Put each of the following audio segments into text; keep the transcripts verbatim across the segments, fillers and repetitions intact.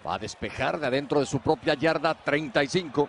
Va a despejar de adentro de su propia yarda treinta y cinco.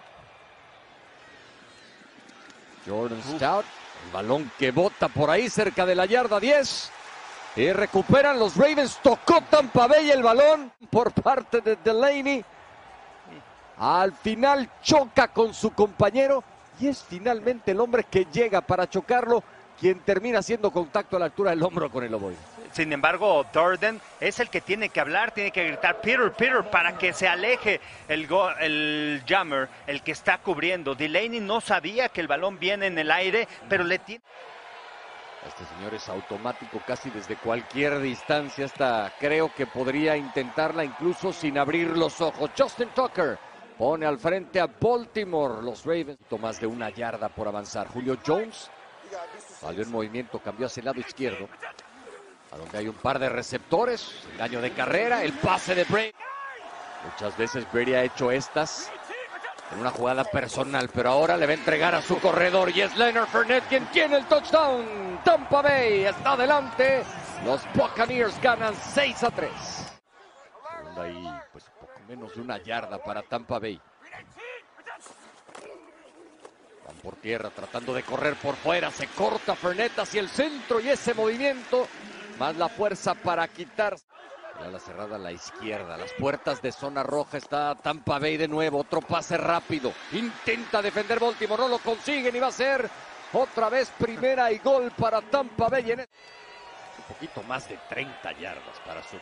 Jordan Stout, el balón que bota por ahí cerca de la yarda diez. Y recuperan los Ravens. Tocó Tampa Bay el balón por parte de Delaney. Al final choca con su compañero y es finalmente el hombre que llega para chocarlo quien termina haciendo contacto a la altura del hombro con el ovoide. Sin embargo, Durden es el que tiene que hablar, tiene que gritar Peter, Peter, para que se aleje el, go el jammer, el que está cubriendo. Delaney no sabía que el balón viene en el aire, pero le tiene... Este señor es automático casi desde cualquier distancia, hasta creo que podría intentarla incluso sin abrir los ojos. Justin Tucker pone al frente a Baltimore, los Ravens. Más de una yarda por avanzar. Julio Jones salió en movimiento, cambió hacia el lado izquierdo, a donde hay un par de receptores. Engaño de carrera, el pase de Brady. Muchas veces Brady ha hecho estas en una jugada personal, pero ahora le va a entregar a su corredor y es Leonard Fournette quien tiene el touchdown. Tampa Bay está adelante. Los Buccaneers ganan seis a tres. Segunda y pues poco menos de una yarda para Tampa Bay. Van por tierra tratando de correr por fuera. Se corta Fournette hacia el centro y ese movimiento más la fuerza para quitar. A la cerrada a la izquierda, las puertas de zona roja, está Tampa Bay de nuevo, otro pase rápido, intenta defender Baltimore, no lo consiguen y va a ser otra vez primera y gol para Tampa Bay. En el... Un poquito más de treinta yardas para Sutter.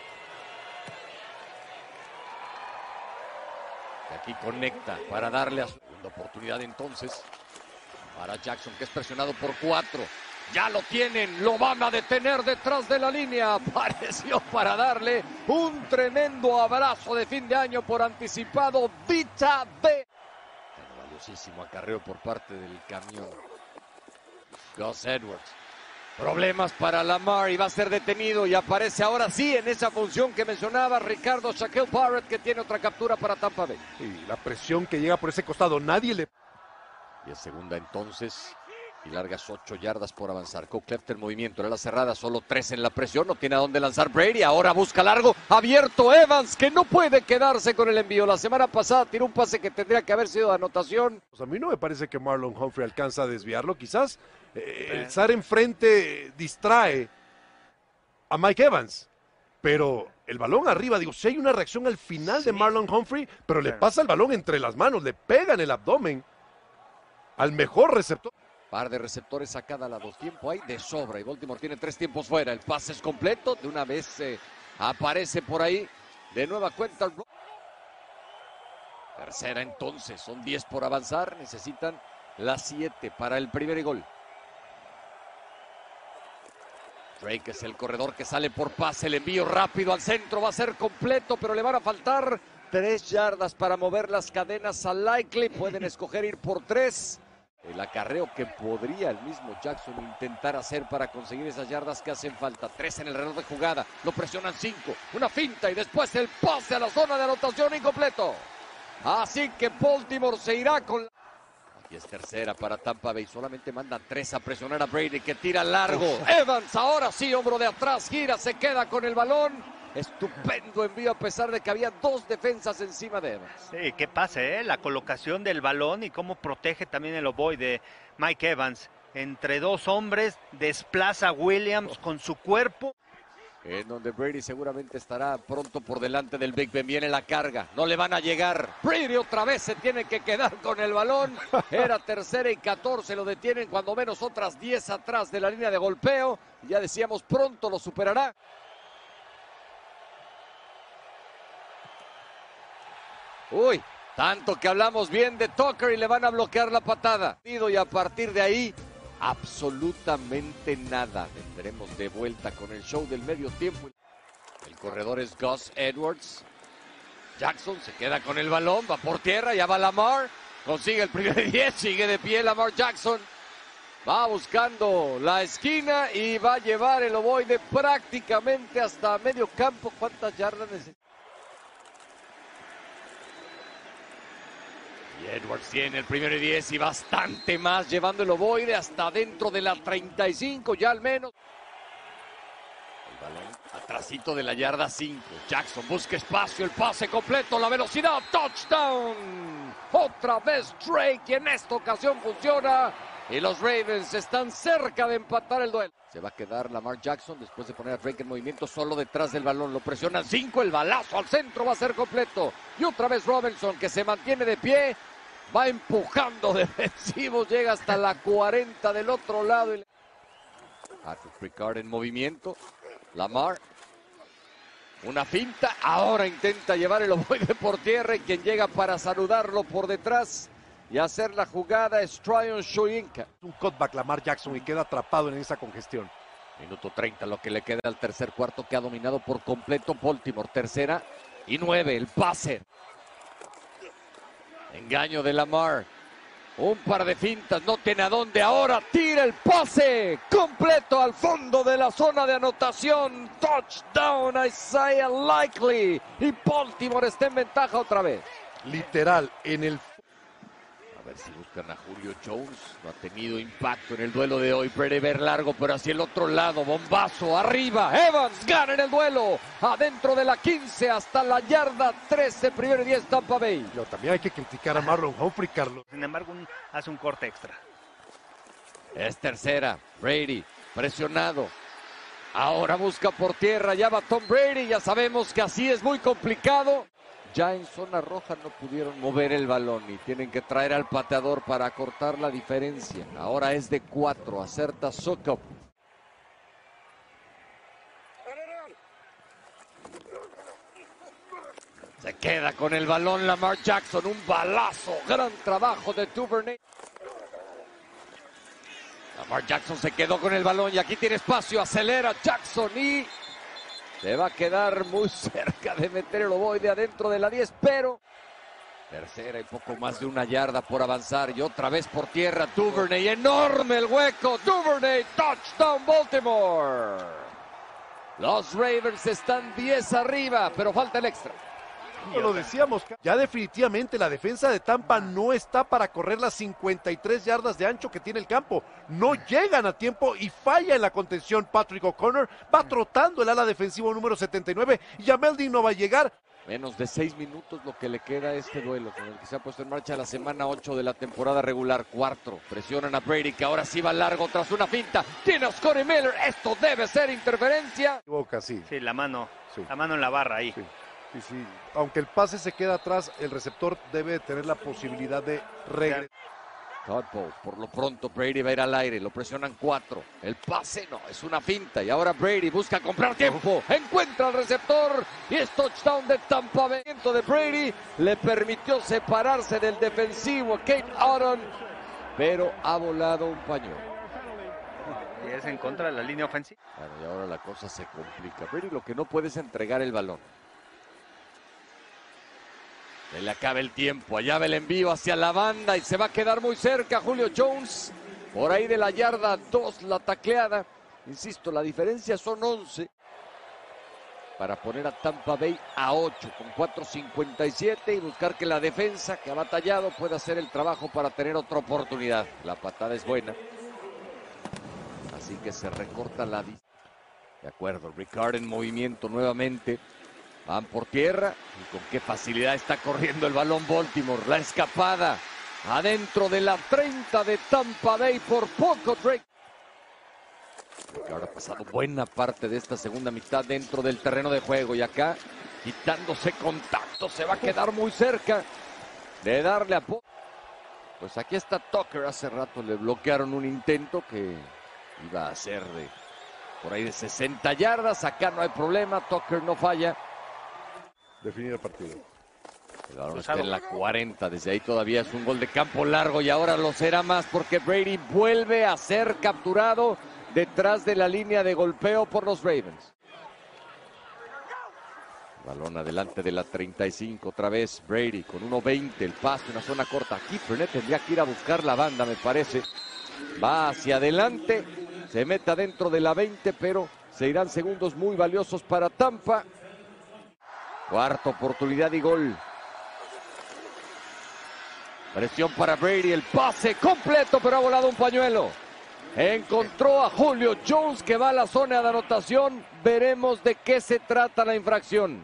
Y aquí conecta para darle a su segunda oportunidad entonces para Jackson, que es presionado por cuatro. Ya lo tienen, lo van a detener detrás de la línea. Apareció para darle un tremendo abrazo de fin de año por anticipado. Vita B. Valiosísimo acarreo por parte del camión. Gus Edwards. Problemas para Lamar y va a ser detenido y aparece ahora sí en esa función que mencionaba Ricardo Shaquille Barrett, que tiene otra captura para Tampa Bay. Y la presión que llega por ese costado, nadie le... Y es segunda entonces. Y largas ocho yardas por avanzar. Coclefter en movimiento, era la cerrada, solo tres en la presión, no tiene a dónde lanzar Brady, ahora busca largo, abierto Evans, que no puede quedarse con el envío. La semana pasada tiró un pase que tendría que haber sido de anotación. Pues a mí no me parece que Marlon Humphrey alcanza a desviarlo, quizás eh, el estar enfrente distrae a Mike Evans, pero el balón arriba, digo, si hay una reacción al final sí. de Marlon Humphrey, pero le pasa el balón entre las manos, le pega en el abdomen al mejor receptor. Par de receptores sacada a la dos, tiempo hay de sobra y Baltimore tiene tres tiempos fuera. El pase es completo, de una vez eh, aparece por ahí de nueva cuenta. Tercera entonces, son diez por avanzar, necesitan las siete para el primer gol. Drake es el corredor que sale por pase, el envío rápido al centro va a ser completo, pero le van a faltar tres yardas para mover las cadenas a Likely. Pueden escoger ir por tres. El acarreo que podría el mismo Jackson intentar hacer para conseguir esas yardas que hacen falta. Tres en el reloj de jugada. Lo presionan cinco. Una finta y después el pase a la zona de anotación incompleto. Así que Baltimore se irá con... Aquí es tercera para Tampa Bay. Solamente mandan tres a presionar a Brady, que tira largo. Evans ahora sí, hombro de atrás, gira, se queda con el balón. Estupendo envío a pesar de que había dos defensas encima de Evans. Sí, qué pase, ¿eh? La colocación del balón y cómo protege también el ovoide de Mike Evans. Entre dos hombres, desplaza a Williams con su cuerpo. En donde Brady seguramente estará pronto por delante del Big Ben. Viene la carga, no le van a llegar. Brady otra vez se tiene que quedar con el balón. Era tercera y catorce, lo detienen cuando menos otras diez atrás de la línea de golpeo. Ya decíamos, pronto lo superará. Uy, tanto que hablamos bien de Tucker y le van a bloquear la patada. Y a partir de ahí, absolutamente nada. Vendremos de vuelta con el show del medio tiempo. El corredor es Gus Edwards. Jackson se queda con el balón, va por tierra, ya va Lamar. Consigue el primer diez, sigue de pie Lamar Jackson. Va buscando la esquina y va a llevar el ovoide prácticamente hasta medio campo. ¿Cuántas yardas necesita? Y Edwards tiene el primero y diez y bastante más, llevando el ovoide hasta dentro de la treinta y cinco, ya al menos. El Balón atrasito de la yarda cinco. Jackson busca espacio, el pase completo, la velocidad, touchdown. Otra vez Drake y en esta ocasión funciona. Y los Ravens están cerca de empatar el duelo. Se va a quedar Lamar Jackson después de poner a Drake en movimiento solo detrás del balón. Lo presionan cinco, el balazo al centro va a ser completo. Y otra vez Robinson que se mantiene de pie. Va empujando defensivos, llega hasta la cuarenta del otro lado. Y... Patrick Ricard en movimiento. Lamar. Una finta. Ahora intenta llevar el ovoide por tierra y quien llega para saludarlo por detrás y hacer la jugada es Tryon Shoyinka. Un cutback Lamar Jackson y queda atrapado en esa congestión. Minuto treinta, lo que le queda al tercer cuarto que ha dominado por completo Baltimore. Tercera y nueve, el pase. Engaño de Lamar. Un par de fintas, no tiene a dónde. Ahora tira el pase completo al fondo de la zona de anotación. Touchdown Isaiah Likely. Y Baltimore está en ventaja otra vez. Literal, en el... A ver si buscan a Julio Jones. No ha tenido impacto en el duelo de hoy. Brady ver largo, pero hacia el otro lado. Bombazo, arriba. Evans gana en el duelo. Adentro de la quince hasta la yarda trece. Primero y diez Tampa Bay. Pero también hay que criticar a Marlon Humphrey, Carlos. Sin embargo, un, hace un corte extra. Es tercera. Brady presionado. Ahora busca por tierra. Ya va Tom Brady. Ya sabemos que así es muy complicado. Ya en zona roja no pudieron mover el balón y tienen que traer al pateador para acortar la diferencia. Ahora es de cuatro, acerta Sokop. Se queda con el balón Lamar Jackson, un balazo, gran trabajo de Duvernay. Lamar Jackson se quedó con el balón y aquí tiene espacio, acelera Jackson y... se va a quedar muy cerca de meter el ovoide adentro de la diez, pero... tercera y poco más de una yarda por avanzar. Y otra vez por tierra, Duvernay. Enorme el hueco. Duvernay, touchdown Baltimore. Los Ravens están diez arriba, pero falta el extra. Lo decíamos, ya definitivamente la defensa de Tampa no está para correr las cincuenta y tres yardas de ancho que tiene el campo. No llegan a tiempo y falla en la contención Patrick O'Connor. Va trotando el ala defensivo número setenta y nueve y Jameldin no va a llegar. Menos de seis minutos lo que le queda a este duelo, con el que se ha puesto en marcha la semana ocho de la temporada regular. Cuarto, presionan a Brady, que ahora sí va largo tras una finta. Tiene a Scotty Miller, esto debe ser interferencia. Boca, sí. Sí, la mano, Sí. la mano en la barra ahí. Sí. Sí, sí. Aunque el pase se queda atrás, el receptor debe tener la posibilidad de regresar. Todd Bowles, por lo pronto Brady va a ir al aire, lo presionan cuatro. El pase no, es una finta y ahora Brady busca comprar tiempo. Encuentra al receptor y es touchdown de Tampa Bay. De Brady le permitió separarse del defensivo Kate Otton, pero ha volado un pañuelo. Y es en contra de la línea ofensiva. Bueno, y ahora la cosa se complica. Brady lo que no puede es entregar el balón. Se le acaba el tiempo, allá va el envío hacia la banda y se va a quedar muy cerca Julio Jones. Por ahí de la yarda dos la tacleada. Insisto, la diferencia son once. Para poner a Tampa Bay a ocho con cuatro cincuenta y siete y buscar que la defensa que ha batallado pueda hacer el trabajo para tener otra oportunidad. La patada es buena. Así que se recorta la distancia. De acuerdo, Ricard en movimiento nuevamente. Van por tierra y con qué facilidad está corriendo el balón Baltimore. La escapada adentro de la treinta de Tampa Bay, por poco Drake. Ahora ha pasado buena parte de esta segunda mitad dentro del terreno de juego y acá quitándose contacto se va a quedar muy cerca de darle a... Pues aquí está Tucker, hace rato le bloquearon un intento que iba a ser de por ahí de sesenta yardas, acá no hay problema, Tucker no falla. Definir el partido. El balón está en la cuarenta, desde ahí todavía es un gol de campo largo y ahora lo será más porque Brady vuelve a ser capturado detrás de la línea de golpeo por los Ravens. Balón adelante de la treinta y cinco, otra vez Brady con uno veinte, el pase, una zona corta. Aquí Fournette tendría que ir a buscar la banda, me parece. Va hacia adelante, se mete adentro de la veinte, pero se irán segundos muy valiosos para Tampa. Cuarta oportunidad y gol. Presión para Brady, el pase completo, pero ha volado un pañuelo. Encontró a Julio Jones que va a la zona de anotación. Veremos de qué se trata la infracción.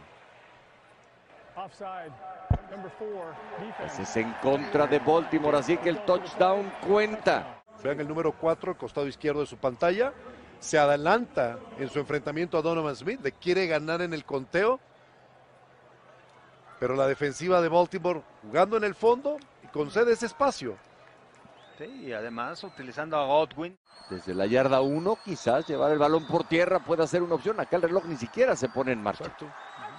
Ese es en contra de Baltimore, así que el touchdown cuenta. Vean el número cuatro, al costado izquierdo de su pantalla. Se adelanta en su enfrentamiento a Donovan Smith. Le quiere ganar en el conteo. Pero la defensiva de Baltimore jugando en el fondo y concede ese espacio. Sí, y además utilizando a Godwin. Desde la yarda uno, quizás llevar el balón por tierra pueda ser una opción. Acá el reloj ni siquiera se pone en marcha. Exacto.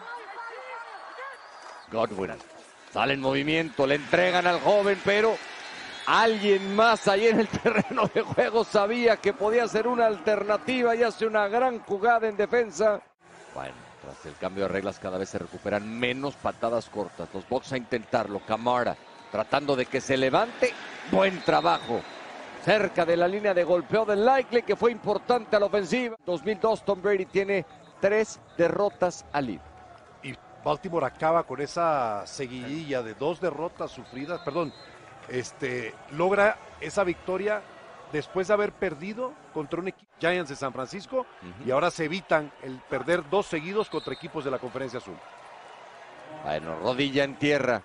Godwin sale en movimiento, le entregan al joven, pero alguien más ahí en el terreno de juego sabía que podía ser una alternativa y hace una gran jugada en defensa. Bueno, tras el cambio de reglas cada vez se recuperan menos patadas cortas. Los Bucs a intentarlo. Kamara tratando de que se levante. Buen trabajo. Cerca de la línea de golpeo del Likely, que fue importante a la ofensiva. dos mil dos, Tom Brady tiene tres derrotas al hilo. Y Baltimore acaba con esa seguidilla de dos derrotas sufridas. Perdón, este, logra esa victoria después de haber perdido contra un equipo Giants de San Francisco. Uh-huh. Y ahora se evitan el perder dos seguidos contra equipos de la Conferencia Azul. Bueno, rodilla en tierra.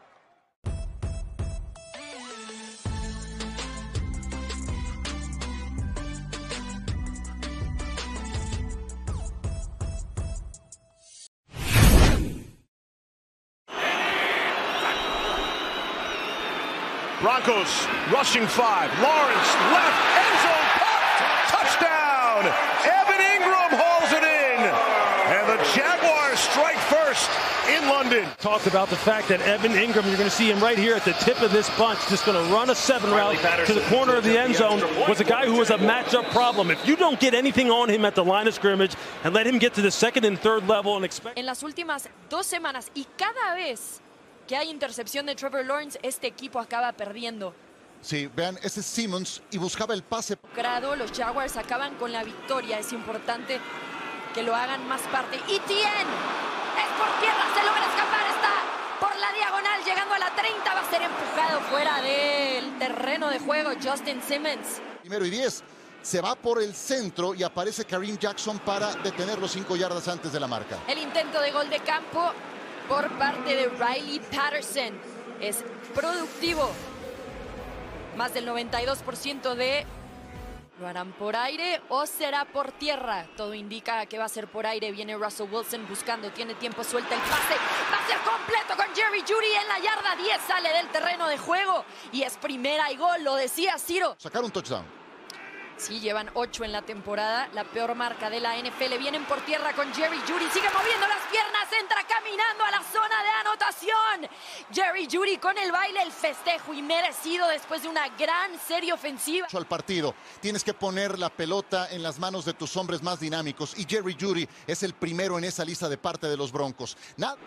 Broncos rushing five. Lawrence left end zone popped. Touchdown. Evan Ingram hauls it in. And the Jaguars strike first in London. Talked about the fact that Evan Ingram, you're going to see him right here at the tip of this bunch, just going to run a seven route to the corner of the end zone, was a guy who was a matchup problem. If you don't get anything on him at the line of scrimmage and let him get to the second and third level and expect... En las últimas dos semanas y cada vez que hay intercepción de Trevor Lawrence, este equipo acaba perdiendo. Sí, vean, ese es Simmons y buscaba el pase. Los Jaguars acaban con la victoria. Es importante que lo hagan más parte. Y Etienne es por tierra, se logra escapar, está por la diagonal, llegando a la treinta, va a ser empujado fuera del terreno de juego Justin Simmons. Primero y diez, se va por el centro y aparece Kareem Jackson para detener los cinco yardas antes de la marca. El intento de gol de campo por parte de Riley Patterson es productivo. Más del noventa y dos por ciento de... ¿Lo harán por aire o será por tierra? Todo indica que va a ser por aire. Viene Russell Wilson buscando, tiene tiempo, suelta el pase. Va a ser completo con Jerry Jeudy en la yarda diez. Sale del terreno de juego y es primera y gol, lo decía Ciro. Sacar un touchdown. Sí, llevan ocho en la temporada, la peor marca de la N F L. Vienen por tierra con Jerry Jeudy, sigue moviendo las piernas, entra caminando a la zona de anotación. Jerry Jeudy con el baile, el festejo inmerecido después de una gran serie ofensiva. Al partido, tienes que poner la pelota en las manos de tus hombres más dinámicos y Jerry Jeudy es el primero en esa lista de parte de los Broncos. Nada.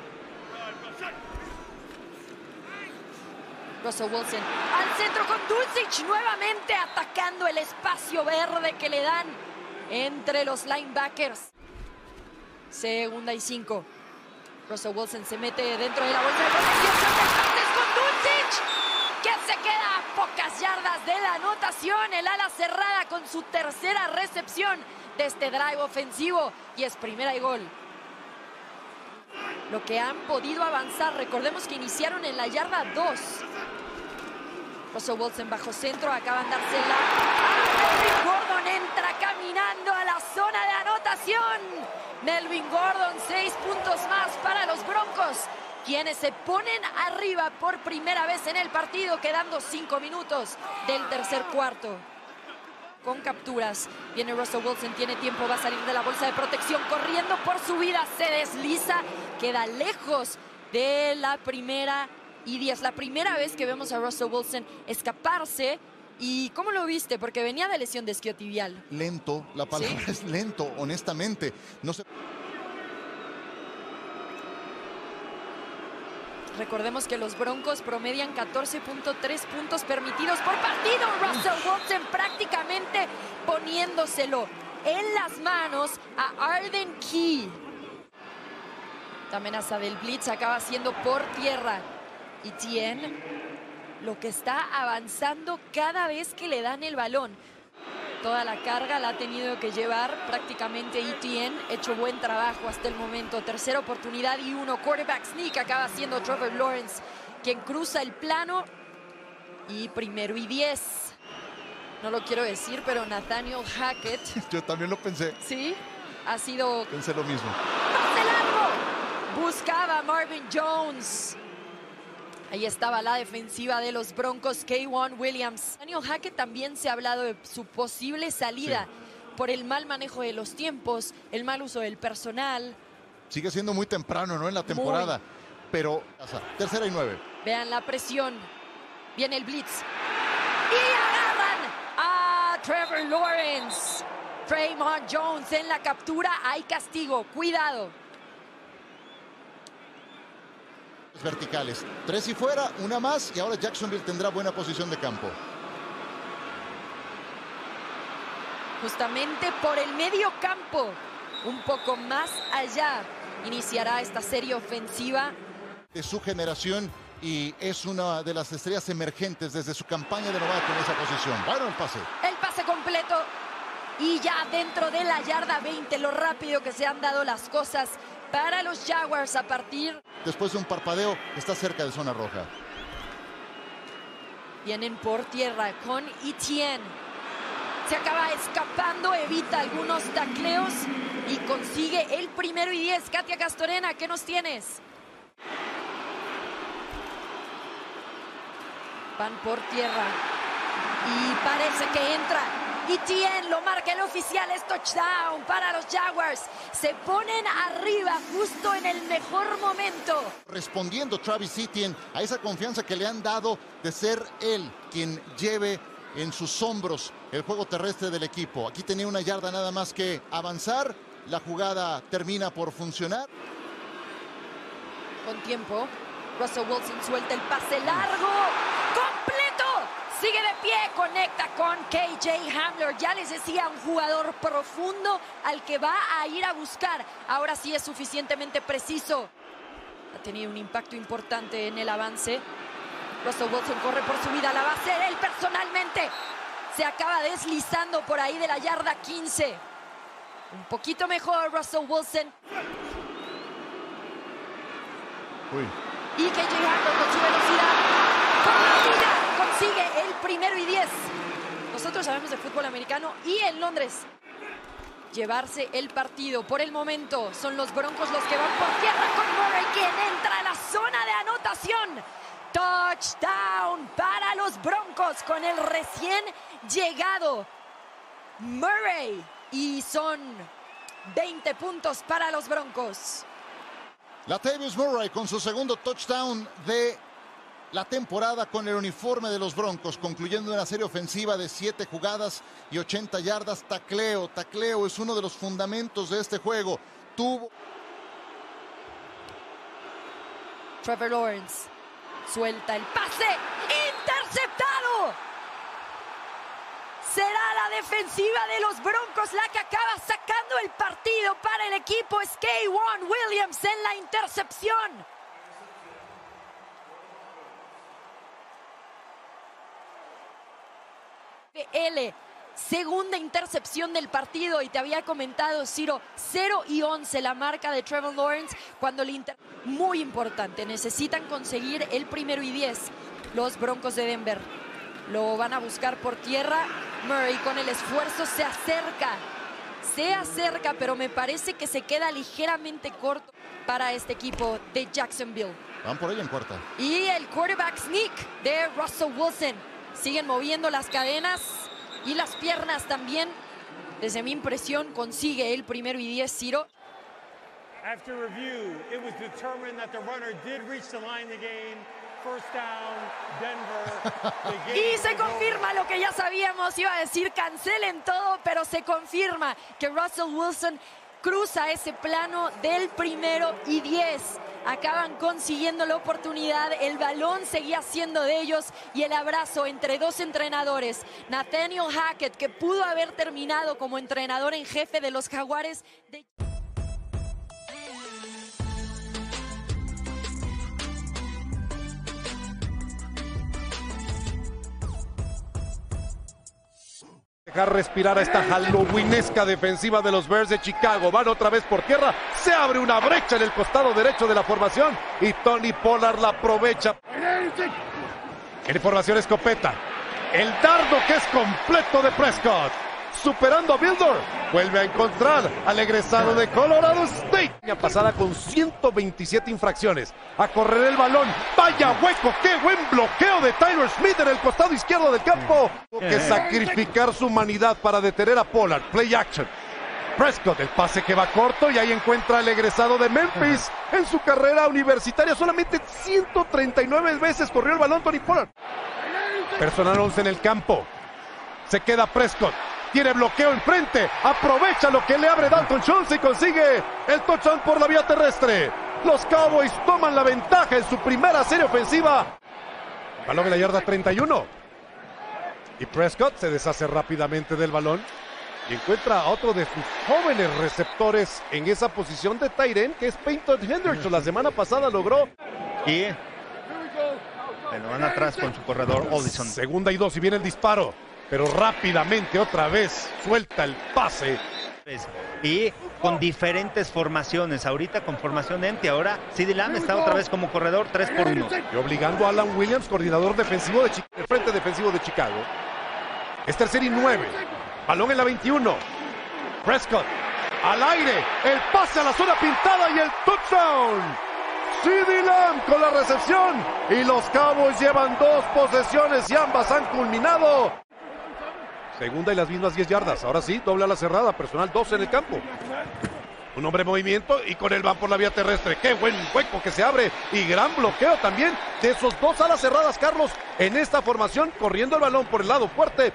Russell Wilson al centro con Dulcich nuevamente atacando el espacio verde que le dan entre los linebackers. Segunda y cinco. Russell Wilson se mete dentro de la bolsa de protección. Con Dulcich, que se queda a pocas yardas de la anotación. El ala cerrada con su tercera recepción de este drive ofensivo y es primera y gol. Lo que han podido avanzar, recordemos que iniciaron en la yarda dos. Russell Wilson bajo centro, acaban de dársela. Melvin Gordon entra caminando a la zona de anotación. Melvin Gordon, seis puntos más para los Broncos, quienes se ponen arriba por primera vez en el partido, quedando cinco minutos del tercer cuarto. Con capturas, viene Russell Wilson, tiene tiempo, va a salir de la bolsa de protección, corriendo por su vida, se desliza, queda lejos de la primera y diez. La primera vez que vemos a Russell Wilson escaparse. ¿Y cómo lo viste? Porque venía de lesión de isquiotibial. Lento, la palabra ¿Sí? es lento, honestamente. No sé. Recordemos que los Broncos promedian catorce punto tres puntos permitidos por partido. Russell Wilson prácticamente poniéndoselo en las manos a Arden Key. La amenaza del blitz acaba siendo por tierra. Y Etienne, lo que está avanzando cada vez que le dan el balón. Toda la carga la ha tenido que llevar prácticamente E T N. Hecho buen trabajo hasta el momento. Tercera oportunidad y uno. Quarterback sneak acaba siendo Trevor Lawrence quien cruza el plano. Y primero y diez. No lo quiero decir, pero Nathaniel Hackett. Yo también lo pensé. Sí, ha sido... Pensé lo mismo. ¡Pase largo! Buscaba Marvin Jones. Ahí estaba la defensiva de los Broncos, K'Waun Williams. Daniel Hackett también se ha hablado de su posible salida sí. por el mal manejo de los tiempos, el mal uso del personal. Sigue siendo muy temprano, ¿no? En la temporada. Muy. Pero, tercera y nueve. Vean la presión. Viene el blitz. Y agarran a Trevor Lawrence. Draymond Jones en la captura. Hay castigo. Cuidado. Verticales. Tres y fuera, una más y ahora Jacksonville tendrá buena posición de campo. Justamente por el medio campo, un poco más allá, iniciará esta serie ofensiva. De su generación y es una de las estrellas emergentes desde su campaña de novato en esa posición. Bueno, el pase. El pase completo y ya dentro de la yarda veinte, lo rápido que se han dado las cosas para los Jaguars a partir... Después de un parpadeo, está cerca de zona roja. Vienen por tierra con Etienne. Se acaba escapando, evita algunos tacleos y consigue el primero y diez. Katia Castorena, ¿qué nos tienes? Van por tierra y parece que entra. Etienne lo marca el oficial, es touchdown para los Jaguars. Se ponen arriba justo en el mejor momento. Respondiendo Travis Etienne a esa confianza que le han dado de ser él quien lleve en sus hombros el juego terrestre del equipo. Aquí tenía una yarda nada más que avanzar. La jugada termina por funcionar. Con tiempo, Russell Wilson suelta el pase largo. ¡Completo! Sigue de pie, conecta con K J Hamler. Ya les decía, un jugador profundo al que va a ir a buscar. Ahora sí es suficientemente preciso. Ha tenido un impacto importante en el avance. Russell Wilson corre por su vida, la va a hacer él personalmente. Se acaba deslizando por ahí de la yarda quince. Un poquito mejor Russell Wilson. Uy. Y K J Hamler con su velocidad. Con la vida consigue el primero y diez. Nosotros sabemos de fútbol americano y en Londres. Llevarse el partido por el momento. Son los Broncos los que van por tierra con Murray, quien entra a la zona de anotación. Touchdown para los Broncos con el recién llegado Murray. Y son veinte puntos para los Broncos. Latavius Murray con su segundo touchdown de la temporada con el uniforme de los Broncos, concluyendo una serie ofensiva de siete jugadas y ochenta yardas. Tacleo, tacleo es uno de los fundamentos de este juego. Tuvo... Trevor Lawrence suelta el pase, interceptado. Será la defensiva de los Broncos la que acaba sacando el partido para el equipo. Es K'Waun Williams en la intercepción. L, segunda intercepción del partido y te había comentado, Ciro, cero y once la marca de Trevor Lawrence cuando le inter... Muy importante, necesitan conseguir el primero y diez los Broncos de Denver. Lo van a buscar por tierra. Murray con el esfuerzo se acerca, se acerca, pero me parece que se queda ligeramente corto para este equipo de Jacksonville. Van por ella en cuarta. Y el quarterback sneak de Russell Wilson. Siguen moviendo las cadenas y las piernas también. Desde mi impresión consigue el primero y diez, Ciro. After review, it was determined that the runner did reach the line of the game. First down, Denver. The game y se confirma lo que ya sabíamos. Iba a decir cancelen todo, pero se confirma que Russell Wilson cruza ese plano del primero y diez. Acaban consiguiendo la oportunidad, el balón seguía siendo de ellos y el abrazo entre dos entrenadores. Nathaniel Hackett, que pudo haber terminado como entrenador en jefe de los Jaguares de... Dejar respirar a esta halloweenesca defensiva de los Bears de Chicago. Van otra vez por tierra. Se abre una brecha en el costado derecho de la formación y Tony Pollard la aprovecha. En formación escopeta. El dardo que es completo de Prescott. Superando a Builder. Vuelve a encontrar al egresado de Colorado State. Pasada con ciento veintisiete infracciones. A correr el balón. Vaya hueco. Qué buen bloqueo de Tyler Smith en el costado izquierdo del campo. Tuvo que sacrificar su humanidad para detener a Pollard. Play action. Prescott, el pase que va corto y ahí encuentra al egresado de Memphis. En su carrera universitaria solamente ciento treinta y nueve veces corrió el balón Tony Pollard. Personal once en el campo. Se queda Prescott. Tiene bloqueo enfrente. Aprovecha lo que le abre Dalton Schultz y consigue el touchdown por la vía terrestre. Los Cowboys toman la ventaja en su primera serie ofensiva. Balón en la yarda treinta y uno. Y Prescott se deshace rápidamente del balón. Y encuentra a otro de sus jóvenes receptores en esa posición de tight end, que es Peyton Henderson. La semana pasada logró. Y pero van atrás con su corredor Oldison. Segunda y dos y viene el disparo. Pero rápidamente otra vez suelta el pase. Y con diferentes formaciones. Ahorita con formación empty. Ahora CeeDee Lamb está otra vez como corredor tres por uno. Y obligando a Alan Williams, coordinador defensivo de Chicago, el frente defensivo de Chicago. Es tercer y nueve. Balón en la veintiuno. Prescott al aire. El pase a la zona pintada y el touchdown. CeeDee Lamb con la recepción. Y los Cowboys llevan dos posesiones y ambas han culminado. Segunda y las mismas diez yardas. Ahora sí, doble a la cerrada. Personal doce en el campo. Un hombre en movimiento y con él van por la vía terrestre. ¡Qué buen hueco que se abre! Y gran bloqueo también de esos dos alas cerradas, Carlos, en esta formación, corriendo el balón por el lado fuerte.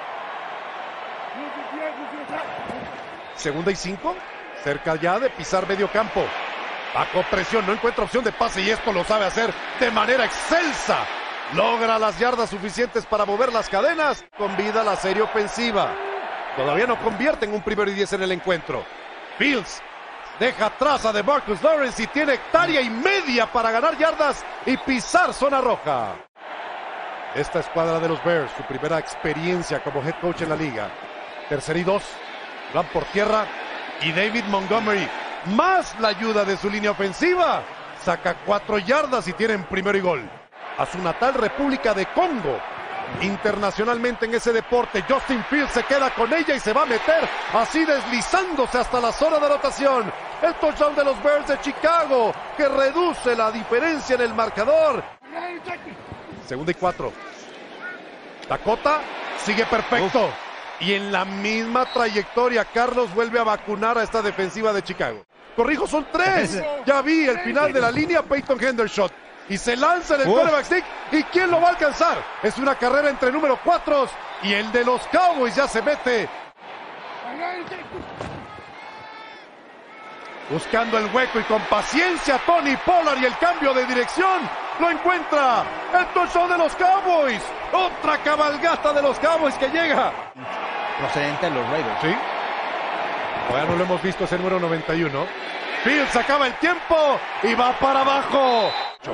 Segunda y cinco. Cerca ya de pisar medio campo. Bajo presión, no encuentra opción de pase y esto lo sabe hacer de manera excelsa. Logra las yardas suficientes para mover las cadenas. Con vida la serie ofensiva. Todavía no convierte en un primero y diez en el encuentro. Fields deja atrás a DeMarcus Lawrence y tiene hectárea y media para ganar yardas y pisar zona roja. Esta escuadra de los Bears, su primera experiencia como head coach en la liga. Tercer y dos. Van por tierra y David Montgomery, más la ayuda de su línea ofensiva, saca cuatro yardas y tienen primero y gol. A su natal República de Congo. Internacionalmente en ese deporte, Justin Fields se queda con ella y se va a meter así deslizándose hasta la zona de anotación. El touchdown de los Bears de Chicago, que reduce la diferencia en el marcador. Segunda y cuatro. Dakota sigue perfecto. Uf. Y en la misma trayectoria, Carlos vuelve a vacunar a esta defensiva de Chicago. Corrijo, son tres. Ya vi el final de la línea, Peyton Henderson. Y se lanza en el quarterback sneak. ¿Y quién lo va a alcanzar? Es una carrera entre número cuatro y el de los Cowboys ya se mete. Buscando el hueco y con paciencia Tony Pollard y el cambio de dirección. Lo encuentra. El touchdown de los Cowboys. Otra cabalgata de los Cowboys que llega. Procedente de los Raiders. Sí. Todavía no lo hemos visto, ese número noventa y uno. Fields acaba el tiempo y va para abajo.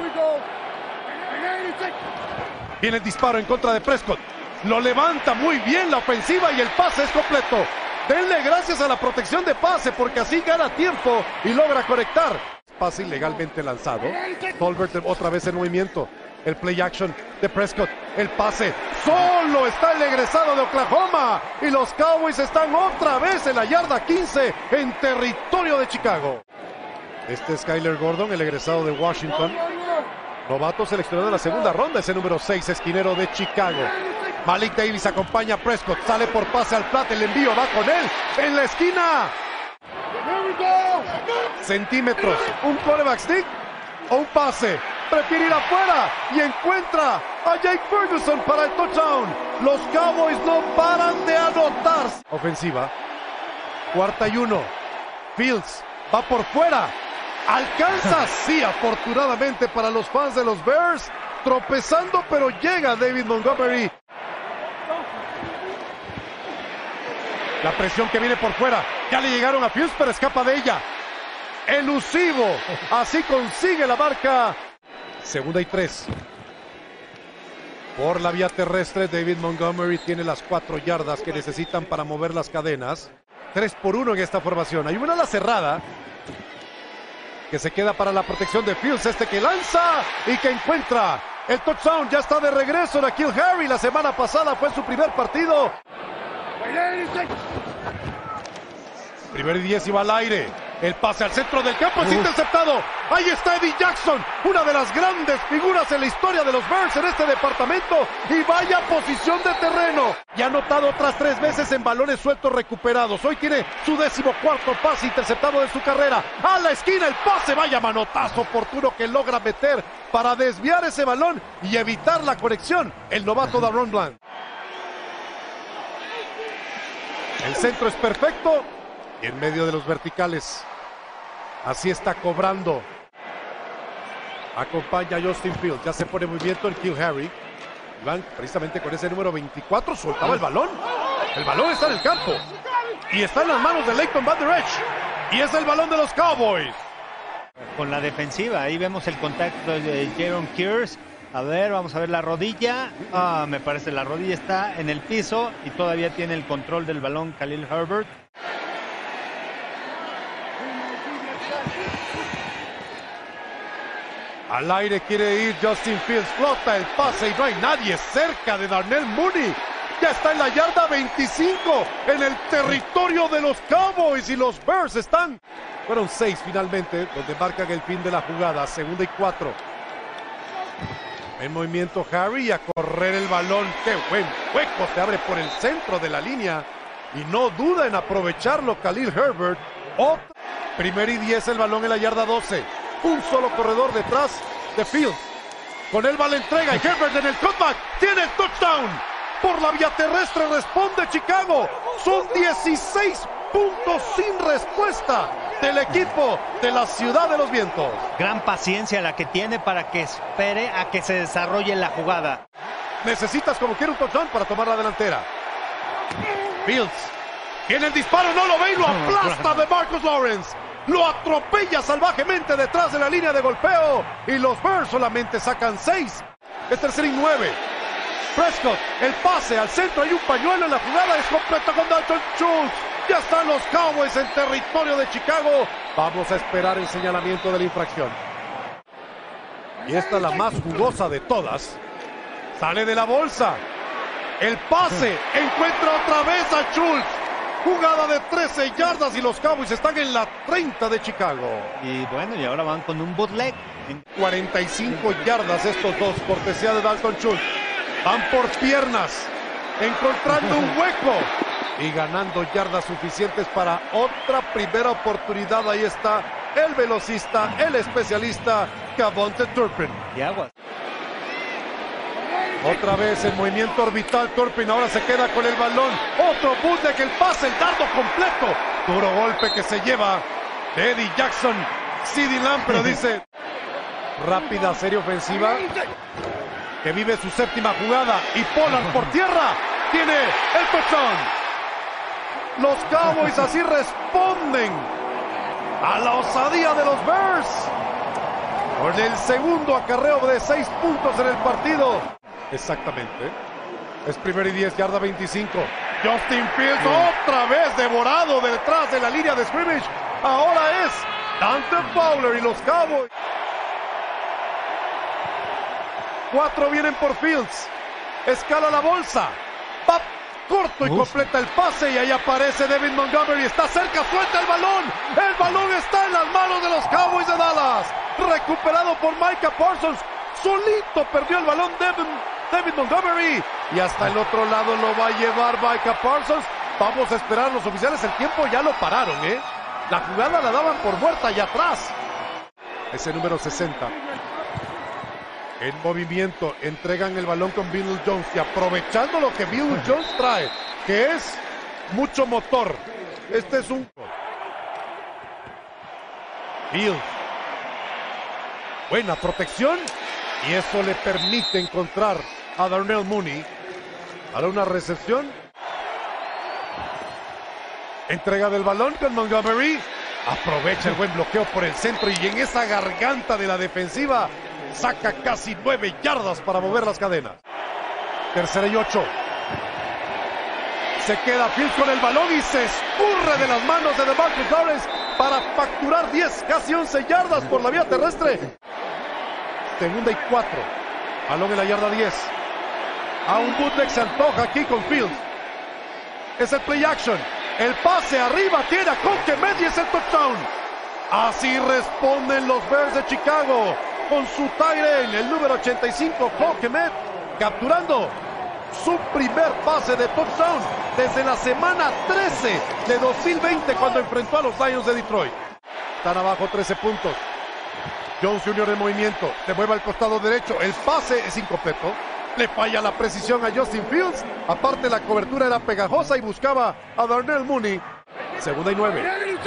Viene el disparo en contra de Prescott. Lo levanta muy bien la ofensiva y el pase es completo. Denle gracias a la protección de pase porque así gana tiempo y logra conectar. Pase ilegalmente lanzado. Tolbert otra vez en movimiento. El play action de Prescott. El pase. Solo está el egresado de Oklahoma. Y los Cowboys están otra vez en la yarda quince en territorio de Chicago. Este es Kyler Gordon, el egresado de Washington. Novato seleccionado en la segunda ronda. Ese número seis, esquinero de Chicago. Malik Davis acompaña a Prescott. Sale por pase al flat. El envío va con él. En la esquina. Centímetros. Un quarterback sneak o un pase. Prefiere ir afuera y encuentra a Jake Ferguson para el touchdown. Los Cowboys no paran de anotar. Ofensiva. Cuarta y uno. Fields va por fuera. Alcanza, sí, afortunadamente para los fans de los Bears. Tropezando, pero llega David Montgomery. La presión que viene por fuera. Ya le llegaron a Fields, pero escapa de ella. Elusivo. Así consigue la marca. Segunda y tres. Por la vía terrestre, David Montgomery tiene las cuatro yardas que necesitan para mover las cadenas. Tres por uno en esta formación. Hay una ala cerrada que se queda para la protección de Fields. Este que lanza y que encuentra el touchdown. Ya está de regreso N'Keal Harry. La semana pasada fue su primer partido. Primer y diez y va al aire. El pase al centro del campo es interceptado. Ahí está Eddie Jackson, una de las grandes figuras en la historia de los Bears en este departamento. Y vaya posición de terreno. Y ha anotado otras tres veces en balones sueltos recuperados. Hoy tiene su decimocuarto pase interceptado de su carrera. A la esquina el pase, vaya manotazo oportuno que logra meter para desviar ese balón y evitar la conexión. El novato DaRon Bland. El centro es perfecto. Y en medio de los verticales. Así está cobrando. Acompaña a Justin Fields. Ya se pone en movimiento el N'Keal Harry. Van precisamente con ese número veinticuatro. Soltaba el balón. El balón está en el campo. Y está en las manos de Leighton Vander Esch. Y es el balón de los Cowboys. Con la defensiva. Ahí vemos el contacto de Jaron Kears. A ver, vamos a ver la rodilla. Ah, me parece la rodilla está en el piso. Y todavía tiene el control del balón Khalil Herbert. Al aire quiere ir Justin Fields, flota el pase y no hay nadie cerca de Darnell Mooney. Ya está en la yarda veinticinco, en el territorio de los Cowboys y los Bears están. Fueron seis finalmente, donde marcan el fin de la jugada, segunda y cuatro. En movimiento Harry a correr el balón. Qué buen hueco se abre por el centro de la línea y no duda en aprovecharlo Khalil Herbert. Otra. Primer y diez, el balón en la yarda doce. Un solo corredor detrás de Fields. Con él va la entrega y Herbert en el cutback tiene el touchdown. Por la vía terrestre responde Chicago. Son dieciséis puntos sin respuesta del equipo de la Ciudad de los Vientos. Gran paciencia la que tiene para que espere a que se desarrolle la jugada. Necesitas como quiera un touchdown para tomar la delantera. Fields tiene el disparo, no lo ve y lo aplasta de Marcus Lawrence. Lo atropella salvajemente detrás de la línea de golpeo. Y los Bears solamente sacan seis. Es tercer y nueve. Prescott, el pase al centro. Hay un pañuelo en la jugada. Es completa con Dalton Schultz. Ya están los Cowboys en territorio de Chicago. Vamos a esperar el señalamiento de la infracción. Y esta es la más jugosa de todas. Sale de la bolsa. El pase. Encuentra otra vez a Schultz. Jugada de trece yardas y los Cowboys están en la treinta de Chicago. Y bueno, y ahora van con un bootleg. cuarenta y cinco yardas estos dos, cortesía de Dalton Schultz. Van por piernas, encontrando un hueco y ganando yardas suficientes para otra primera oportunidad. Ahí está el velocista, el especialista, Kavonte Turpin. Y aguas. Otra vez el movimiento orbital, Turpin ahora se queda con el balón. Otro bootleg, el pase, el dardo completo. Duro golpe que se lleva de Eddie Jackson. CeeDee Lamb, pero dice rápida serie ofensiva que vive su séptima jugada. Y Pollard por tierra tiene el touchdown. Los Cowboys así responden a la osadía de los Bears con el segundo acarreo de seis puntos en el partido. Exactamente. Es primer y diez, yarda veinticinco. Justin Fields otra vez devorado detrás de la línea de scrimmage. Ahora es Dante Fowler y los Cowboys. Cuatro vienen por Fields. Escala la bolsa. Va corto y Uf. completa el pase. Y ahí aparece David Montgomery. Está cerca, suelta el balón. El balón está en las manos de los Cowboys de Dallas. Recuperado por Micah Parsons. Solito perdió el balón David, David Montgomery. Y hasta el otro lado lo va a llevar Micah Parsons. Vamos a esperar los oficiales. El tiempo ya lo pararon, ¿eh? La jugada la daban por muerta allá atrás. Ese número sesenta. En movimiento. Entregan el balón con Bill Jones. Y aprovechando lo que Bill Jones trae, que es mucho motor. Este es un... Bill. Buena protección. Y eso le permite encontrar a Darnell Mooney. Hará una recepción. Entrega del balón con Montgomery. Aprovecha el buen bloqueo por el centro. Y en esa garganta de la defensiva saca casi nueve yardas para mover las cadenas. Tercera y ocho. Se queda Fields con el balón y se escurre de las manos de DeMarcus Lawrence para facturar diez, casi once yardas por la vía terrestre. Segunda y cuatro. Balón en la yarda diez. A un bootleg se antoja aquí con Fields. Es el play action. El pase arriba tiene a Cole Kmet y es el touchdown. Así responden los Bears de Chicago con su tight end, el número ochenta y cinco, Cole Kmet, capturando su primer pase de touchdown desde la semana trece de dos mil veinte cuando enfrentó a los Lions de Detroit. Están abajo trece puntos. Jones junior en movimiento, se mueve al costado derecho, el pase es incompleto. Le falla la precisión a Justin Fields. Aparte la cobertura era pegajosa y buscaba a Darnell Mooney. Segunda y nueve.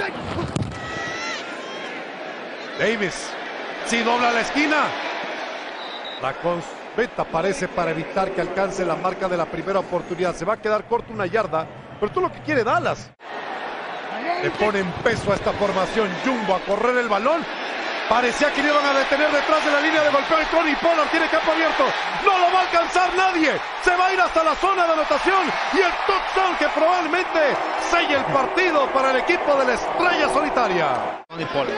Davis. Si dobla la esquina. La conveta aparece para evitar que alcance la marca de la primera oportunidad. Se va a quedar corto una yarda. Pero tú lo que quiere Dallas. Le ponen peso a esta formación. Jumbo a correr el balón. Parecía que le iban a detener detrás de la línea de golpeo y Tony Pollard tiene campo abierto. No lo va a alcanzar nadie. Se va a ir hasta la zona de anotación y el touchdown que probablemente selle el partido para el equipo de la estrella solitaria. Tony Pollard.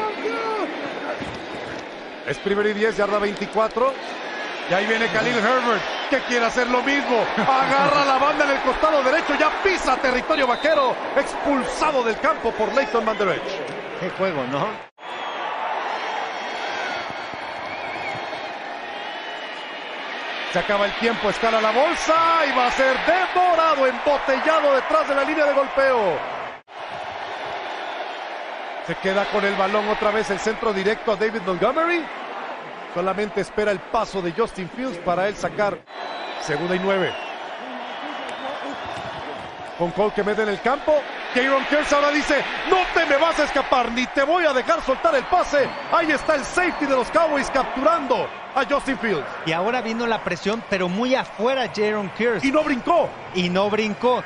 Es primero y diez, yarda veinticuatro. Y ahí viene Khalil Herbert, que quiere hacer lo mismo. Agarra la banda en el costado derecho, ya pisa territorio vaquero. Expulsado del campo por Leighton Van Der Esch. Qué juego, ¿no? Se acaba el tiempo, escala la bolsa y va a ser devorado, embotellado detrás de la línea de golpeo. Se queda con el balón otra vez el centro directo a David Montgomery. Solamente espera el paso de Justin Fields para él sacar. Segunda y nueve. Con Cole Kmet en el campo. Jaron Kearse ahora dice, no te me vas a escapar, ni te voy a dejar soltar el pase. Ahí está el safety de los Cowboys capturando a Justin Fields. Y ahora vino la presión, pero muy afuera Jaron Kearse. Y no brincó. Y no brincó.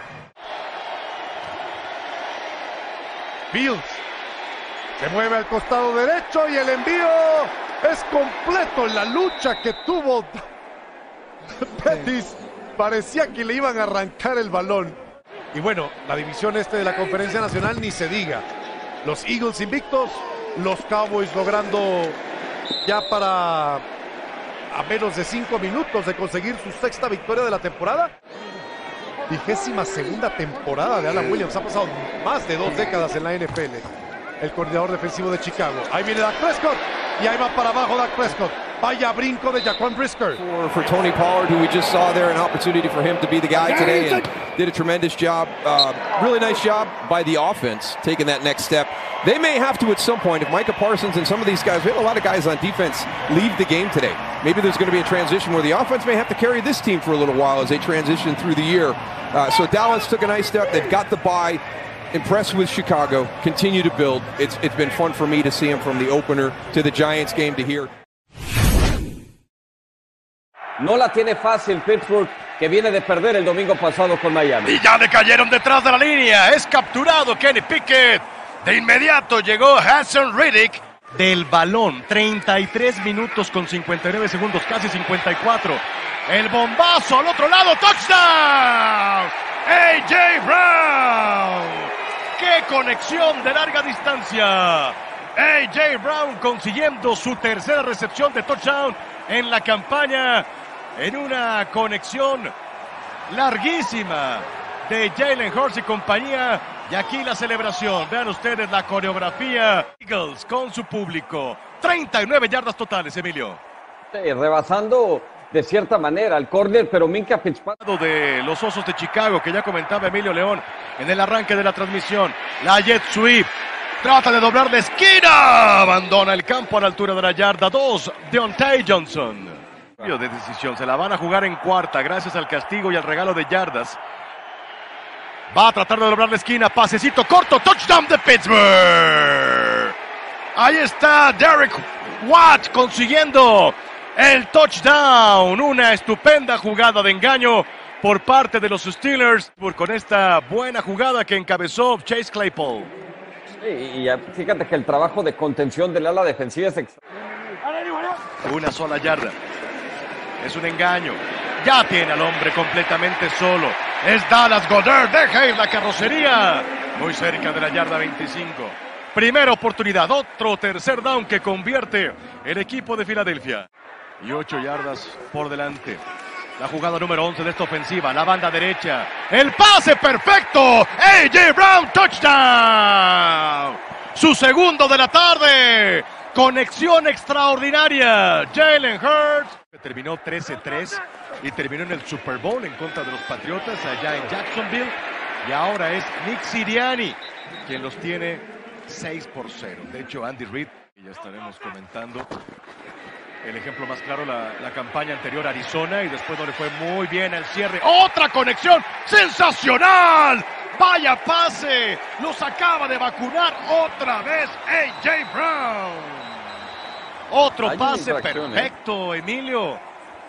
Fields se mueve al costado derecho y el envío es completo. La lucha que tuvo Pettis, parecía que le iban a arrancar el balón. Y bueno, la división este de la Conferencia Nacional ni se diga. Los Eagles invictos, los Cowboys logrando ya para a menos de cinco minutos de conseguir su sexta victoria de la temporada. Vigésima segunda temporada de Alan Williams. Ha pasado más de dos décadas en la N F L. El coordinador defensivo de Chicago. Ahí viene Dak Prescott. Y ahí va para abajo Dak Prescott. Vaya brinco de Jaquan Brisker. For, for Tony Pollard, who we just saw there, an opportunity for him to be the guy today and did a tremendous job. Uh, really nice job by the offense, taking that next step. They may have to at some point, if Micah Parsons and some of these guys, we have a lot of guys on defense leave the game today. Maybe there's going to be a transition where the offense may have to carry this team for a little while as they transition through the year. Uh, so Dallas took a nice step. They've got the bye. Impressed with Chicago, continue to build. It's, it's been fun for me to see him from the opener to the Giants game to here. No la tiene fácil Pittsburgh, que viene de perder el domingo pasado con Miami. Y ya le cayeron detrás de la línea. Es capturado Kenny Pickett. De inmediato llegó Hudson Riddick. Del balón, treinta y tres minutos con cincuenta y nueve segundos, casi cincuenta y cuatro. El bombazo al otro lado, touchdown. A J Brown. ¡Qué conexión de larga distancia! A J Brown consiguiendo su tercera recepción de touchdown en la campaña en una conexión larguísima de Jalen Hurts y compañía. Y aquí la celebración. Vean ustedes la coreografía. Eagles con su público. treinta y nueve yardas totales, Emilio. Sí, rebasando de cierta manera al córner, pero Minkah Fitzpatrick de los Osos de Chicago, que ya comentaba Emilio León en el arranque de la transmisión. La jet sweep, trata de doblar la esquina, abandona el campo a la altura de la yarda dos. Deontay Johnson, cambio de decisión, se la van a jugar en cuarta gracias al castigo y al regalo de yardas. Va a tratar de doblar la esquina, pasecito corto, touchdown de Pittsburgh. Ahí está Derek Watt consiguiendo el touchdown, una estupenda jugada de engaño por parte de los Steelers con esta buena jugada que encabezó Chase Claypool. Sí, y fíjate que el trabajo de contención del ala defensiva es extra. Una sola yarda. Es un engaño. Ya tiene al hombre completamente solo. Es Dallas Goedert. Deja ir la carrocería. Muy cerca de la yarda veinticinco. Primera oportunidad. Otro tercer down que convierte el equipo de Filadelfia. Y ocho yardas por delante. La jugada número once de esta ofensiva. La banda derecha. El pase perfecto. A J Brown. Touchdown. Su segundo de la tarde. Conexión extraordinaria. Jalen Hurts. Terminó trece tres y terminó en el Super Bowl en contra de los Patriotas allá en Jacksonville. Y ahora es Nick Sirianni quien los tiene seis por cero. De hecho, Andy Reid, y ya estaremos comentando el ejemplo más claro, la, la campaña anterior, Arizona, y después no le fue muy bien al cierre. ¡Otra conexión! ¡Sensacional! ¡Vaya pase! ¡Los acaba de vacunar otra vez A J Brown! Otro Hay pase infracción, perfecto, ¿eh? Emilio.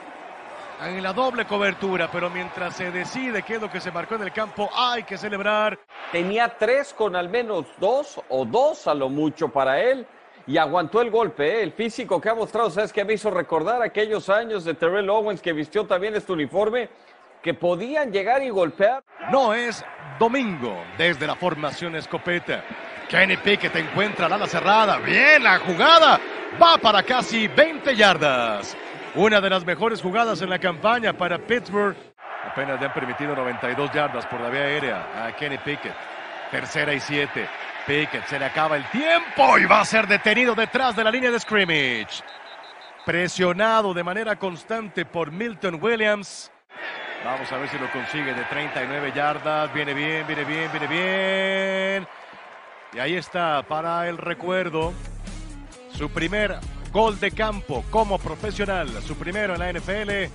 En la doble cobertura, pero mientras se decide qué es lo que se marcó en el campo, hay que celebrar. Tenía tres con al menos dos o dos a lo mucho para él y aguantó el golpe, ¿eh? El físico que ha mostrado, ¿sabes qué me hizo recordar aquellos años de Terrell Owens que vistió también este uniforme? Que podían llegar y golpear. No es domingo desde la formación escopeta. Kenny Pickett encuentra la ala cerrada. Bien la jugada. Va para casi veinte yardas. Una de las mejores jugadas en la campaña para Pittsburgh. Apenas le han permitido noventa y dos yardas por la vía aérea a Kenny Pickett. Tercera y siete. Pickett, se le acaba el tiempo y va a ser detenido detrás de la línea de scrimmage. Presionado de manera constante por Milton Williams. Vamos a ver si lo consigue de treinta y nueve yardas. Viene bien, viene bien, viene bien. Y ahí está para el recuerdo. Su primer gol de campo como profesional. Su primero en la N F L.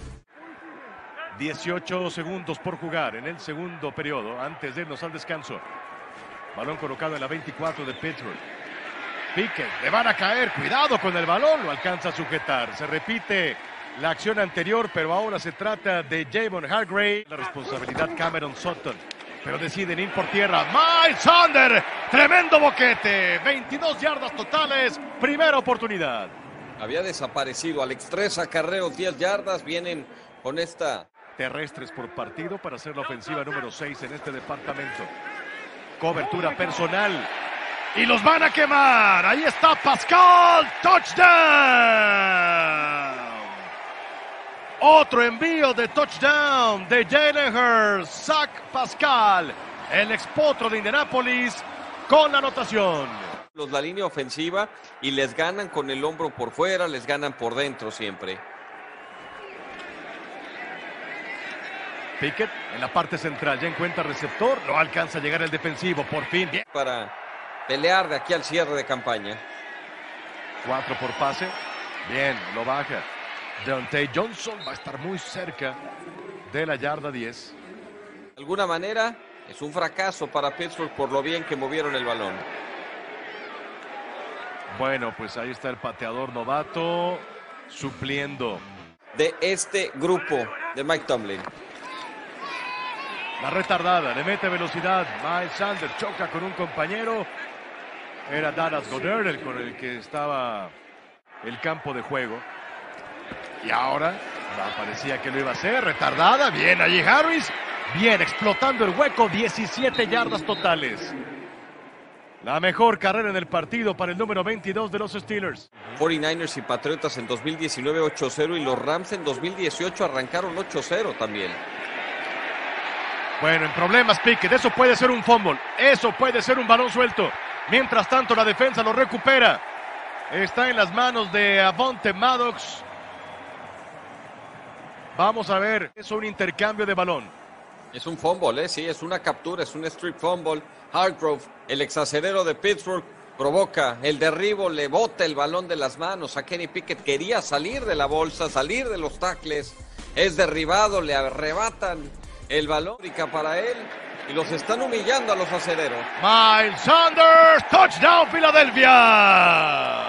dieciocho segundos por jugar en el segundo periodo antes de irnos al descanso. Balón colocado en la veinticuatro de Pittsburgh. Pickett, le van a caer. Cuidado con el balón. Lo alcanza a sujetar. Se repite la acción anterior, pero ahora se trata de Javon Hargrave. La responsabilidad Cameron Sutton. Pero deciden ir por tierra. Miles Sanders. Tremendo boquete. veintidós yardas totales. Primera oportunidad. Había desaparecido. Alex, tres acarreos, diez yardas. Vienen con esta. Terrestres por partido para hacer la ofensiva número seis en este departamento. Cobertura personal. Y los van a quemar. Ahí está Pascal. Touchdown. Otro envío de touchdown de Jalen Hurts. Zach Pascal, el expotro de Indianápolis, con la anotación. Los la línea ofensiva y les ganan con el hombro por fuera, les ganan por dentro siempre. Pickett en la parte central, ya encuentra receptor, no alcanza a llegar el defensivo, por fin. Bien. Para pelear de aquí al cierre de campaña. Cuatro por pase, bien, lo baja. Deontay Johnson va a estar muy cerca de la yarda diez. De alguna manera es un fracaso para Pittsburgh por lo bien que movieron el balón. Bueno, pues ahí está el pateador novato supliendo. De este grupo de Mike Tomlin. La retardada, le mete velocidad. Miles Sanders choca con un compañero. Era Dallas Goedert el con el que estaba el campo de juego. Y ahora parecía que lo iba a hacer. Retardada. Bien allí Harris. Bien, explotando el hueco. diecisiete yardas totales. La mejor carrera en el partido para el número veintidós de los Steelers. cuarenta y nueve ers y Patriotas en dos mil diecinueve ocho cero y los Rams en dos mil dieciocho arrancaron ocho cero también. Bueno, en problemas Pickett. Eso puede ser un fumble. Eso puede ser un balón suelto. Mientras tanto la defensa lo recupera. Está en las manos de Avonte Maddox. Vamos a ver, es un intercambio de balón. Es un fumble, ¿eh? Sí, es una captura, es un strip fumble. Hargrove, el exacerero de Pittsburgh, provoca el derribo, le bota el balón de las manos a Kenny Pickett. Quería salir de la bolsa, salir de los tackles. Es derribado, le arrebatan el balón para él y los están humillando a los acereros. Miles Sanders, touchdown Filadelfia.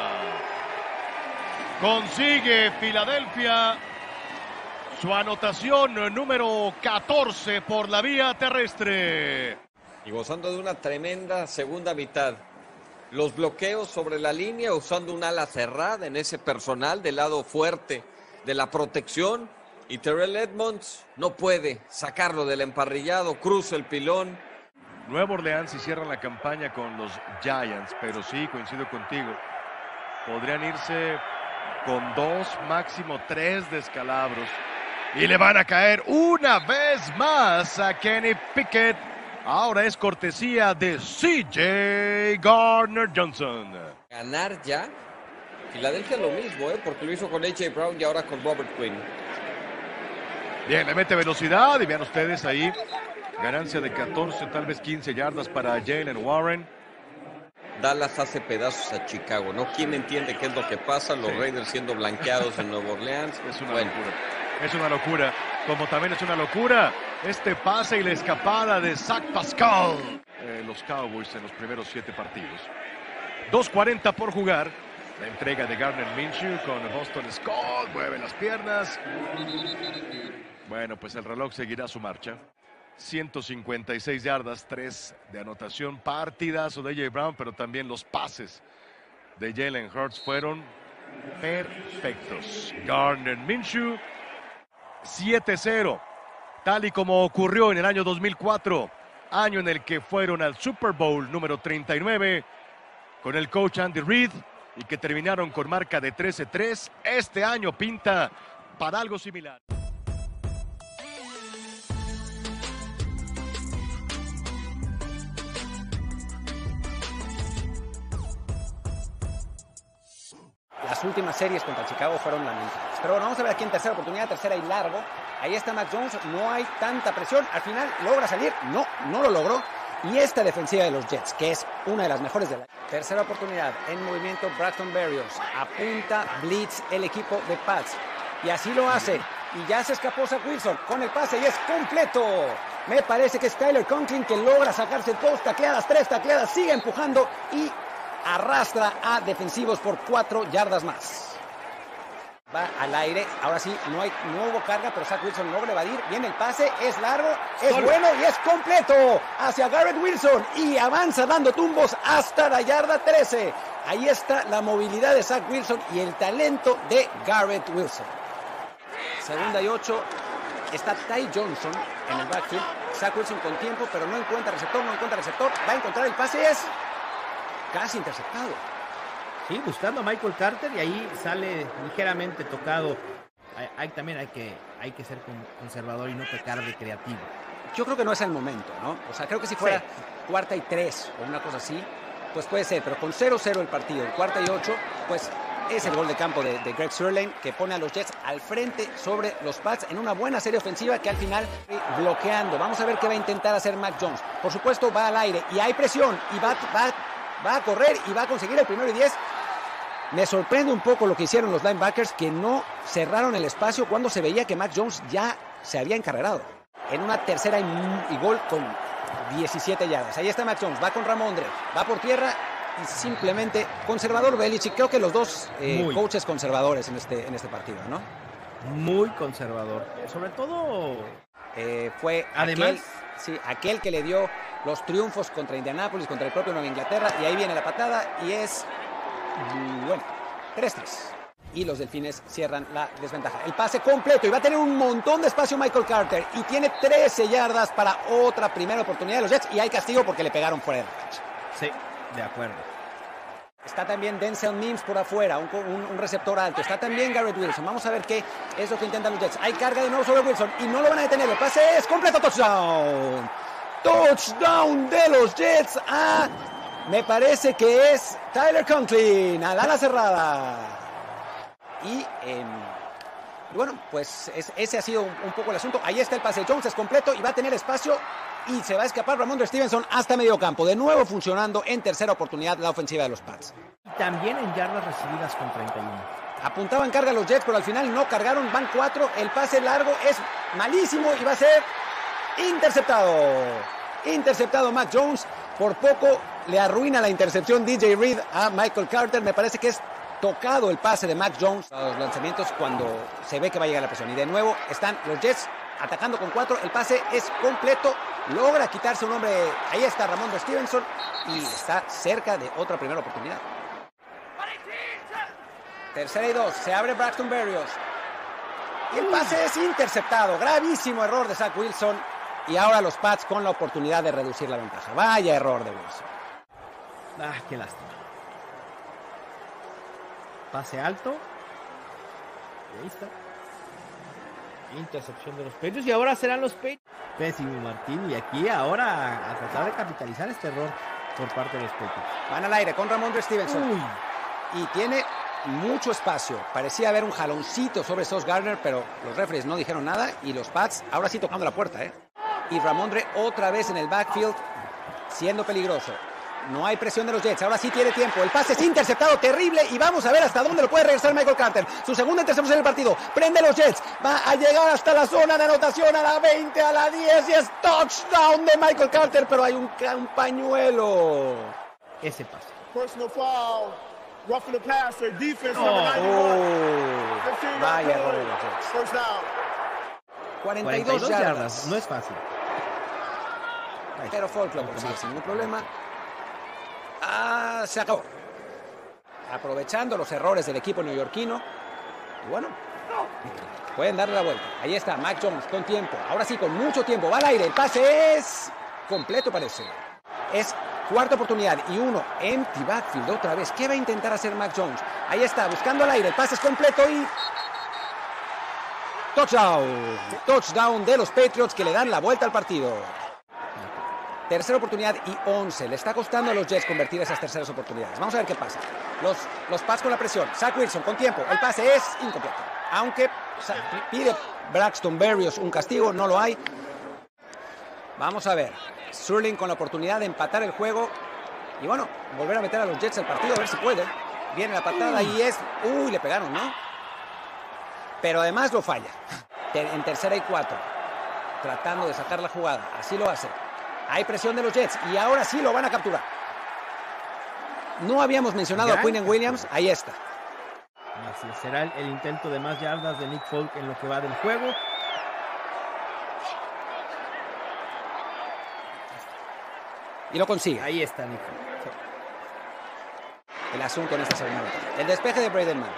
Consigue Filadelfia su anotación número catorce por la vía terrestre. Y gozando de una tremenda segunda mitad. Los bloqueos sobre la línea usando un ala cerrada en ese personal del lado fuerte de la protección. Y Terrell Edmonds no puede sacarlo del emparrillado, cruza el pilón. Nueva Orleans y cierran la campaña con los Giants, pero sí, coincido contigo. Podrían irse con dos, máximo tres descalabros. Y le van a caer una vez más a Kenny Pickett. Ahora es cortesía de C J Gardner-Johnson. Ganar ya. Filadelfia lo mismo, ¿eh? Porque lo hizo con A J Brown y ahora con Robert Quinn. Bien, le mete velocidad y vean ustedes ahí. Ganancia de catorce, tal vez quince yardas para Jaylen Warren. Dallas hace pedazos a Chicago, ¿no? ¿Quién entiende qué es lo que pasa? Los sí. Raiders siendo blanqueados en Nueva Orleans. Es una bueno. locura. Es una locura. Como también es una locura este pase y la escapada de Zach Pascal. Eh, los Cowboys en los primeros siete partidos. dos cuarenta por jugar. La entrega de Gardner Minshew con Boston Scott. Mueve las piernas. Bueno, pues el reloj seguirá su marcha. ciento cincuenta y seis yardas, tres de anotación. Partidazo de A J Brown, pero también los pases de Jalen Hurts fueron perfectos. Gardner Minshew, siete cero. Tal y como ocurrió en el año dos mil cuatro. Año en el que fueron al Super Bowl número treinta y nueve con el coach Andy Reid y que terminaron con marca de trece tres. Este año pinta para algo similar. Las últimas series contra Chicago fueron lamentables. Pero bueno, vamos a ver aquí en tercera oportunidad, tercera y largo. Ahí está Mac Jones, no hay tanta presión. Al final logra salir, no, no lo logró. Y esta defensiva de los Jets, que es una de las mejores de la... Tercera oportunidad, en movimiento Braxton Berrios. Apunta blitz el equipo de Pats. Y así lo hace. Y ya se escapó Zach Wilson con el pase y es completo. Me parece que es Tyler Conklin que logra sacarse dos tacleadas, tres tacleadas, sigue empujando y arrastra a defensivos por cuatro yardas más. Va al aire, ahora sí, no, hay, no hubo carga, pero Zach Wilson logra evadir. Viene el pase, es largo, es Solo. bueno y es completo hacia Garrett Wilson. Y avanza dando tumbos hasta la yarda trece. Ahí está la movilidad de Zach Wilson y el talento de Garrett Wilson. Segunda y ocho, está Ty Johnson en el backfield. Zach Wilson con tiempo, pero no encuentra receptor, no encuentra receptor. Va a encontrar el pase, es casi interceptado. Sí, buscando a Michael Carter y ahí sale ligeramente tocado. Hay, hay, también hay que, hay que ser conservador y no pecar de creativo. Yo creo que no es el momento, ¿no? O sea, creo que si fuera sí. cuarta y tres o una cosa así, pues puede ser. Pero con cero cero el partido, en cuarta y ocho, pues es el gol de campo de, de Greg Zuerlein que pone a los Jets al frente sobre los Pats en una buena serie ofensiva que al final bloqueando. Vamos a ver qué va a intentar hacer Mac Jones. Por supuesto, va al aire y hay presión y va, va, va a correr y va a conseguir el primero y diez. Me sorprende un poco lo que hicieron los linebackers, que no cerraron el espacio cuando se veía que Mac Jones ya se había encarrerado. En una tercera y, y gol con diecisiete yardas. Ahí está Mac Jones, va con Ramondre, va por tierra y simplemente conservador Belichick. Creo que los dos eh, coaches conservadores en este, en este partido, ¿no? Muy conservador. Sobre todo... Eh, fue Además... aquel, sí, aquel que le dio los triunfos contra Indianápolis, contra el propio Nueva Inglaterra. Y ahí viene la patada y es... Bueno, tres tres. Y los Delfines cierran la desventaja. El pase completo y va a tener un montón de espacio Michael Carter. Y tiene trece yardas para otra primera oportunidad de los Jets. Y hay castigo porque le pegaron fuera de la cancha. Sí, de acuerdo. Está también Denzel Mims por afuera, un, un, un receptor alto. Está también Garrett Wilson. Vamos a ver qué es lo que intentan los Jets. Hay carga de nuevo sobre Wilson y no lo van a detener. El pase es completo. Touchdown. Touchdown de los Jets a... Me parece que es Tyler Conklin, al ala cerrada. Y eh, bueno, pues es, ese ha sido un, un poco el asunto. Ahí está el pase. Jones es completo y va a tener espacio. Y se va a escapar Ramondre Stevenson hasta medio campo. De nuevo funcionando en tercera oportunidad la ofensiva de los Pats. También en yardas recibidas con treinta y uno. Apuntaban carga los Jets, pero al final no cargaron. Van cuatro. El pase largo es malísimo y va a ser interceptado. Interceptado Mac Jones. Por poco le arruina la intercepción D J Reed a Michael Carter. Me parece que es tocado el pase de Mac Jones a los lanzamientos cuando se ve que va a llegar la presión. Y de nuevo están los Jets atacando con cuatro. El pase es completo. Logra quitarse un hombre. Ahí está Ramondre Stevenson. Y está cerca de otra primera oportunidad. Tercera y dos. Se abre Braxton Berrios. Y el pase es interceptado. Gravísimo error de Zach Wilson. Y ahora los Pats con la oportunidad de reducir la ventaja. Vaya error de Wilson. Ah, qué lástima. Pase alto. Y ahí está. Intercepción de los Patriots. Y ahora serán los Patriots. Pésimo Martín. Y aquí ahora a, a tratar de capitalizar este error por parte de los Patriots. Van al aire con Ramondre Stevenson. Uy. Y tiene mucho espacio. Parecía haber un jaloncito sobre Sauce Gardner, pero los referees no dijeron nada. Y los Pats ahora sí tocando la puerta, ¿eh? Y Ramondre otra vez en el backfield, siendo peligroso. No hay presión de los Jets, ahora sí tiene tiempo. El pase es interceptado, terrible, y vamos a ver hasta dónde lo puede regresar Michael Carter. Su segunda intercepción en el partido. Prende los Jets, va a llegar hasta la zona de anotación, a la veinte, a la diez, y es touchdown de Michael Carter, pero hay un, un pañuelo. Ese pase. Personal foul, roughing the passer, defense Oh, number ninety-one. oh, vaya error de los Jets. First down. cuarenta y dos yardas. No es fácil. Pero Folk lo consigue sin ningún problema. Ah, se acabó. Aprovechando los errores del equipo neoyorquino. Y bueno, pueden darle la vuelta. Ahí está Mac Jones con tiempo. Ahora sí, con mucho tiempo. Va al aire. El pase es completo, parece. Es cuarta oportunidad y uno empty backfield otra vez. ¿Qué va a intentar hacer Mac Jones? Ahí está, buscando al aire. El pase es completo y... touchdown. Touchdown de los Patriots que le dan la vuelta al partido. Tercera oportunidad y once. Le está costando a los Jets convertir esas terceras oportunidades. Vamos a ver qué pasa. Los, los Pats con la presión. Zach Wilson con tiempo. El pase es incompleto. Aunque pide Braxton Berrios un castigo, no lo hay. Vamos a ver. Sterling con la oportunidad de empatar el juego. Y bueno, volver a meter a los Jets al partido, a ver si puede. Viene la patada y es... Uy, le pegaron, ¿no? Pero además lo falla. En tercera y cuatro. Tratando de sacar la jugada. Así lo hace. Hay presión de los Jets y ahora sí lo van a capturar. No habíamos mencionado Gran. a Quinnen Williams. Ahí está. Así será el, el intento de más yardas de Nick Folk en lo que va del juego. Y lo consigue. Ahí está Nick Folk. Sí. El asunto en esta segunda mitad. El despeje de Braden Mann.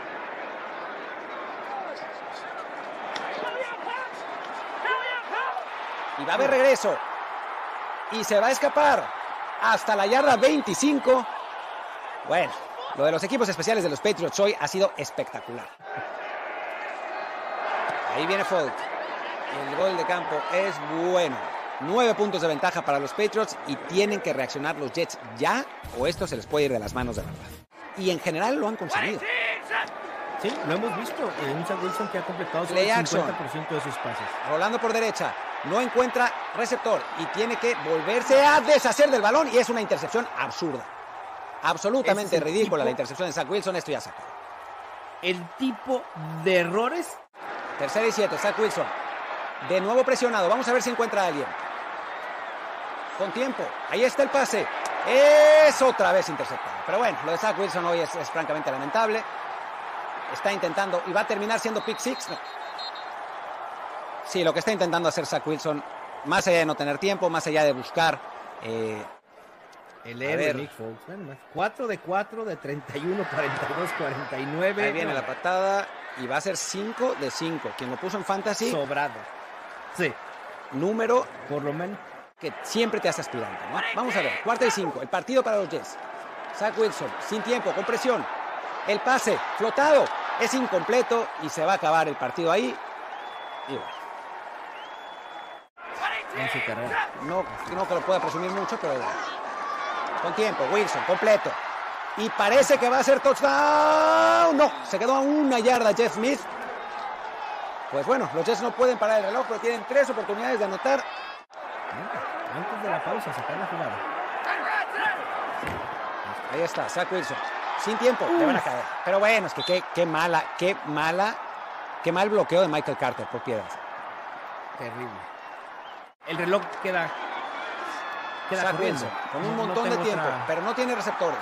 Y va a haber regreso. Y se va a escapar hasta la yarda veinticinco. Bueno, lo de los equipos especiales de los Patriots hoy ha sido espectacular. Ahí viene Folk. El gol de campo es bueno. Nueve puntos de ventaja para los Patriots y tienen que reaccionar los Jets ya o esto se les puede ir de las manos de verdad. Y en general lo han conseguido. Sí, lo hemos visto. Eh, un Zach Wilson que ha completado el cincuenta por ciento de sus pases. Rolando por derecha. No encuentra receptor y tiene que volverse a deshacer del balón y es una intercepción absurda. Absolutamente ridícula la intercepción de Zach Wilson. Esto ya sacó. El tipo de errores. Tercera y siete, Zach Wilson. De nuevo presionado. Vamos a ver si encuentra a alguien. Con tiempo. Ahí está el pase. Es otra vez interceptado. Pero bueno, lo de Zach Wilson hoy es, es francamente lamentable. Está intentando y va a terminar siendo pick six. No. Sí, lo que está intentando hacer Zach Wilson, más allá de no tener tiempo, más allá de buscar... Eh, el héroe Nick Foles. cuatro de cuatro de treinta y uno, cuarenta y dos, cuarenta y nueve. Ahí viene no. la patada y va a ser cinco de cinco. Quien lo puso en fantasy... Sobrado. Sí. Número... Por lo menos. Que siempre te hace aspirante, ¿no? Vamos a ver, cuarta y cinco. El partido para los Jets. Zach Wilson, sin tiempo, con presión. El pase, flotado. Es incompleto y se va a acabar el partido ahí. Y bueno. En su carrera. No, no que lo pueda presumir mucho, pero con tiempo, Wilson, completo. Y parece que va a ser touchdown. No, se quedó a una yarda Jeff Smith. Pues bueno, los Jets no pueden parar el reloj, pero tienen tres oportunidades de anotar. Antes de la pausa, sacar la jugada. Ahí está, Zach Wilson. Sin tiempo, uh. le van a caer. Pero bueno, es que qué, qué mala, qué mala, qué mal bloqueo de Michael Carter por piedras. Terrible. El reloj queda, queda Zach Wilson, con un no, montón no de tiempo, otra... pero no tiene receptores.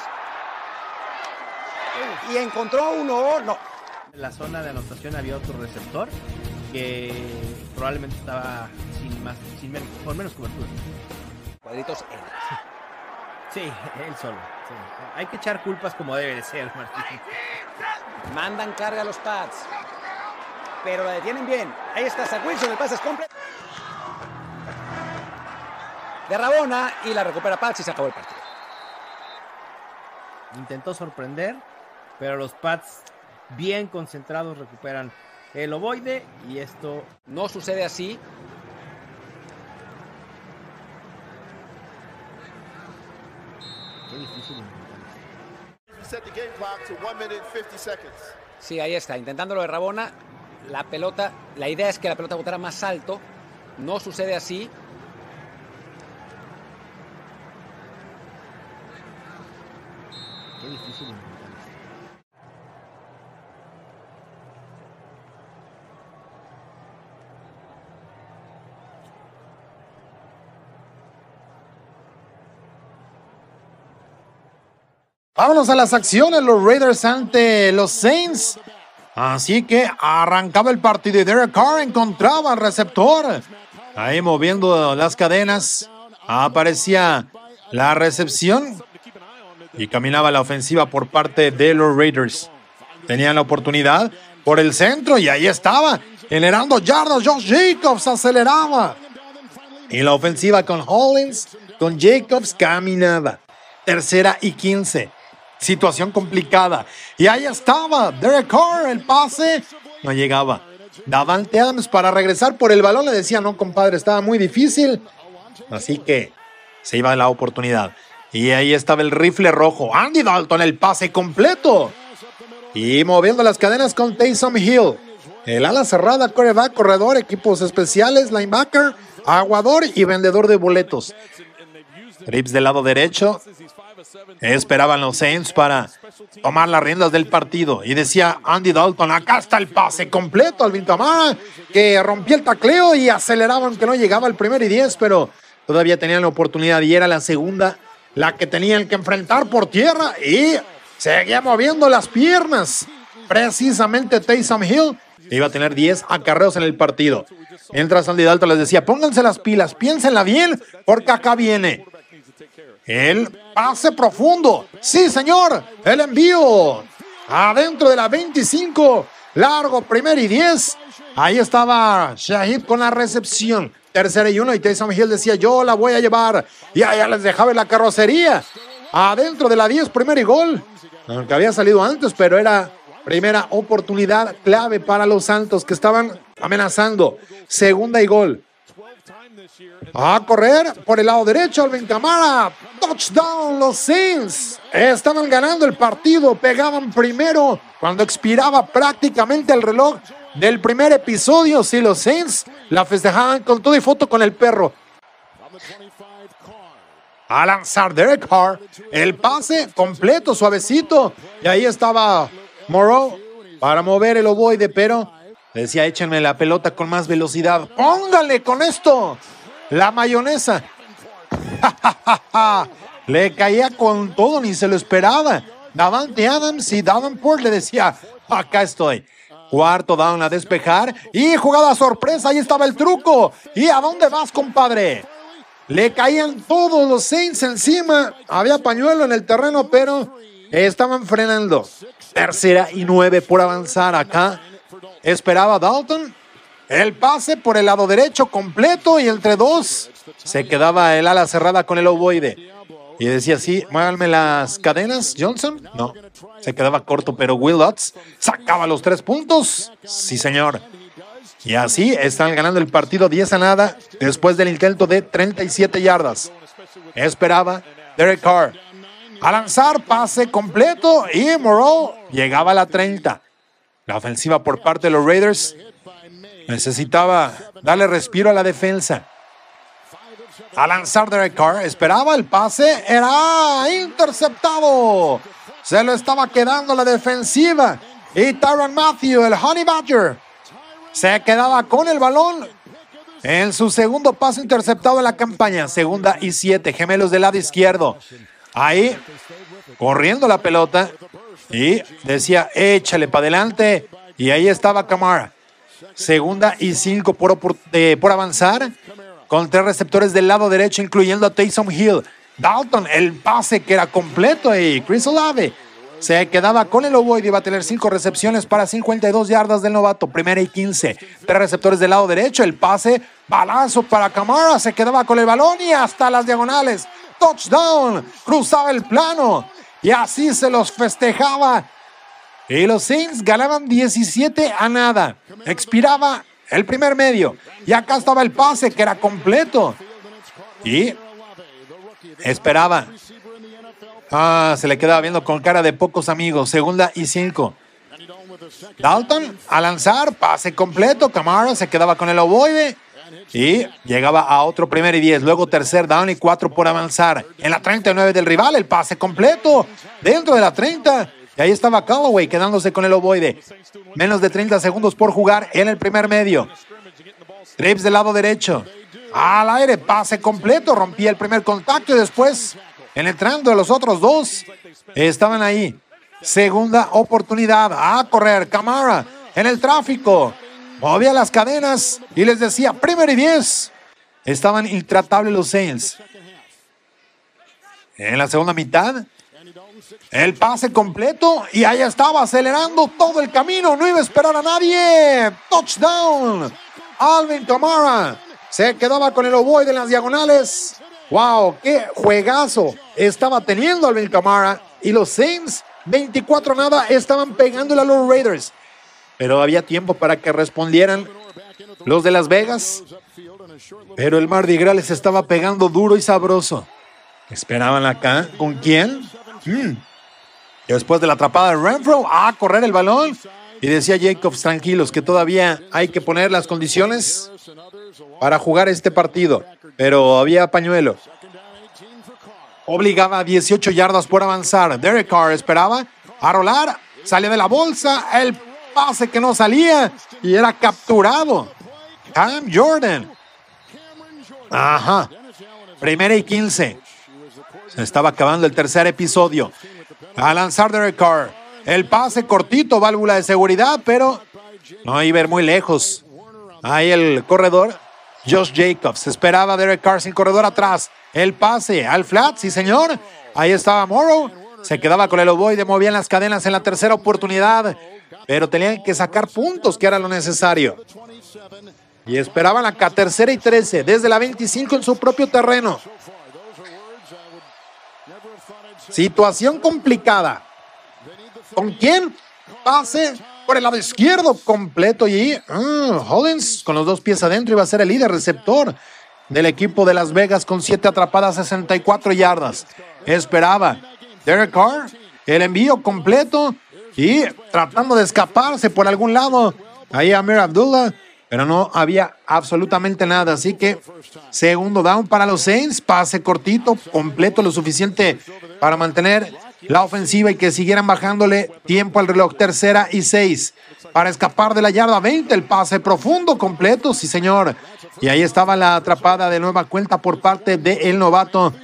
Y encontró uno, no. En la zona de anotación había otro receptor que probablemente estaba sin más, sin menos, por menos cobertura. Cuadritos él. Sí, él solo. Sí. Hay que echar culpas como debe de ser, Martín. Mandan carga a los Pats. pero la detienen bien. Ahí está Zach Wilson, el pase es completo. De Rabona y la recupera Pats y se acabó el partido. Intentó sorprender, pero los Pats bien concentrados recuperan el ovoide y esto no sucede así. Qué difícil. Sí, ahí está, intentándolo de Rabona. La pelota, la idea es que la pelota botara más alto. No sucede así. Qué difícil. Vámonos a las acciones, los Raiders ante los Saints. Así que arrancaba el partido y Derek Carr encontraba al receptor. Ahí moviendo las cadenas. Aparecía la recepción. Y caminaba la ofensiva por parte de los Raiders. Tenían la oportunidad por el centro y ahí estaba. Generando yardas, Josh Jacobs aceleraba. Y la ofensiva con Hollins, con Jacobs caminaba. Tercera y quince. Situación complicada. Y ahí estaba Derek Carr, el pase. No llegaba. Davante Adams para regresar por el balón. Le decía, no, compadre, estaba muy difícil. Así que se iba la oportunidad. Y ahí estaba el rifle rojo. Andy Dalton, el pase completo. Y moviendo las cadenas con Taysom Hill. El ala cerrada, quarterback, corredor, equipos especiales, linebacker, aguador y vendedor de boletos. Trips del lado derecho. Esperaban los Saints para tomar las riendas del partido. Y decía Andy Dalton, acá está el pase completo. Alvin Kamara, que rompía el tacleo y aceleraban que no llegaba al primer y diez, pero todavía tenían la oportunidad y era la segunda la que tenían que enfrentar por tierra. Y seguía moviendo las piernas. Precisamente Taysom Hill iba a tener diez acarreos en el partido. Mientras Andy Dalton les decía, pónganse las pilas, piénsenla bien, porque acá viene el pase profundo. Sí, señor. El envío adentro de la veinticinco. Largo, primer y diez. Ahí estaba Shahid con la recepción. Tercera y uno. Y Taysom Hill decía, yo la voy a llevar. Y allá les dejaba en la carrocería. Adentro de la diez, primer y gol. Aunque había salido antes, pero era primera oportunidad clave para los Santos que estaban amenazando. Segunda y gol. A correr por el lado derecho, Alvin Kamara. Touchdown, los Saints. Estaban ganando el partido, pegaban primero cuando expiraba prácticamente el reloj del primer episodio. Sí, los Saints la festejaban con todo y foto con el perro. A lanzar Derek Carr, el pase completo, suavecito. Y ahí estaba Moreau para mover el ovoide, pero decía, échenme la pelota con más velocidad. Póngale con esto la mayonesa. Le caía con todo, ni se lo esperaba. Davante Adams y Davenport le decía, acá estoy. Cuarto down a despejar y jugada sorpresa, ahí estaba el truco. ¿Y a dónde vas, compadre? Le caían todos los Saints encima. Había pañuelo en el terreno, pero estaban frenando. Tercera y nueve por avanzar acá. Esperaba Dalton. El pase por el lado derecho completo y entre dos se quedaba el ala cerrada con el ovoide. Y decía, sí, muévanme las cadenas, Johnson. No, se quedaba corto, pero Will Lutz sacaba los tres puntos. Sí, señor. Y así están ganando el partido diez a nada después del intento de treinta y siete yardas. Esperaba Derek Carr a lanzar, pase completo y Moreau llegaba a la treinta. La ofensiva por parte de los Raiders necesitaba darle respiro a la defensa. A lanzar Derek Carr, esperaba el pase, era interceptado. Se lo estaba quedando la defensiva. Y Tyrann Mathieu, el Honey Badger, se quedaba con el balón en su segundo pase interceptado en la campaña. Segunda y siete, gemelos del lado izquierdo. Ahí, corriendo la pelota. Y decía, échale para adelante. Y ahí estaba Kamara. Segunda y cinco por, por, eh, por avanzar. Con tres receptores del lado derecho, incluyendo a Taysom Hill. Dalton, el pase que era completo. Y Chris Olave se quedaba con el ovoide, iba a tener cinco recepciones para cincuenta y dos yardas del novato, primera y quince. Tres receptores del lado derecho, el pase, balazo para Kamara, se quedaba con el balón y hasta las diagonales. Touchdown, cruzaba el plano y así se los festejaba. Y los Saints ganaban diecisiete a nada. Expiraba el primer medio y acá estaba el pase que era completo. Y esperaba. Ah, se le quedaba viendo con cara de pocos amigos. Segunda y cinco. Dalton a lanzar, pase completo. Kamara se quedaba con el ovoide y llegaba a otro primer y diez. Luego tercer down y cuatro por avanzar. En la treinta y nueve del rival, el pase completo dentro de la treinta. Y ahí estaba Callaway quedándose con el ovoide. Menos de treinta segundos por jugar en el primer medio. Trips del lado derecho. Al aire, pase completo. Rompía el primer contacto y después, entrando los otros dos, estaban ahí. Segunda oportunidad. A correr. Kamara en el tráfico. Movía las cadenas y les decía, primero y diez. Estaban intratables los Saints. En la segunda mitad, el pase completo y ahí estaba acelerando todo el camino. No iba a esperar a nadie. Touchdown. Alvin Kamara se quedaba con el ovoide en las diagonales. Wow, qué juegazo estaba teniendo Alvin Kamara. Y los Saints, veinticuatro a nada, estaban pegándole a los Raiders. Pero había tiempo para que respondieran los de Las Vegas. Pero el Mardi Gras les estaba pegando duro y sabroso. Esperaban acá. ¿Con quién? Hmm. Después de la atrapada de Renfro, a correr el balón. Y decía Jacobs, tranquilos, que todavía hay que poner las condiciones para jugar este partido. Pero había pañuelo. Obligaba a dieciocho yardas por avanzar. Derek Carr esperaba a rolar. Sale de la bolsa. El pase que no salía y era capturado. Cam Jordan. Ajá. Primera y quince. Se estaba acabando el tercer episodio. A lanzar Derek Carr. El pase cortito, válvula de seguridad, pero no iba a ir muy lejos. Ahí el corredor, Josh Jacobs. Esperaba Derek Carr sin corredor atrás. El pase al flat, sí señor. Ahí estaba Morrow. Se quedaba con el ovoide, movían las cadenas en la tercera oportunidad. Pero tenían que sacar puntos, que era lo necesario. Y esperaban acá, tercera y trece, desde la veinticinco en su propio terreno. Situación complicada. ¿Con quién? Pase por el lado izquierdo completo y uh, Hollins con los dos pies adentro iba a ser el líder receptor del equipo de Las Vegas con siete atrapadas, sesenta y cuatro yardas. Esperaba Derek Carr el envío completo y tratando de escaparse por algún lado. Ahí Amir Abdullah, pero no había absolutamente nada. Así que segundo down para los Saints. Pase cortito, completo, lo suficiente para mantener la ofensiva y que siguieran bajándole tiempo al reloj. Tercera y seis para escapar de la yarda veinte. El pase profundo completo, sí señor. Y ahí estaba la atrapada de nueva cuenta por parte del novato.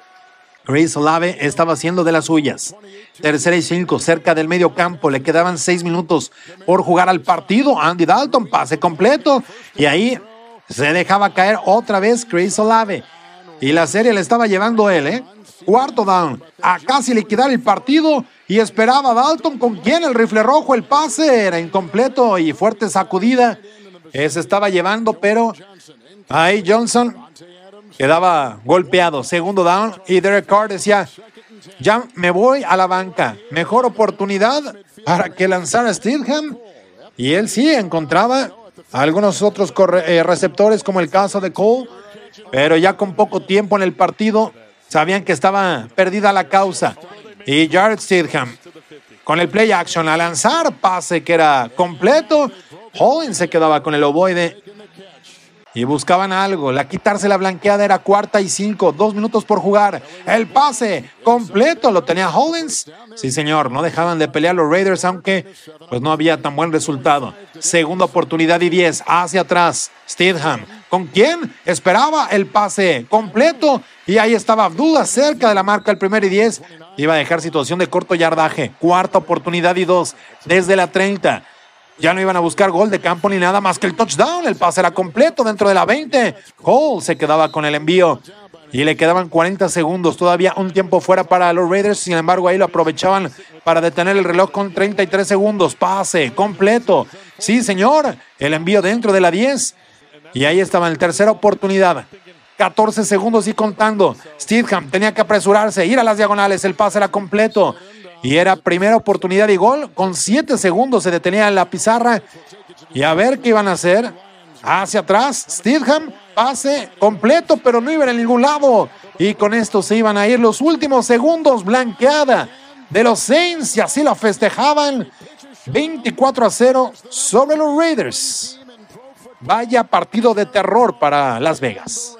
Chris Olave estaba haciendo de las suyas. Tercera y cinco, cerca del medio campo. Le quedaban seis minutos por jugar al partido. Andy Dalton, pase completo. Y ahí se dejaba caer otra vez Chris Olave. Y la serie le estaba llevando él, ¿eh? Cuarto down, a casi liquidar el partido. Y esperaba Dalton con quien el rifle rojo. El pase era incompleto y fuerte sacudida. Eh, se estaba llevando, pero ahí Johnson quedaba golpeado. Segundo down y Derek Carr decía, ya me voy a la banca. Mejor oportunidad para que lanzara Steelham. Y él sí encontraba a algunos otros corre- eh, receptores como el caso de Cole. Pero ya con poco tiempo en el partido sabían que estaba perdida la causa. Y Jared Steelham con el play action a lanzar, pase que era completo. Hollins se quedaba con el ovoide y buscaban algo. La quitarse la blanqueada era cuarta y cinco, dos minutos por jugar. El pase completo lo tenía Hollins. Sí, señor, no dejaban de pelear los Raiders, aunque pues no había tan buen resultado. Segunda oportunidad y diez, hacia atrás. Steelham, ¿con quién? Esperaba el pase completo y ahí estaba Abdullah cerca de la marca, el primer y diez. Iba a dejar situación de corto yardaje. Cuarta oportunidad y dos, desde la treinta. Ya no iban a buscar gol de campo ni nada más que el touchdown. El pase era completo dentro de la veinte. Cole se quedaba con el envío. y le quedaban cuarenta segundos, todavía un tiempo fuera para los Raiders, sin embargo ahí lo aprovechaban para detener el reloj con treinta y tres segundos, pase completo, sí señor, el envío dentro de la diez, y ahí estaba en la tercera oportunidad, catorce segundos y contando, Stidham tenía que apresurarse, ir a las diagonales, el pase era completo, y era primera oportunidad y gol, con siete segundos se detenía en la pizarra, y a ver qué iban a hacer, hacia atrás, Stidham, pase completo, pero no iban a ningún lado. Y con esto se iban a ir los últimos segundos, blanqueada de los Saints, y así la festejaban. veinticuatro a cero sobre los Raiders. Vaya partido de terror para Las Vegas.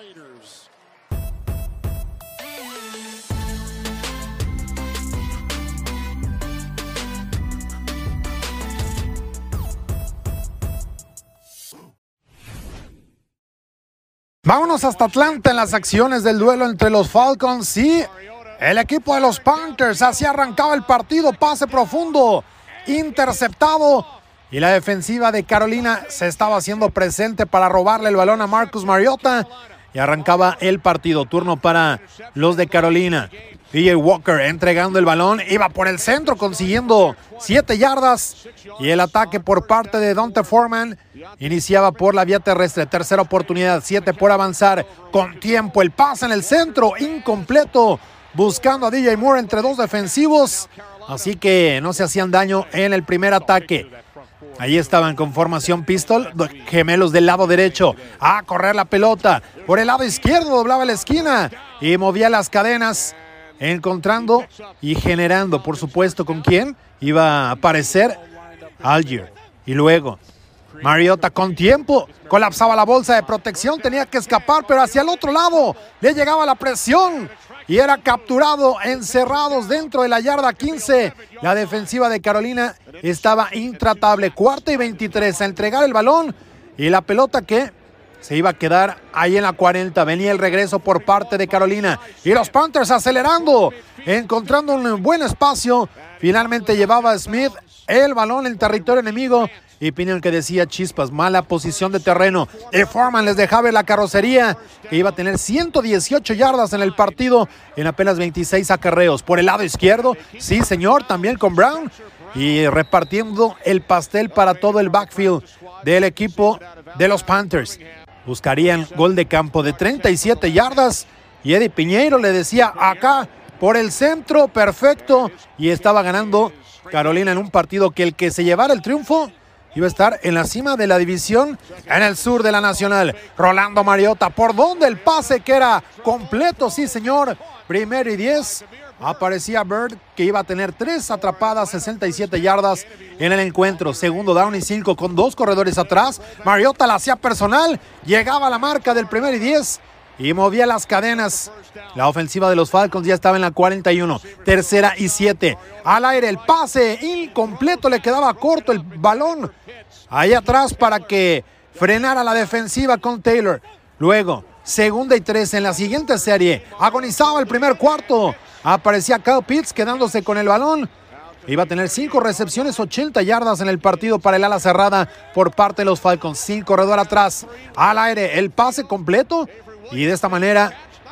Vámonos hasta Atlanta en las acciones del duelo entre los Falcons y el equipo de los Panthers. Así arrancaba el partido, pase profundo, interceptado, y la defensiva de Carolina se estaba haciendo presente para robarle el balón a Marcus Mariota, y arrancaba el partido. Turno para los de Carolina. P J Walker entregando el balón, iba por el centro consiguiendo siete yardas, y el ataque por parte de D'Onta Foreman iniciaba por la vía terrestre. Tercera oportunidad, siete por avanzar, con tiempo, el pase en el centro, incompleto, buscando a D J Moore entre dos defensivos, así que no se hacían daño en el primer ataque. Ahí estaban con formación pistol, gemelos del lado derecho, a correr la pelota, por el lado izquierdo doblaba la esquina y movía las cadenas, encontrando y generando, por supuesto, ¿con quién? Iba a aparecer Algier. Y luego Mariota con tiempo, colapsaba la bolsa de protección, tenía que escapar, pero hacia el otro lado le llegaba la presión y era capturado, encerrados dentro de la yarda quince. La defensiva de Carolina estaba intratable. Cuarta y veintitrés, a entregar el balón, y la pelota que se iba a quedar ahí en la cuarenta. Venía el regreso por parte de Carolina y los Panthers acelerando, encontrando un buen espacio. Finalmente llevaba Smith el balón en territorio enemigo, y Pinion que decía chispas, mala posición de terreno. Y Foreman les dejaba la carrocería, que iba a tener ciento dieciocho yardas en el partido en apenas veintiséis acarreos. Por el lado izquierdo, sí señor, también con Brown, y repartiendo el pastel para todo el backfield del equipo de los Panthers. Buscarían gol de campo de treinta y siete yardas, y Eddie Piñeiro le decía acá por el centro, perfecto, y estaba ganando Carolina en un partido que el que se llevara el triunfo iba a estar en la cima de la división en el sur de la Nacional. Rolando Mariota, por donde el pase que era completo, sí señor, primero y diez. Aparecía Bird, que iba a tener tres atrapadas, sesenta y siete yardas en el encuentro. Segundo down y cinco con dos corredores atrás. Mariota la hacía personal, llegaba a la marca del primer y diez y movía las cadenas. La ofensiva de los Falcons ya estaba en la cuarenta y uno. Tercera y siete. Al aire el pase incompleto, le quedaba corto el balón ahí atrás para que frenara la defensiva con Taylor. Luego, segunda y tres en la siguiente serie. Agonizaba el primer cuarto. Aparecía Kyle Pitts quedándose con el balón. Iba a tener cinco recepciones, ochenta yardas en el partido para el ala cerrada por parte de los Falcons. Sin corredor atrás. Al aire el pase completo. Y de esta manera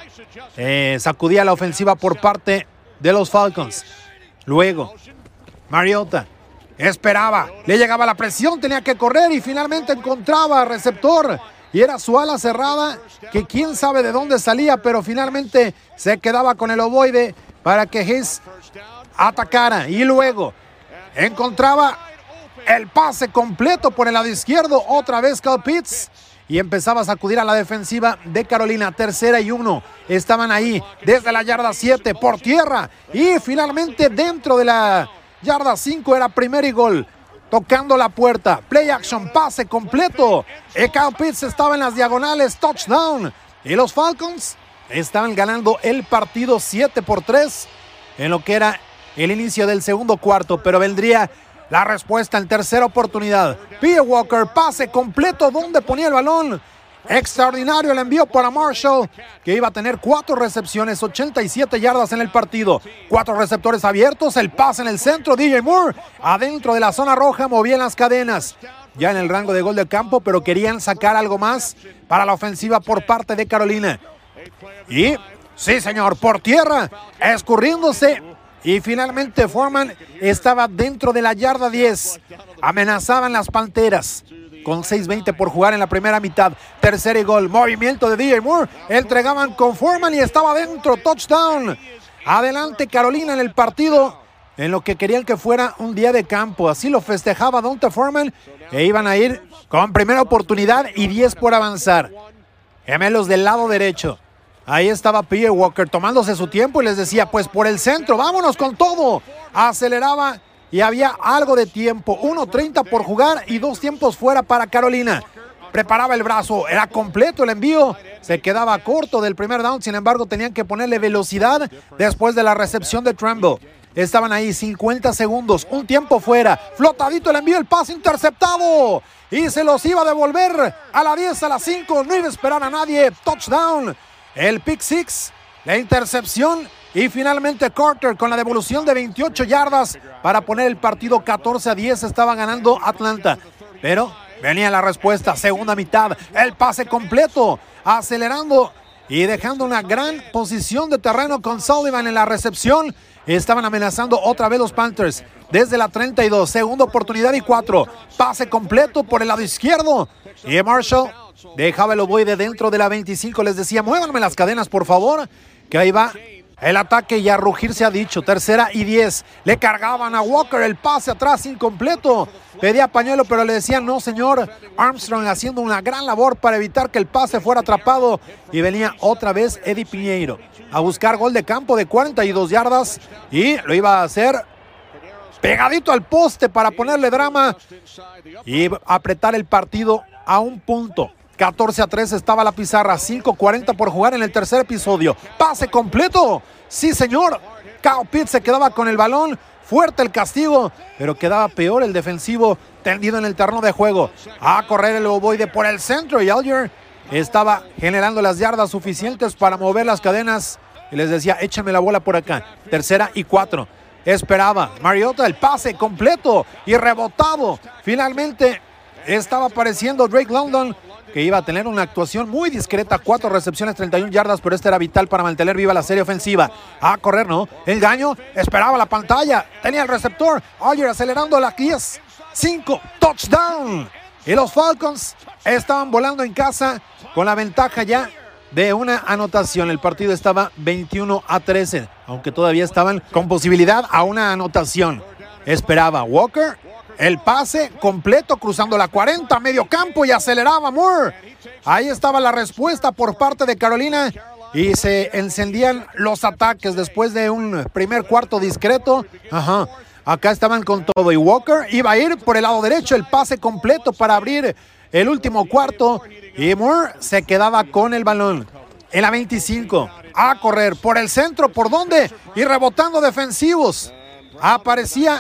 eh, sacudía la ofensiva por parte de los Falcons. Luego, Mariota esperaba, le llegaba la presión, tenía que correr y finalmente encontraba receptor. Y era su ala cerrada, que quién sabe de dónde salía, pero finalmente se quedaba con el ovoide para que Hayes atacara. Y luego encontraba el pase completo por el lado izquierdo, otra vez Kyle Pitts, y empezaba a sacudir a la defensiva de Carolina. Tercera y uno, estaban ahí desde la yarda siete por tierra, y finalmente dentro de la yarda cinco era primer y gol. Tocando la puerta, play action, pase completo. Y Kyle Pitts estaba en las diagonales, touchdown. Y los Falcons estaban ganando el partido siete por tres en lo que era el inicio del segundo cuarto, pero vendría la respuesta en tercera oportunidad. P J Walker, pase completo, donde ponía el balón. Extraordinario el envío para Marshall, que iba a tener cuatro recepciones, ochenta y siete yardas en el partido. Cuatro receptores abiertos, el pase en el centro, D J Moore adentro de la zona roja, movían las cadenas. Ya en el rango de gol de campo, pero querían sacar algo más para la ofensiva por parte de Carolina. Y, sí señor, por tierra, escurriéndose. Y finalmente Foreman estaba dentro de la yarda diez. Amenazaban las Panteras. Con seis veinte por jugar en la primera mitad. Tercera y gol. Movimiento de D J Moore. Entregaban con Foreman y estaba dentro. Touchdown. Adelante Carolina en el partido. En lo que querían que fuera un día de campo. Así lo festejaba D'Onta Foreman. E iban a ir con primera oportunidad y diez por avanzar. Gemelos del lado derecho. Ahí estaba P J Walker tomándose su tiempo y les decía, pues por el centro, vámonos con todo. Aceleraba y había algo de tiempo. uno treinta por jugar y dos tiempos fuera para Carolina. Preparaba el brazo, era completo el envío. Se quedaba corto del primer down, sin embargo tenían que ponerle velocidad después de la recepción de Tremble. Estaban ahí cincuenta segundos, un tiempo fuera. Flotadito el envío, el pase interceptado. Y se los iba a devolver a la diez, a la cinco. No iba a esperar a nadie. Touchdown. El pick six, la intercepción y finalmente Carter con la devolución de veintiocho yardas para poner el partido catorce a diez. Estaba ganando Atlanta, pero venía la respuesta, segunda mitad, el pase completo, acelerando y dejando una gran posición de terreno con Sullivan en la recepción. Estaban amenazando otra vez los Panthers desde la treinta y dos, segunda oportunidad y cuatro, pase completo por el lado izquierdo y Marshall dejaba el ovoide dentro de la veinticinco. Les decía, muévanme las cadenas, por favor, que ahí va el ataque y a rugir se ha dicho. Tercera y diez. Le cargaban a Walker el pase atrás incompleto. Pedía pañuelo, pero le decían, no, señor. Armstrong haciendo una gran labor para evitar que el pase fuera atrapado. Y venía otra vez Eddie Piñeiro a buscar gol de campo de cuarenta y dos yardas. Y lo iba a hacer pegadito al poste para ponerle drama y apretar el partido a un punto. catorce a tres estaba la pizarra, cinco cuarenta por jugar en el tercer episodio. Pase completo, sí señor. Kyle Pitts se quedaba con el balón, fuerte el castigo, pero quedaba peor el defensivo tendido en el terreno de juego. A correr el ovoide por el centro y Algier estaba generando las yardas suficientes para mover las cadenas y les decía, échame la bola por acá. Tercera y cuatro. Esperaba Mariota el pase completo y rebotado. Finalmente estaba apareciendo Drake London, que iba a tener una actuación muy discreta, cuatro recepciones, treinta y una yardas, pero este era vital para mantener viva la serie ofensiva. A correr, ¿no? Engaño, esperaba la pantalla, tenía el receptor, Algier acelerando a la diez, cinco, touchdown. Y los Falcons estaban volando en casa con la ventaja ya de una anotación. El partido estaba veintiuno a trece, aunque todavía estaban con posibilidad a una anotación. Esperaba Walker, el pase completo cruzando la cuarenta, medio campo y aceleraba Moore. Ahí estaba la respuesta por parte de Carolina y se encendían los ataques después de un primer cuarto discreto. Ajá, acá estaban con todo y Walker iba a ir por el lado derecho, el pase completo para abrir el último cuarto y Moore se quedaba con el balón. En la veinticinco, a correr por el centro, ¿por dónde? Y rebotando defensivos. Aparecía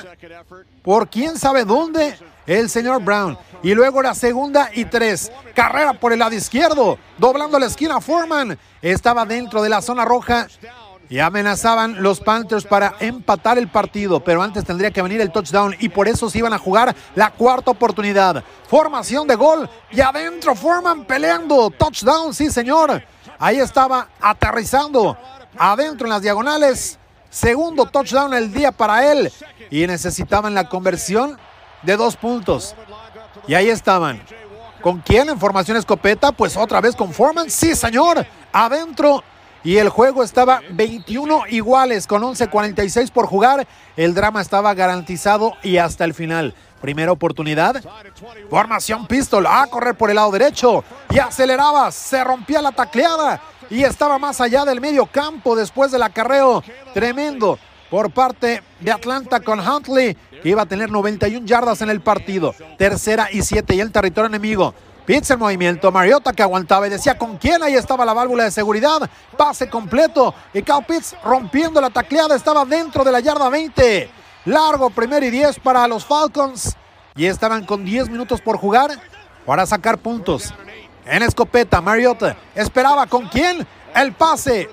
por quién sabe dónde el señor Brown. Y luego la segunda y tres. Carrera por el lado izquierdo. Doblando la esquina Foreman. Estaba dentro de la zona roja. Y amenazaban los Panthers para empatar el partido. Pero antes tendría que venir el touchdown. Y por eso se iban a jugar la cuarta oportunidad. Formación de gol. Y adentro Foreman peleando. Touchdown, sí señor. Ahí estaba aterrizando. Adentro en las diagonales. Segundo touchdown el día para él. Y necesitaban la conversión de dos puntos. Y ahí estaban. ¿Con quién en formación escopeta? Pues otra vez con Foreman. Sí, señor. Adentro. Y el juego estaba veintiuno iguales con once cuarenta y seis por jugar. El drama estaba garantizado y hasta el final. Primera oportunidad. Formación pistol. A correr por el lado derecho. Y aceleraba. Se rompía la tacleada. Y estaba más allá del medio campo después del acarreo tremendo por parte de Atlanta con Huntley, que iba a tener noventa y una yardas en el partido. Tercera y siete y el territorio enemigo. Pitts en movimiento, Mariota que aguantaba y decía con quién, ahí estaba la válvula de seguridad, pase completo y Kyle Pitts rompiendo la tacleada, estaba dentro de la yarda veinte. Largo primero y diez para los Falcons y estaban con diez minutos por jugar para sacar puntos. En escopeta, Mariota esperaba con quién, el pase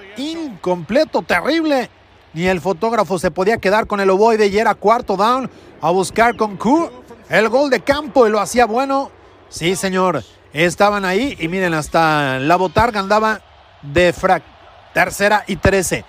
incompleto, terrible. Ni el fotógrafo se podía quedar con el ovoide y era cuarto down a buscar con Q el gol de campo y lo hacía bueno. Sí, señor, estaban ahí y miren, hasta la botarga andaba de frac. Tercera y trece.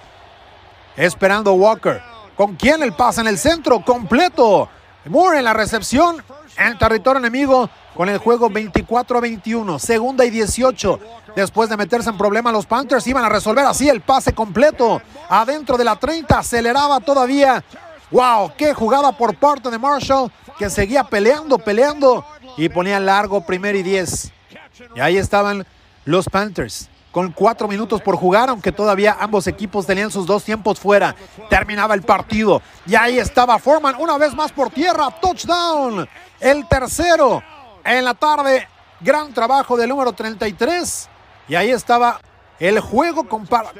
Esperando Walker. ¿Con quién el pase en el centro? Completo. Moore en la recepción. En territorio enemigo con el juego veinticuatro a veintiuno. Segunda y dieciocho. Después de meterse en problemas los Panthers iban a resolver así el pase completo. Adentro de la treinta. Aceleraba todavía. ¡Wow! ¡Qué jugada por parte de Marshall! Que seguía peleando, peleando. Y ponía largo primer y diez. Y ahí estaban los Panthers. Con cuatro minutos por jugar, aunque todavía ambos equipos tenían sus dos tiempos fuera. Terminaba el partido. Y ahí estaba Foreman una vez más por tierra. Touchdown. El tercero en la tarde. Gran trabajo del número treinta y tres. Y ahí estaba el juego comparado.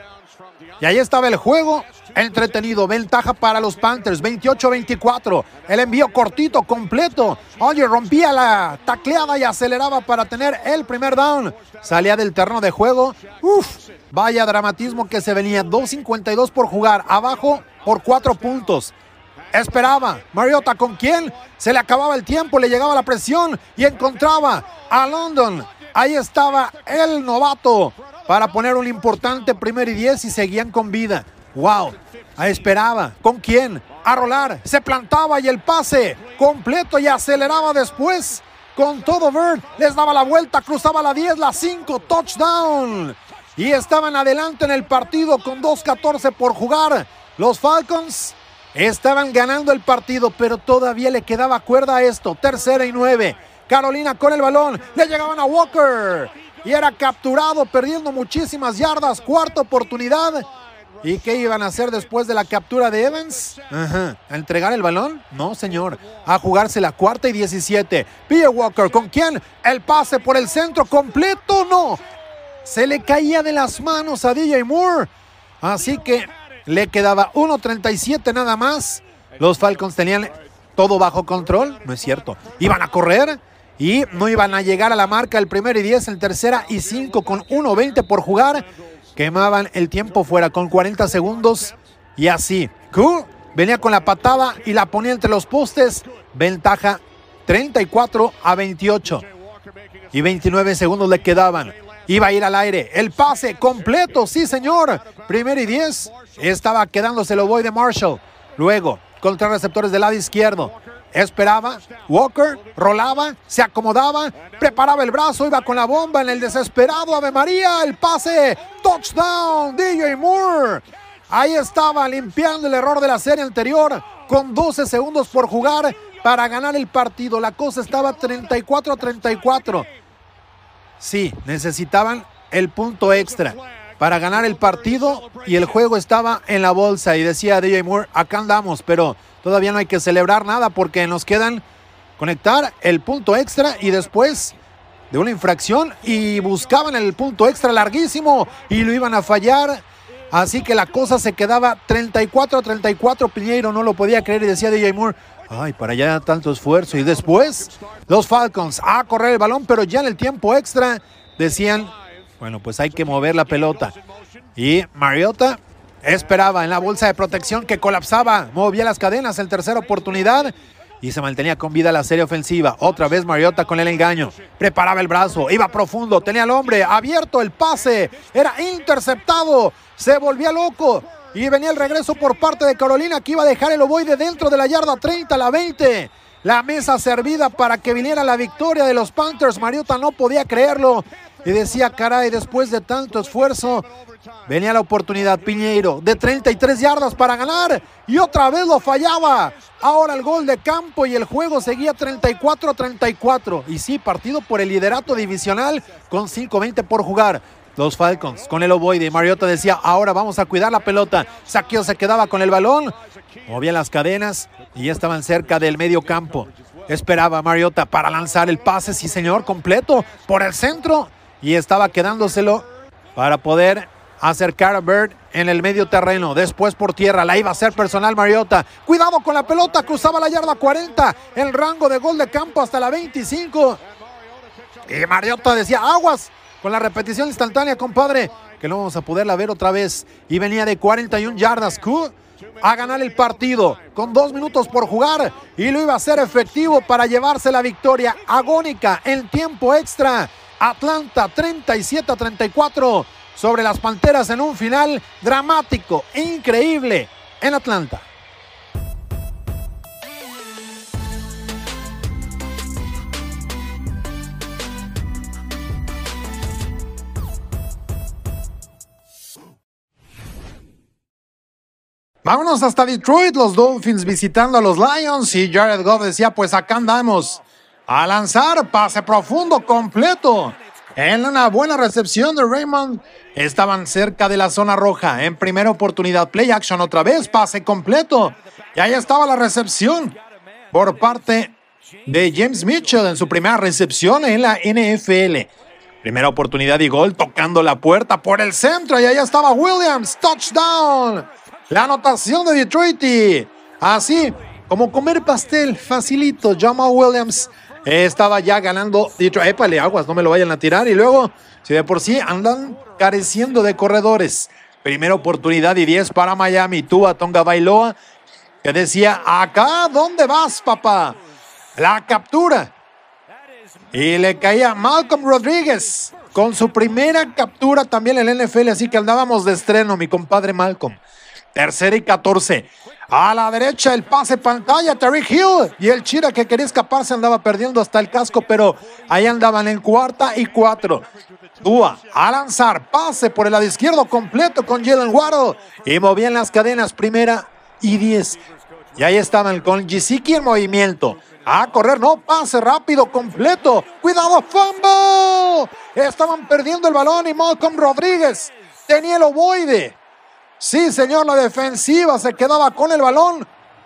Y ahí estaba el juego entretenido. Ventaja para los Panthers. veintiocho a veinticuatro. El envío cortito, completo. Oye, rompía la tacleada y aceleraba para tener el primer down. Salía del terreno de juego. Uf, vaya dramatismo que se venía. dos cincuenta y dos por jugar. Abajo por cuatro puntos. Esperaba. Mariota, ¿con quién? Se le acababa el tiempo, le llegaba la presión y encontraba a London. Ahí estaba el novato para poner un importante primer y diez y seguían con vida. ¡Wow! Esperaba. ¿Con quién? A rolar. Se plantaba y el pase completo y aceleraba después. Con todo Bird. Les daba la vuelta, cruzaba la diez, la cinco. Touchdown. Y estaban adelante en el partido con dos catorce por jugar. Los Falcons estaban ganando el partido, pero todavía le quedaba cuerda a esto. Tercera y nueve. Carolina con el balón. Le llegaban a Walker. Y era capturado, perdiendo muchísimas yardas. Cuarta oportunidad. ¿Y qué iban a hacer después de la captura de Evans? Ajá. ¿A entregar el balón? No, señor. A jugarse la cuarta y diecisiete. P J Walker, ¿con quién? El pase por el centro, completo, no. Se le caía de las manos a D J Moore. Así que le quedaba uno treinta y siete nada más. Los Falcons tenían todo bajo control. No es cierto. Iban a correr y no iban a llegar a la marca el primer y diez en tercera y cinco con uno veinte por jugar. Quemaban el tiempo fuera con cuarenta segundos y así. Q venía con la patada y la ponía entre los postes. Ventaja treinta y cuatro a veintiocho. Y veintinueve segundos le quedaban. Iba a ir al aire. El pase completo, sí señor. Primer y diez. Estaba quedándose el ovoide de Marshall. Luego, contra receptores del lado izquierdo. Esperaba, Walker rolaba, se acomodaba, preparaba el brazo, iba con la bomba en el desesperado Ave María, el pase, touchdown, D J Moore. Ahí estaba limpiando el error de la serie anterior con doce segundos por jugar para ganar el partido. La cosa estaba treinta y cuatro a treinta y cuatro. Sí, necesitaban el punto extra para ganar el partido y el juego estaba en la bolsa y decía D J Moore, acá andamos, pero todavía no hay que celebrar nada porque nos quedan conectar el punto extra y después de una infracción y buscaban el punto extra larguísimo y lo iban a fallar. Así que la cosa se quedaba treinta y cuatro a treinta y cuatro. Piñeiro no lo podía creer y decía D J Moore, ay, para allá tanto esfuerzo. Y después los Falcons a correr el balón, pero ya en el tiempo extra decían, bueno, pues hay que mover la pelota. Y Mariota esperaba en la bolsa de protección que colapsaba, movía las cadenas en tercera oportunidad y se mantenía con vida la serie ofensiva. Otra vez Mariota con el engaño, preparaba el brazo, iba profundo, tenía al hombre abierto, el pase era interceptado, se volvía loco y venía el regreso por parte de Carolina que iba a dejar el ovoide dentro de la yarda treinta, la veinte. La mesa servida para que viniera la victoria de los Panthers. Mariota no podía creerlo y decía, caray, después de tanto esfuerzo venía la oportunidad. Piñeiro de treinta y tres yardas para ganar y otra vez lo fallaba. Ahora el gol de campo y el juego seguía treinta y cuatro a treinta y cuatro. Y sí, partido por el liderato divisional con cinco veinte por jugar. Los Falcons con el ovoide. Mariota decía, ahora vamos a cuidar la pelota. Saqueo se quedaba con el balón, movía las cadenas y ya estaban cerca del medio campo. Esperaba Mariota para lanzar el pase, sí señor, completo por el centro y estaba quedándoselo para poder acercar a Bird en el medio terreno. Después por tierra la iba a hacer personal Mariota. Cuidado con la pelota, cruzaba la yarda cuarenta, el rango de gol de campo hasta la veinticinco. Y Mariota decía, aguas con la repetición instantánea, compadre, que no vamos a poderla ver otra vez. Y venía de cuarenta y una yardas Q a ganar el partido con dos minutos por jugar y lo iba a hacer efectivo para llevarse la victoria agónica en tiempo extra. Atlanta treinta y siete a treinta y cuatro sobre las Panteras en un final dramático, increíble en Atlanta. Vámonos hasta Detroit, los Dolphins visitando a los Lions y Jared Goff decía, pues acá andamos a lanzar, pase profundo completo. En una buena recepción de Raymond, estaban cerca de la zona roja. En primera oportunidad, play action otra vez, pase completo. Y ahí estaba la recepción por parte de James Mitchell en su primera recepción en la N F L. Primera oportunidad y gol, tocando la puerta por el centro y ahí estaba Williams, touchdown. La anotación de Detroit y así como comer pastel, facilito, Jamal Williams eh, estaba ya ganando Detroit. Épale, aguas, no me lo vayan a tirar. Y luego, si de por sí andan careciendo de corredores. Primera oportunidad y diez para Miami. Tua Tagovailoa que decía, acá, ¿dónde vas, papá? La captura. Y le caía Malcolm Rodríguez con su primera captura también en la N F L. Así que andábamos de estreno, mi compadre Malcolm. Tercera y catorce. A la derecha el pase pantalla, Tyreek Hill. Y el Chira que quería escaparse andaba perdiendo hasta el casco, pero ahí andaban en cuarta y cuatro. Tua a lanzar, pase por el lado izquierdo completo con Jalen Waddle. Y movían las cadenas, primera y diez. Y ahí estaban con Gesicki en movimiento. A correr, no, pase rápido, completo. ¡Cuidado, fumble! Estaban perdiendo el balón y Malcolm Rodríguez tenía el ovoide. Sí, señor, la defensiva se quedaba con el balón.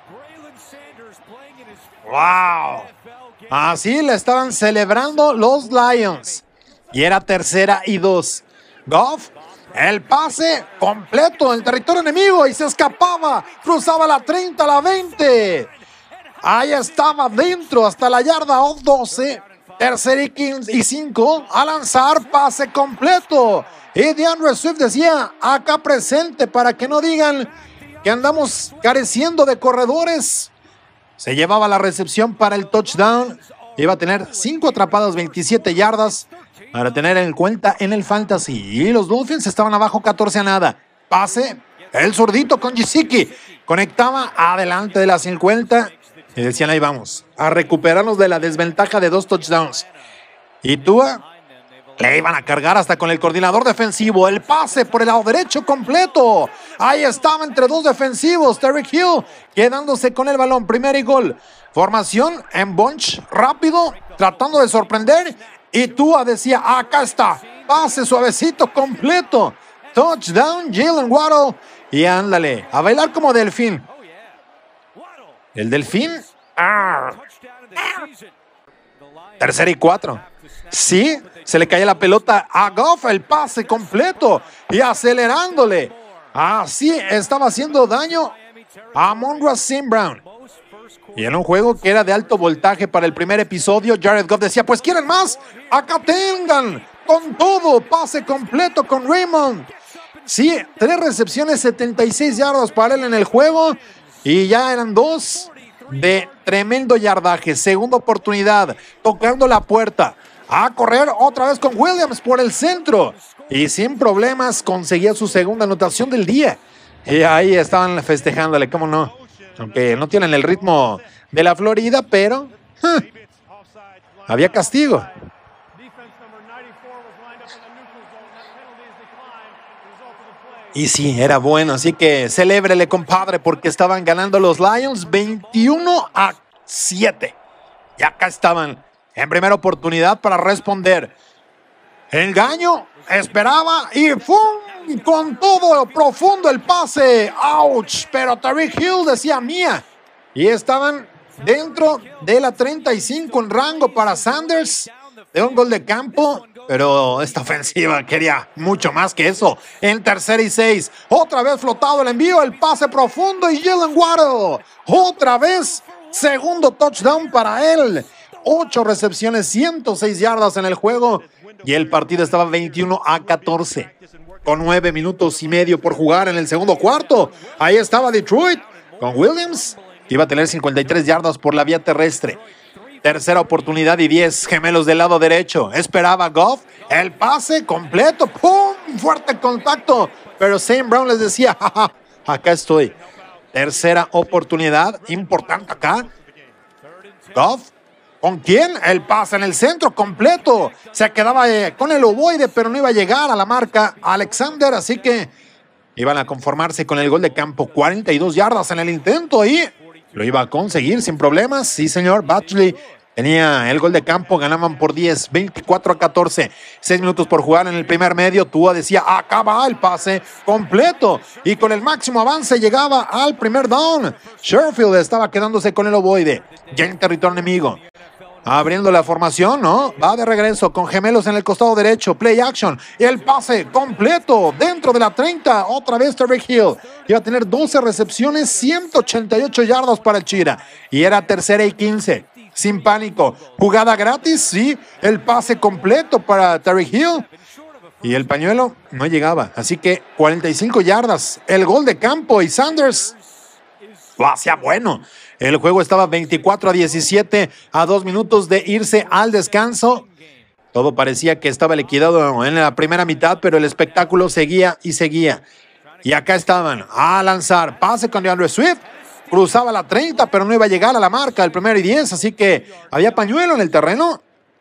¡Wow! Así le estaban celebrando los Lions. Y era tercera y dos. Goff, el pase completo en territorio enemigo y se escapaba. Cruzaba la treinta, la veinte. Ahí estaba dentro hasta la yarda doce. Tercera y quince y cinco. A lanzar, pase completo. Y DeAndre Swift decía, acá presente para que no digan que andamos careciendo de corredores. Se llevaba la recepción para el touchdown. Iba a tener cinco atrapadas, veintisiete yardas para tener en cuenta en el fantasy. Y los Dolphins estaban abajo catorce a nada. Pase, el zurdito con Gesicki. Conectaba adelante de la cincuenta. Y decían, ahí vamos, a recuperarnos de la desventaja de dos touchdowns. Y Tua le iban a cargar hasta con el coordinador defensivo. El pase por el lado derecho completo. Ahí estaba entre dos defensivos. Tyreek Hill quedándose con el balón. Primer y gol. Formación en bunch rápido. Tratando de sorprender. Y Tua decía, acá está. Pase suavecito completo. Touchdown Jalen Waddle. Y ándale, a bailar como delfín. El delfín. Ah. Tercera y cuatro. Sí, se le caía la pelota a Goff, el pase completo y acelerándole. Así estaba haciendo daño a Amon-Ra Saint Brown. Y en un juego que era de alto voltaje para el primer episodio, Jared Goff decía, pues quieren más, acá tengan, con todo, pase completo con Raymond. Sí, tres recepciones, setenta y seis yardas para él en el juego y ya eran dos de tremendo yardaje. Segunda oportunidad, tocando la puerta. A correr otra vez con Williams por el centro. Y sin problemas conseguía su segunda anotación del día. Y ahí estaban festejándole, cómo no. Aunque no tienen el ritmo de la Florida, pero huh, había castigo. Y sí, era bueno. Así que celébrele, compadre, porque estaban ganando los Lions veintiuno a siete. Y acá estaban en primera oportunidad para responder. Engaño, esperaba y ¡fum! Con todo profundo el pase. ¡Ouch! Pero Tyreek Hill decía mía. Y estaban dentro de la treinta y cinco en rango para Sanders de un gol de campo. Pero esta ofensiva quería mucho más que eso. En tercera y seis. Otra vez flotado el envío, el pase profundo y Jalen Waddle. Otra vez, segundo touchdown para él. Ocho recepciones, ciento seis yardas en el juego. Y el partido estaba veintiuno a catorce. Con nueve minutos y medio por jugar en el segundo cuarto. Ahí estaba Detroit con Williams, que iba a tener cincuenta y tres yardas por la vía terrestre. Tercera oportunidad y diez, gemelos del lado derecho. Esperaba Goff, el pase completo, ¡pum! Fuerte contacto, pero Saint Brown les decía, ja, ja, acá estoy. Tercera oportunidad, importante acá. Goff, ¿con quién? El pase en el centro completo. Se quedaba eh, con el ovoide, pero no iba a llegar a la marca Alexander, así que iban a conformarse con el gol de campo. cuarenta y dos yardas en el intento y lo iba a conseguir sin problemas. Sí, señor. Batchley tenía el gol de campo, ganaban por diez, veinticuatro a catorce. Seis minutos por jugar en el primer medio. Tua decía, acá va el pase completo. Y con el máximo avance llegaba al primer down. Sherfield estaba quedándose con el ovoide. Ya en territorio enemigo. Abriendo la formación, ¿no? Va de regreso con gemelos en el costado derecho. Play action. Y el pase completo dentro de la treinta. Otra vez Tyreek Hill. Iba a tener doce recepciones, ciento ochenta y ocho yardas para el Chira. Y era tercera y quince. Sin pánico. Jugada gratis, sí. El pase completo para Tyreek Hill. Y el pañuelo no llegaba. Así que cuarenta y cinco yardas. El gol de campo y Sanders lo hacía bueno. El juego estaba veinticuatro a diecisiete a dos minutos de irse al descanso. Todo parecía que estaba liquidado en la primera mitad, pero el espectáculo seguía y seguía. Y acá estaban a lanzar. Pase con DeAndre Swift. Cruzaba la treinta, pero no iba a llegar a la marca del primero y diez, así que había pañuelo en el terreno.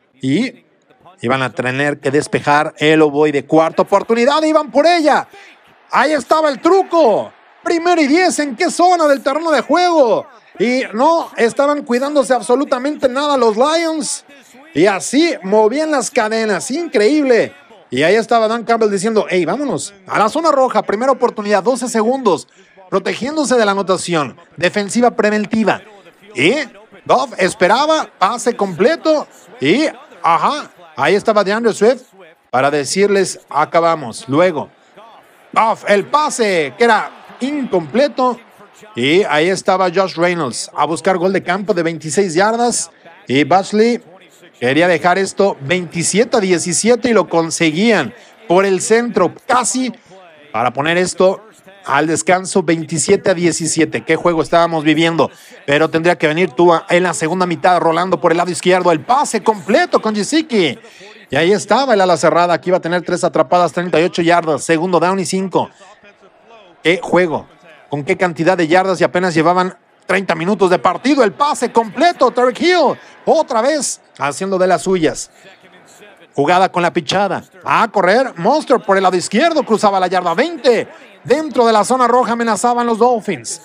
Y iban a tener que despejar el ovoide. Cuarta oportunidad, iban por ella. Ahí estaba el truco. Primero y diez, ¿en qué zona del terreno de juego? Y no estaban cuidándose absolutamente nada los Lions. Y así movían las cadenas. Increíble. Y ahí estaba Dan Campbell diciendo, hey, vámonos a la zona roja. Primera oportunidad, doce segundos. Protegiéndose de la anotación. Defensiva preventiva. Y Goff esperaba, pase completo. Y, ajá, ahí estaba DeAndre Swift para decirles, acabamos. Luego, Goff, el pase que era incompleto. Y ahí estaba Josh Reynolds a buscar gol de campo de veintiséis yardas. Y Batchley quería dejar esto veintisiete a diecisiete y lo conseguían por el centro casi para poner esto al descanso veintisiete a diecisiete. ¿Qué juego estábamos viviendo? Pero tendría que venir Tua en la segunda mitad rolando por el lado izquierdo. El pase completo con Gesicki. Y ahí estaba el ala cerrada que iba a tener tres atrapadas, treinta y ocho yardas. Segundo down y cinco. ¿Qué juego? ¿Con qué cantidad de yardas? Y apenas llevaban treinta minutos de partido. El pase completo. Tyreek Hill otra vez haciendo de las suyas. Jugada con la pichada. A correr. Monster por el lado izquierdo. Cruzaba la yarda veinte. Dentro de la zona roja amenazaban los Dolphins.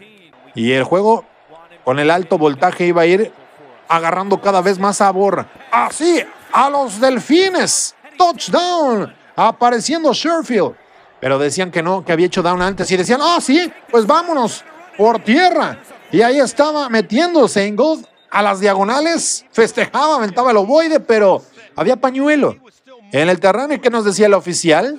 Y el juego con el alto voltaje iba a ir agarrando cada vez más sabor. Así a los Delfines. Touchdown. Apareciendo Sherfield. Pero decían que no, que había hecho down antes. Y decían, ah, oh, sí, pues vámonos por tierra. Y ahí estaba metiéndose en gol a las diagonales. Festejaba, aventaba el ovoide, pero había pañuelo en el terreno. ¿Y qué nos decía el oficial?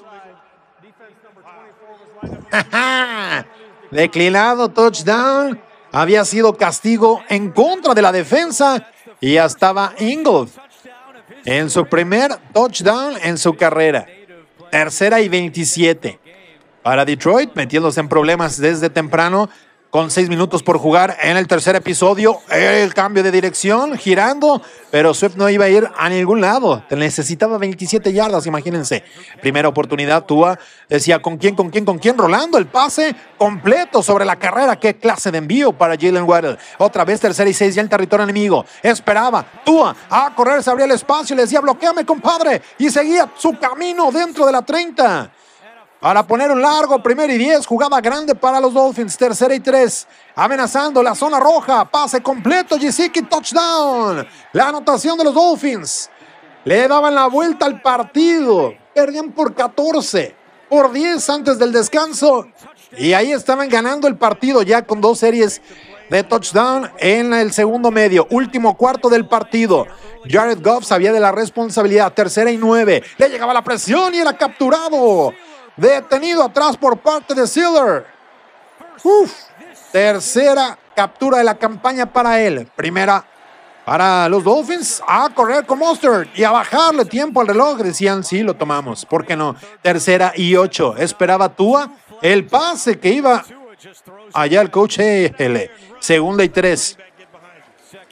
Declinado, touchdown. Había sido castigo en contra de la defensa. Y ya estaba Ingold en su primer touchdown en su carrera. Tercera y veintisiete para Detroit, metiéndose en problemas desde temprano, con seis minutos por jugar en el tercer episodio. El cambio de dirección, girando, pero Swift no iba a ir a ningún lado. Necesitaba veintisiete yardas, imagínense. Primera oportunidad, Tua decía, ¿con quién, con quién, con quién? Rolando el pase completo sobre la carrera. Qué clase de envío para Jalen Waddle. Otra vez tercera y seis ya en territorio enemigo. Esperaba Tua a correr, se abría el espacio y le decía, bloqueame, compadre. Y seguía su camino dentro de la treinta. Para poner un largo, primero y diez, jugada grande para los Dolphins, tercera y tres, amenazando la zona roja, pase completo, Gesicki, touchdown, la anotación de los Dolphins, le daban la vuelta al partido, perdían por catorce, por diez antes del descanso, y ahí estaban ganando el partido ya con dos series de touchdown en el segundo medio, último cuarto del partido. Jared Goff sabía de la responsabilidad, tercera y nueve, le llegaba la presión y era capturado. Detenido atrás por parte de Sealer. Uf, tercera captura de la campaña para él. Primera para los Dolphins. A correr con Monster y a bajarle tiempo al reloj. Decían, sí, lo tomamos. ¿Por qué no? Tercera y ocho. Esperaba Tua el pase que iba allá el coach L. Segunda y tres.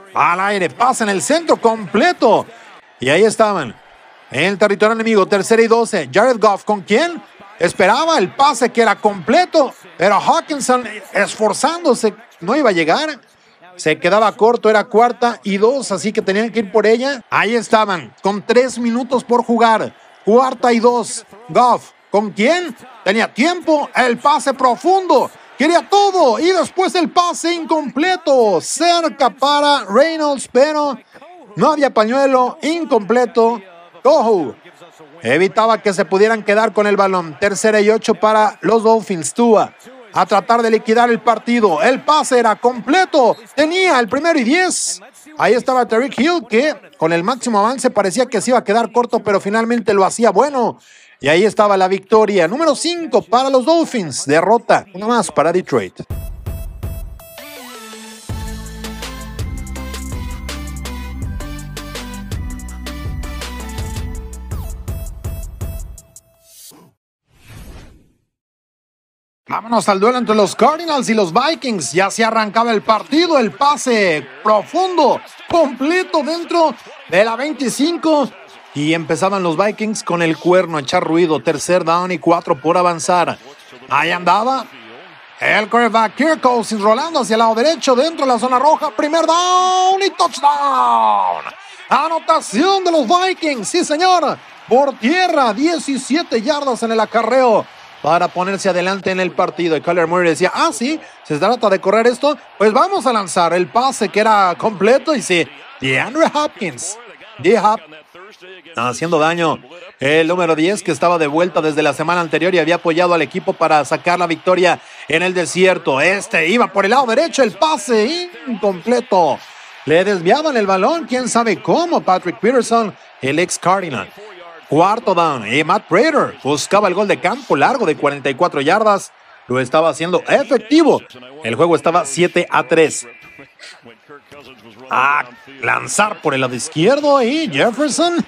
Al aire, pasa en el centro completo. Y ahí estaban. En el territorio enemigo, tercera y doce. Jared Goff, ¿con quién? Esperaba el pase que era completo, pero Hawkinson esforzándose, no iba a llegar. Se quedaba corto, era cuarta y dos, así que tenían que ir por ella. Ahí estaban, con tres minutos por jugar. Cuarta y dos. Goff, ¿con quién? Tenía tiempo, el pase profundo. Quería todo y después el pase incompleto. Cerca para Reynolds, pero no había pañuelo, incompleto. Gohu evitaba que se pudieran quedar con el balón. Tercera y ocho para los Dolphins. Tua a tratar de liquidar el partido. El pase era completo. Tenía el primero y diez. Ahí estaba Tyreek Hill, que con el máximo avance parecía que se iba a quedar corto, pero finalmente lo hacía bueno. Y ahí estaba la victoria. Número cinco para los Dolphins. Derrota. Una más para Detroit. Vámonos al duelo entre los Cardinals y los Vikings. Ya se arrancaba el partido. El pase profundo, completo dentro de la veinticinco. Y empezaban los Vikings con el cuerno a echar ruido. Tercer down y cuatro por avanzar. Ahí andaba el quarterback Kirk Cousins rolando hacia el lado derecho dentro de la zona roja. Primer down y touchdown. Anotación de los Vikings. Sí, señor. Por tierra, diecisiete yardas en el acarreo para ponerse adelante en el partido. Y Kyler Murray decía, ah, sí, se trata de correr esto, pues vamos a lanzar el pase que era completo. Y sí, DeAndre Hopkins, D-Hop, haciendo daño. El número diez, que estaba de vuelta desde la semana anterior y había apoyado al equipo para sacar la victoria en el desierto. Este iba por el lado derecho, el pase incompleto. Le desviaban el balón, quién sabe cómo. Patrick Peterson, el ex Cardinal. Cuarto down, y Matt Prater buscaba el gol de campo largo de cuarenta y cuatro yardas. Lo estaba haciendo efectivo. El juego estaba siete a tres. A lanzar por el lado izquierdo y Jefferson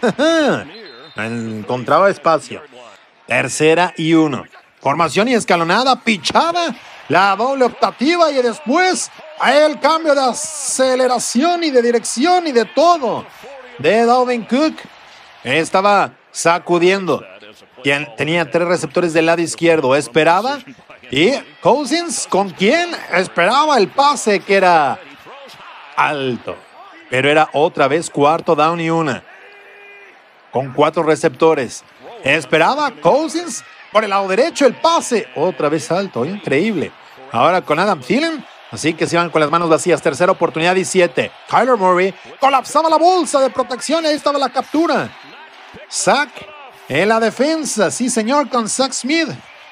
encontraba espacio. Tercera y uno. Formación y escalonada, pichada, la doble optativa y después el cambio de aceleración y de dirección y de todo de Dalvin Cook. Estaba sacudiendo. Quien tenía tres receptores del lado izquierdo. Esperaba. Y Cousins, ¿con quién? Esperaba el pase que era alto. Pero era otra vez cuarto down y una. Con cuatro receptores. Esperaba Cousins por el lado derecho el pase. Otra vez alto. Increíble. Ahora con Adam Thielen. Así que se iban con las manos vacías. Tercera oportunidad y siete. Kyler Murray colapsaba la bolsa de protección. Ahí estaba la captura. Sack en la defensa, sí señor, con Zach Smith.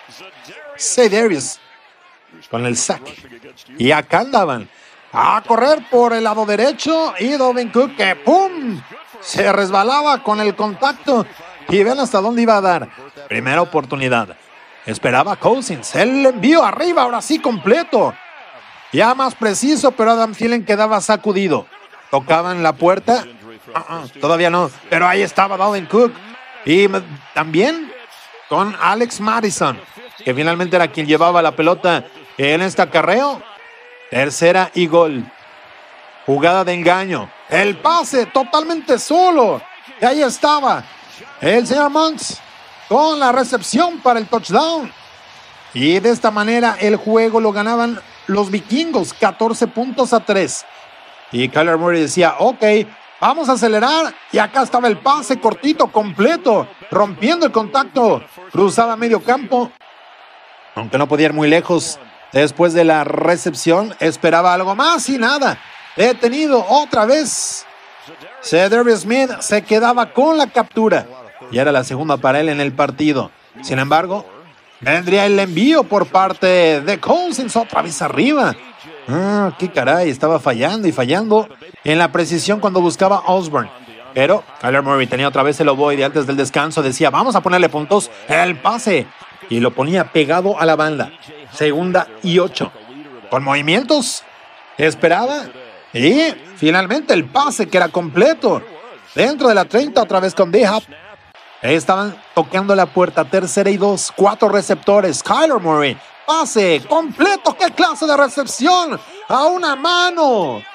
Zay Davis con el sack. Y acá andaban a correr por el lado derecho y Dalvin Cook que ¡pum! Se resbalaba con el contacto y ven hasta dónde iba a dar. Primera oportunidad. Esperaba Cousins, el envío arriba, ahora sí completo. Ya más preciso, pero Adam Thielen quedaba sacudido. Tocaban la puerta. Uh-uh, todavía no, pero ahí estaba Dalvin Cook. Y también con Alex Madison, que finalmente era quien llevaba la pelota en este acarreo. Tercera y gol. Jugada de engaño. El pase totalmente solo. Y ahí estaba el señor Monks con la recepción para el touchdown. Y de esta manera el juego lo ganaban los vikingos, catorce puntos a tres. Y Kyler Murray decía, ok, vamos a acelerar. Y acá estaba el pase cortito, completo, rompiendo el contacto. Cruzaba medio campo. Aunque no podía ir muy lejos. Después de la recepción, esperaba algo más y nada. Detenido otra vez. Za'Darius Smith se quedaba con la captura. Y era la segunda para él en el partido. Sin embargo, vendría el envío por parte de Cousins otra vez arriba. Ah, qué caray, estaba fallando y fallando en la precisión cuando buscaba a Osborne. Pero Kyler Murray tenía otra vez el ovoide antes del descanso. Decía, vamos a ponerle puntos. El pase. Y lo ponía pegado a la banda. Segunda y ocho. Con movimientos. Esperaba. Y finalmente el pase que era completo. Dentro de la treinta otra vez con D-Hop. Estaban tocando la puerta. Tercera y dos. Cuatro receptores. Kyler Murray. Pase completo. ¡Qué clase de recepción! A una mano.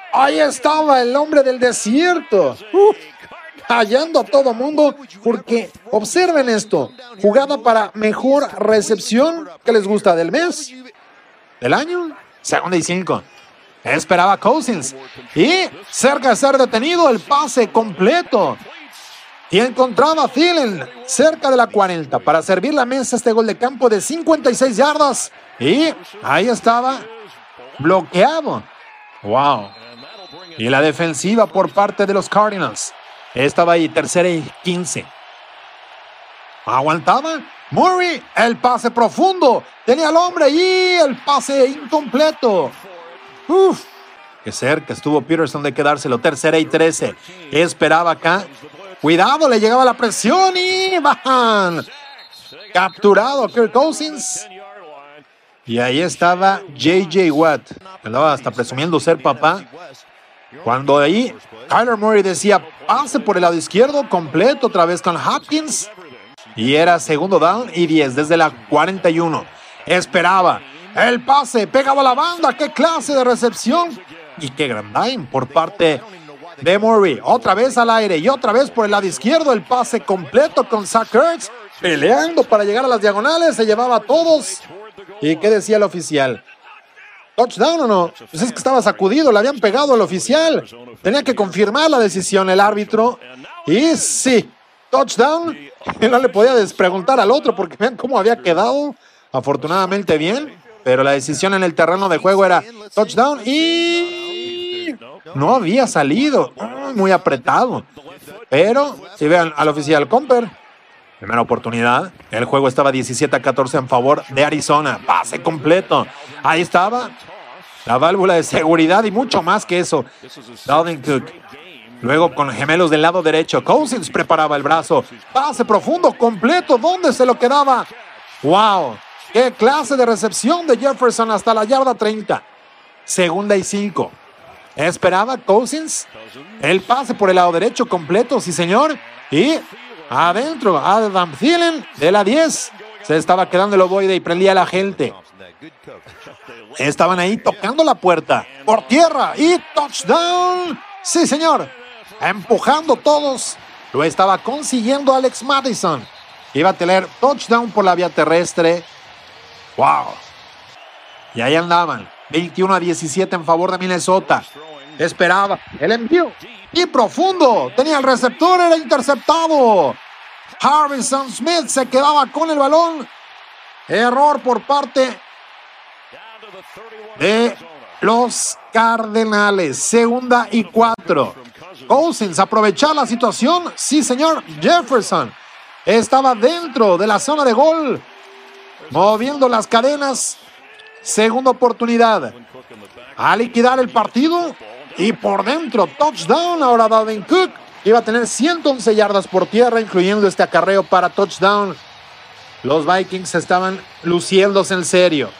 Ahí estaba el hombre del desierto. Uf, hallando a todo mundo, porque observen esto. Jugada para mejor recepción. ¿Qué les gusta del mes? ¿Del año? Segunda y cinco. Esperaba Cousins. Y cerca de ser detenido, el pase completo. Y encontraba a Thielen cerca de la cuarenta para servir la mesa este gol de campo de cincuenta y seis yardas. Y ahí estaba bloqueado. Wow. Y la defensiva por parte de los Cardinals. Estaba ahí, tercera y quince. Aguantaba Murray, el pase profundo. Tenía al hombre y el pase incompleto. Uf, qué cerca estuvo Peterson de quedárselo. Tercera y trece. Esperaba acá. Cuidado, le llegaba la presión y bajan. Capturado Kirk Cousins. Y ahí estaba J J Watt. Andaba hasta presumiendo ser papá. Cuando ahí Kyler Murray decía pase por el lado izquierdo, completo otra vez con Hopkins. Y era segundo down y diez desde la cuarenta y uno. Esperaba el pase, pegaba la banda. ¡Qué clase de recepción! Y qué gran dime por parte de Murray. Otra vez al aire y otra vez por el lado izquierdo. El pase completo con Zach Ertz. Peleando para llegar a las diagonales. Se llevaba a todos. ¿Y qué decía el oficial? ¿Touchdown o no? Pues es que estaba sacudido. Le habían pegado al oficial. Tenía que confirmar la decisión el árbitro. Y sí, touchdown. No le podía despreguntar al otro porque vean cómo había quedado. Afortunadamente bien. Pero la decisión en el terreno de juego era touchdown y no había salido. Muy apretado. Pero, si vean al oficial Comper, primera oportunidad. El juego estaba diecisiete a catorce en favor de Arizona. Pase completo. Ahí estaba la válvula de seguridad y mucho más que eso. Dalvin Cook. Luego con gemelos del lado derecho. Cousins preparaba el brazo. Pase profundo, completo. ¿Dónde se lo quedaba? ¡Wow! ¡Qué clase de recepción de Jefferson hasta la yarda treinta! Segunda y cinco. Esperaba Cousins. El pase por el lado derecho completo, sí señor. Y adentro, Adam Thielen de la diez. Se estaba quedando el ovoide y prendía a la gente. Estaban ahí tocando la puerta. Por tierra y touchdown. Sí señor. Empujando todos. Lo estaba consiguiendo Alex Madison. Iba a tener touchdown por la vía terrestre. Wow. Y ahí andaban. veintiuno a diecisiete en favor de Minnesota. Esperaba el envío. Y profundo. Tenía el receptor. Era interceptado. Harrison Smith se quedaba con el balón. Error por parte de los Cardenales. Segunda y cuatro. Cousins aprovechar la situación. Sí, señor. Jefferson estaba dentro de la zona de gol. Moviendo las cadenas. Segunda oportunidad. A liquidar el partido. Y por dentro, touchdown. Ahora Dalvin Cook iba a tener ciento once yardas por tierra, incluyendo este acarreo para touchdown. Los Vikings estaban luciéndose en serio.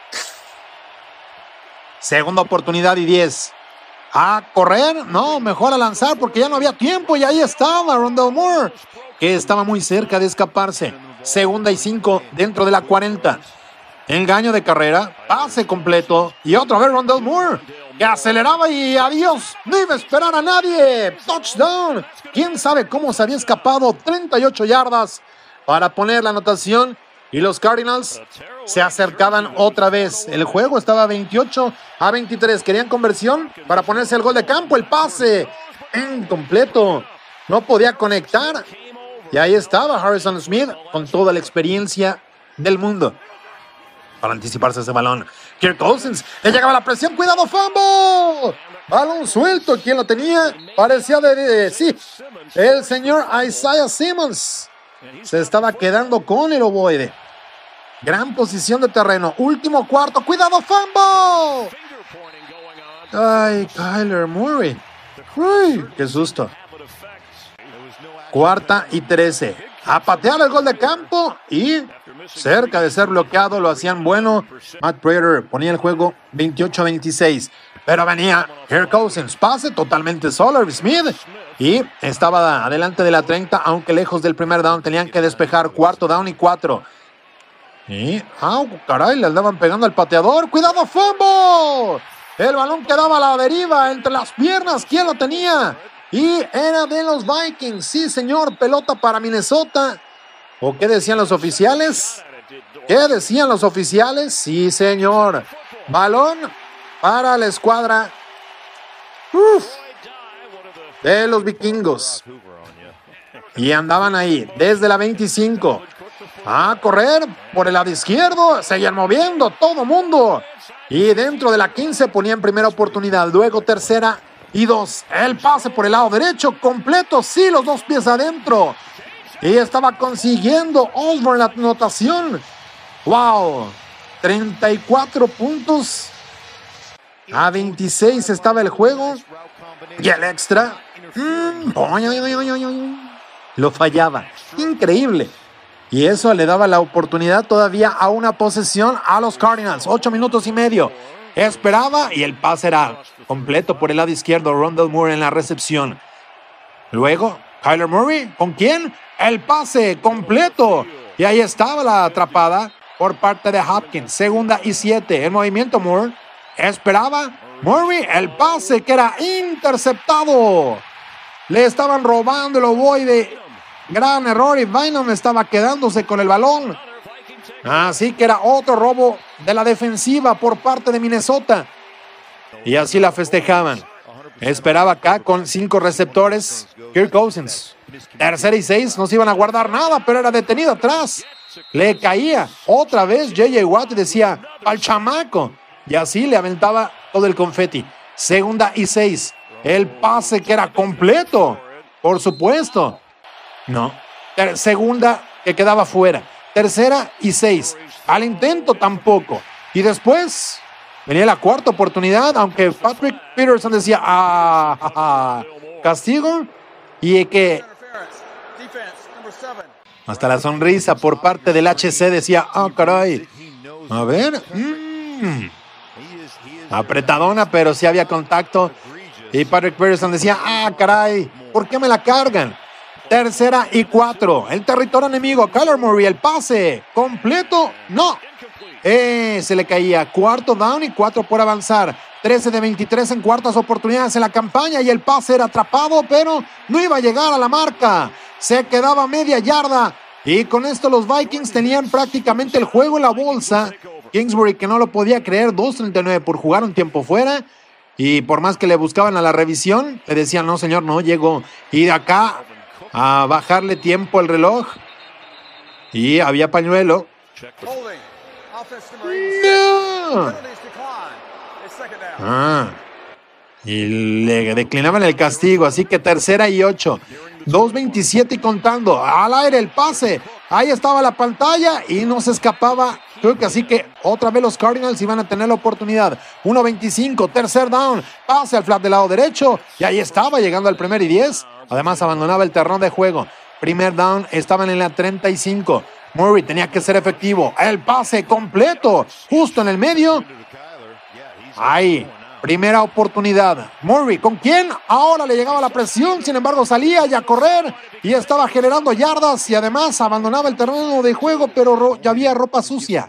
Segunda oportunidad y diez. A correr, no, mejor a lanzar porque ya no había tiempo. Y ahí estaba Rondale Moore, que estaba muy cerca de escaparse. Segunda y cinco dentro de la cuarenta. Engaño de carrera, pase completo. Y otra vez Rondale Moore, que aceleraba y adiós. No iba a esperar a nadie. Touchdown. ¿Quién sabe cómo se había escapado? treinta y ocho yardas para poner la anotación. Y los Cardinals se acercaban otra vez. El juego estaba veintiocho a veintitrés. Querían conversión para ponerse el gol de campo. El pase incompleto. No podía conectar. Y ahí estaba Harrison Smith con toda la experiencia del mundo para anticiparse ese balón. Kirk Cousins, le llegaba la presión. ¡Cuidado, fumble! Balón suelto. ¿Quién lo tenía? Parecía de, de... Sí, el señor Isaiah Simmons. Se estaba quedando con el ovoide. Gran posición de terreno. Último cuarto. ¡Cuidado, fumble! Ay, Kyler Murray. Uy, qué susto. Cuarta y trece. A patear el gol de campo y cerca de ser bloqueado. Lo hacían bueno. Matt Prater ponía el juego veintiocho a veintiséis. Pero venía Kirk Cousins. Pase totalmente solo. Smith. Y estaba adelante de la treinta, aunque lejos del primer down. Tenían que despejar. Cuarto down y cuatro. Y, ah, caray, le andaban pegando al pateador. ¡Cuidado, fumble! El balón quedaba a la deriva entre las piernas. ¿Quién lo tenía? Y era de los Vikings. Sí, señor. Pelota para Minnesota. ¿O qué decían los oficiales? ¿Qué decían los oficiales? Sí, señor. Balón para la escuadra uf, de los vikingos. Y andaban ahí desde la veinticinco. A correr por el lado izquierdo. Seguían moviendo todo mundo. Y dentro de la quince ponían primera oportunidad. Luego tercera y dos. El pase por el lado derecho completo. Sí, los dos pies adentro. Y estaba consiguiendo Osborne la anotación. ¡Wow! treinta y cuatro puntos. A veintiséis estaba el juego. Y el extra. Mm, oy, oy, oy, oy, oy. Lo fallaba. Increíble. Y eso le daba la oportunidad todavía a una posesión a los Cardinals. Ocho minutos y medio. Esperaba y el pase era completo por el lado izquierdo. Rondell Moore en la recepción. Luego, Kyler Murray. ¿Con quién? El pase completo. Y ahí estaba la atrapada por parte de Hopkins. Segunda y siete. En movimiento Moore. Esperaba Murray. El pase que era interceptado. Le estaban robando el ovoide. Gran error y Bynum estaba quedándose con el balón. Así que era otro robo de la defensiva por parte de Minnesota. Y así la festejaban. Esperaba acá con cinco receptores Kirk Cousins. Tercera y seis, no se iban a guardar nada, pero era detenido atrás. Le caía otra vez J J Watt y decía, al chamaco. Y así le aventaba todo el confeti. Segunda y seis. El pase que era completo. Por supuesto. No. Ter- segunda que quedaba fuera. Tercera y seis. Al intento tampoco. Y después venía la cuarta oportunidad, aunque Patrick Peterson decía, ah, ah, ah, castigo. Y que hasta la sonrisa por parte del H C decía, ah, caray. A ver. Mmm. Apretadona, pero sí había contacto. Y Patrick Peterson decía, ah, caray, ¿por qué me la cargan? Tercera y cuatro. El territorio enemigo. Kyler Murray, el pase. ¿Completo? No. Eh, se le caía. Cuarto down y cuatro por avanzar. trece de veintitrés en cuartas oportunidades en la campaña. Y el pase era atrapado, pero no iba a llegar a la marca. Se quedaba media yarda. Y con esto los Vikings tenían prácticamente el juego en la bolsa. Kingsbury, que no lo podía creer. dos treinta y nueve por jugar un tiempo fuera. Y por más que le buscaban a la revisión, le decían, no señor, no llegó. Y de acá a bajarle tiempo al reloj. Y había pañuelo. No. Ah. Y le declinaban el castigo. Así que tercera y ocho. dos veintisiete y contando. Al aire el pase. Ahí estaba la pantalla y no se escapaba. Creo que así que otra vez los Cardinals iban a tener la oportunidad. uno veinticinco, tercer down. Pase al flat del lado derecho. Y ahí estaba llegando al primer y diez. Además abandonaba el terreno de juego. Primer down, estaban en la treinta y cinco. Murray tenía que ser efectivo. El pase completo, justo en el medio. Ahí, primera oportunidad. Murray, ¿con quién? Ahora le llegaba la presión, sin embargo salía ya a correr y estaba generando yardas y además abandonaba el terreno de juego, pero ya había ropa sucia.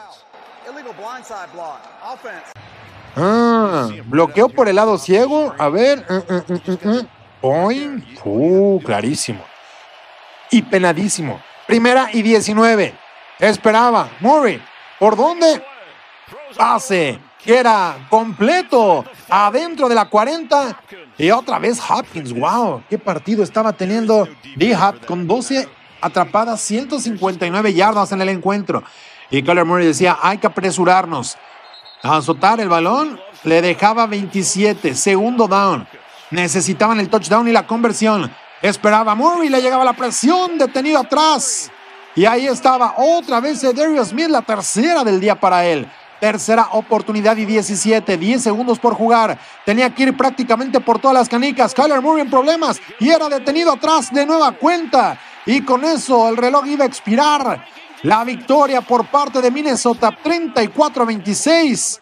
Ah, bloqueó por el lado ciego. A ver. Uh, uh, uh, uh, uh. Hoy, uh, clarísimo. Y penadísimo. Primera y diecinueve. Esperaba. Murray. ¿Por dónde? Pase. Que era completo. Adentro de la cuarenta. Y otra vez Hopkins. Wow. Qué partido estaba teniendo D-Hop con doce atrapadas, ciento cincuenta y nueve yardas en el encuentro. Y Kyler Murray decía, hay que apresurarnos. A azotar el balón. Le dejaba veintisiete. Segundo down. Necesitaban el touchdown y la conversión. Esperaba Murray, le llegaba la presión, detenido atrás. Y ahí estaba otra vez Darius Smith, la tercera del día para él. Tercera oportunidad y diecisiete, diez segundos por jugar. Tenía que ir prácticamente por todas las canicas. Kyler Murray en problemas y era detenido atrás de nueva cuenta. Y con eso el reloj iba a expirar. La victoria por parte de Minnesota, treinta y cuatro a veintiséis.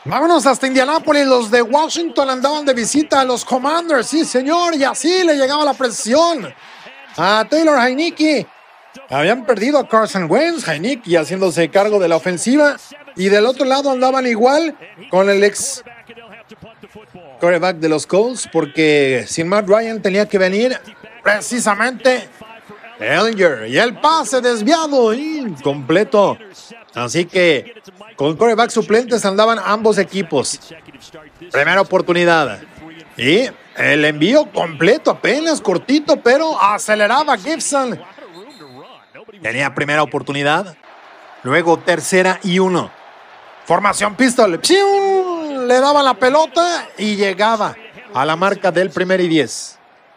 Vámonos hasta Indianápolis. Los de Washington andaban de visita a los Commanders. Sí, señor. Y así le llegaba la presión a Taylor Heinicke. Habían perdido a Carson Wentz. Heinicke haciéndose cargo de la ofensiva. Y del otro lado andaban igual con el ex quarterback de los Colts. Porque sin Matt Ryan tenía que venir precisamente Ehlinger. Y el pase desviado. Incompleto. Así que con quarterback suplentes andaban ambos equipos. Primera oportunidad. Y el envío completo, apenas cortito, pero aceleraba Gibson. Tenía primera oportunidad. Luego tercera y uno. Formación pistol. ¡Pium! Le daban la pelota y llegaba a la marca del primer y diez.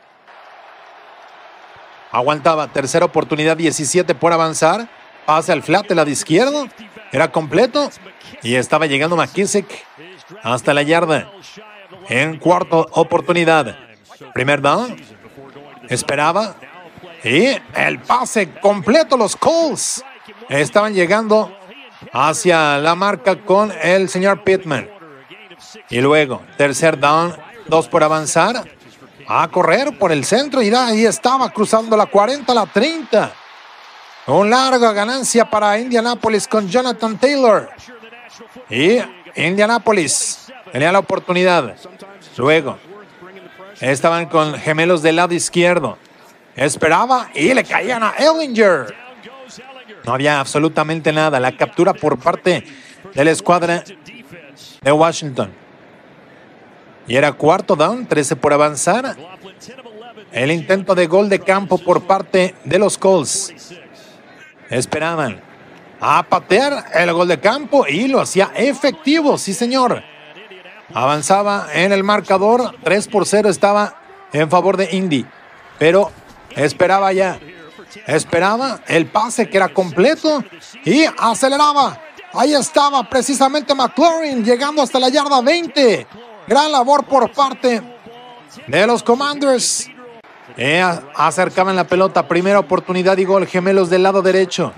Aguantaba. Tercera oportunidad, diecisiete por avanzar. Pase al flat del lado izquierdo. Era completo. Y estaba llegando McKissick hasta la yarda. En cuarta oportunidad. Primer down. Esperaba. Y el pase completo. Los Colts estaban llegando hacia la marca con el señor Pittman. Y luego, tercer down. Dos por avanzar. A correr por el centro. Y ahí estaba cruzando la cuarenta, la treinta. Un larga ganancia para Indianapolis con Jonathan Taylor. Y Indianapolis tenía la oportunidad. Luego estaban con gemelos del lado izquierdo. Esperaba y le caían a Ehlinger. No había absolutamente nada. La captura por parte de la escuadra de Washington. Y era cuarto down, trece por avanzar. El intento de gol de campo por parte de los Colts. Esperaban a patear el gol de campo y lo hacía efectivo, sí señor. Avanzaba en el marcador, tres por cero estaba en favor de Indy. Pero esperaba ya, esperaba el pase que era completo y aceleraba. Ahí estaba precisamente McLaurin llegando hasta la yarda veinte. Gran labor por parte de los Commanders. Eh, acercaban la pelota, primera oportunidad y gol, gemelos del lado derecho.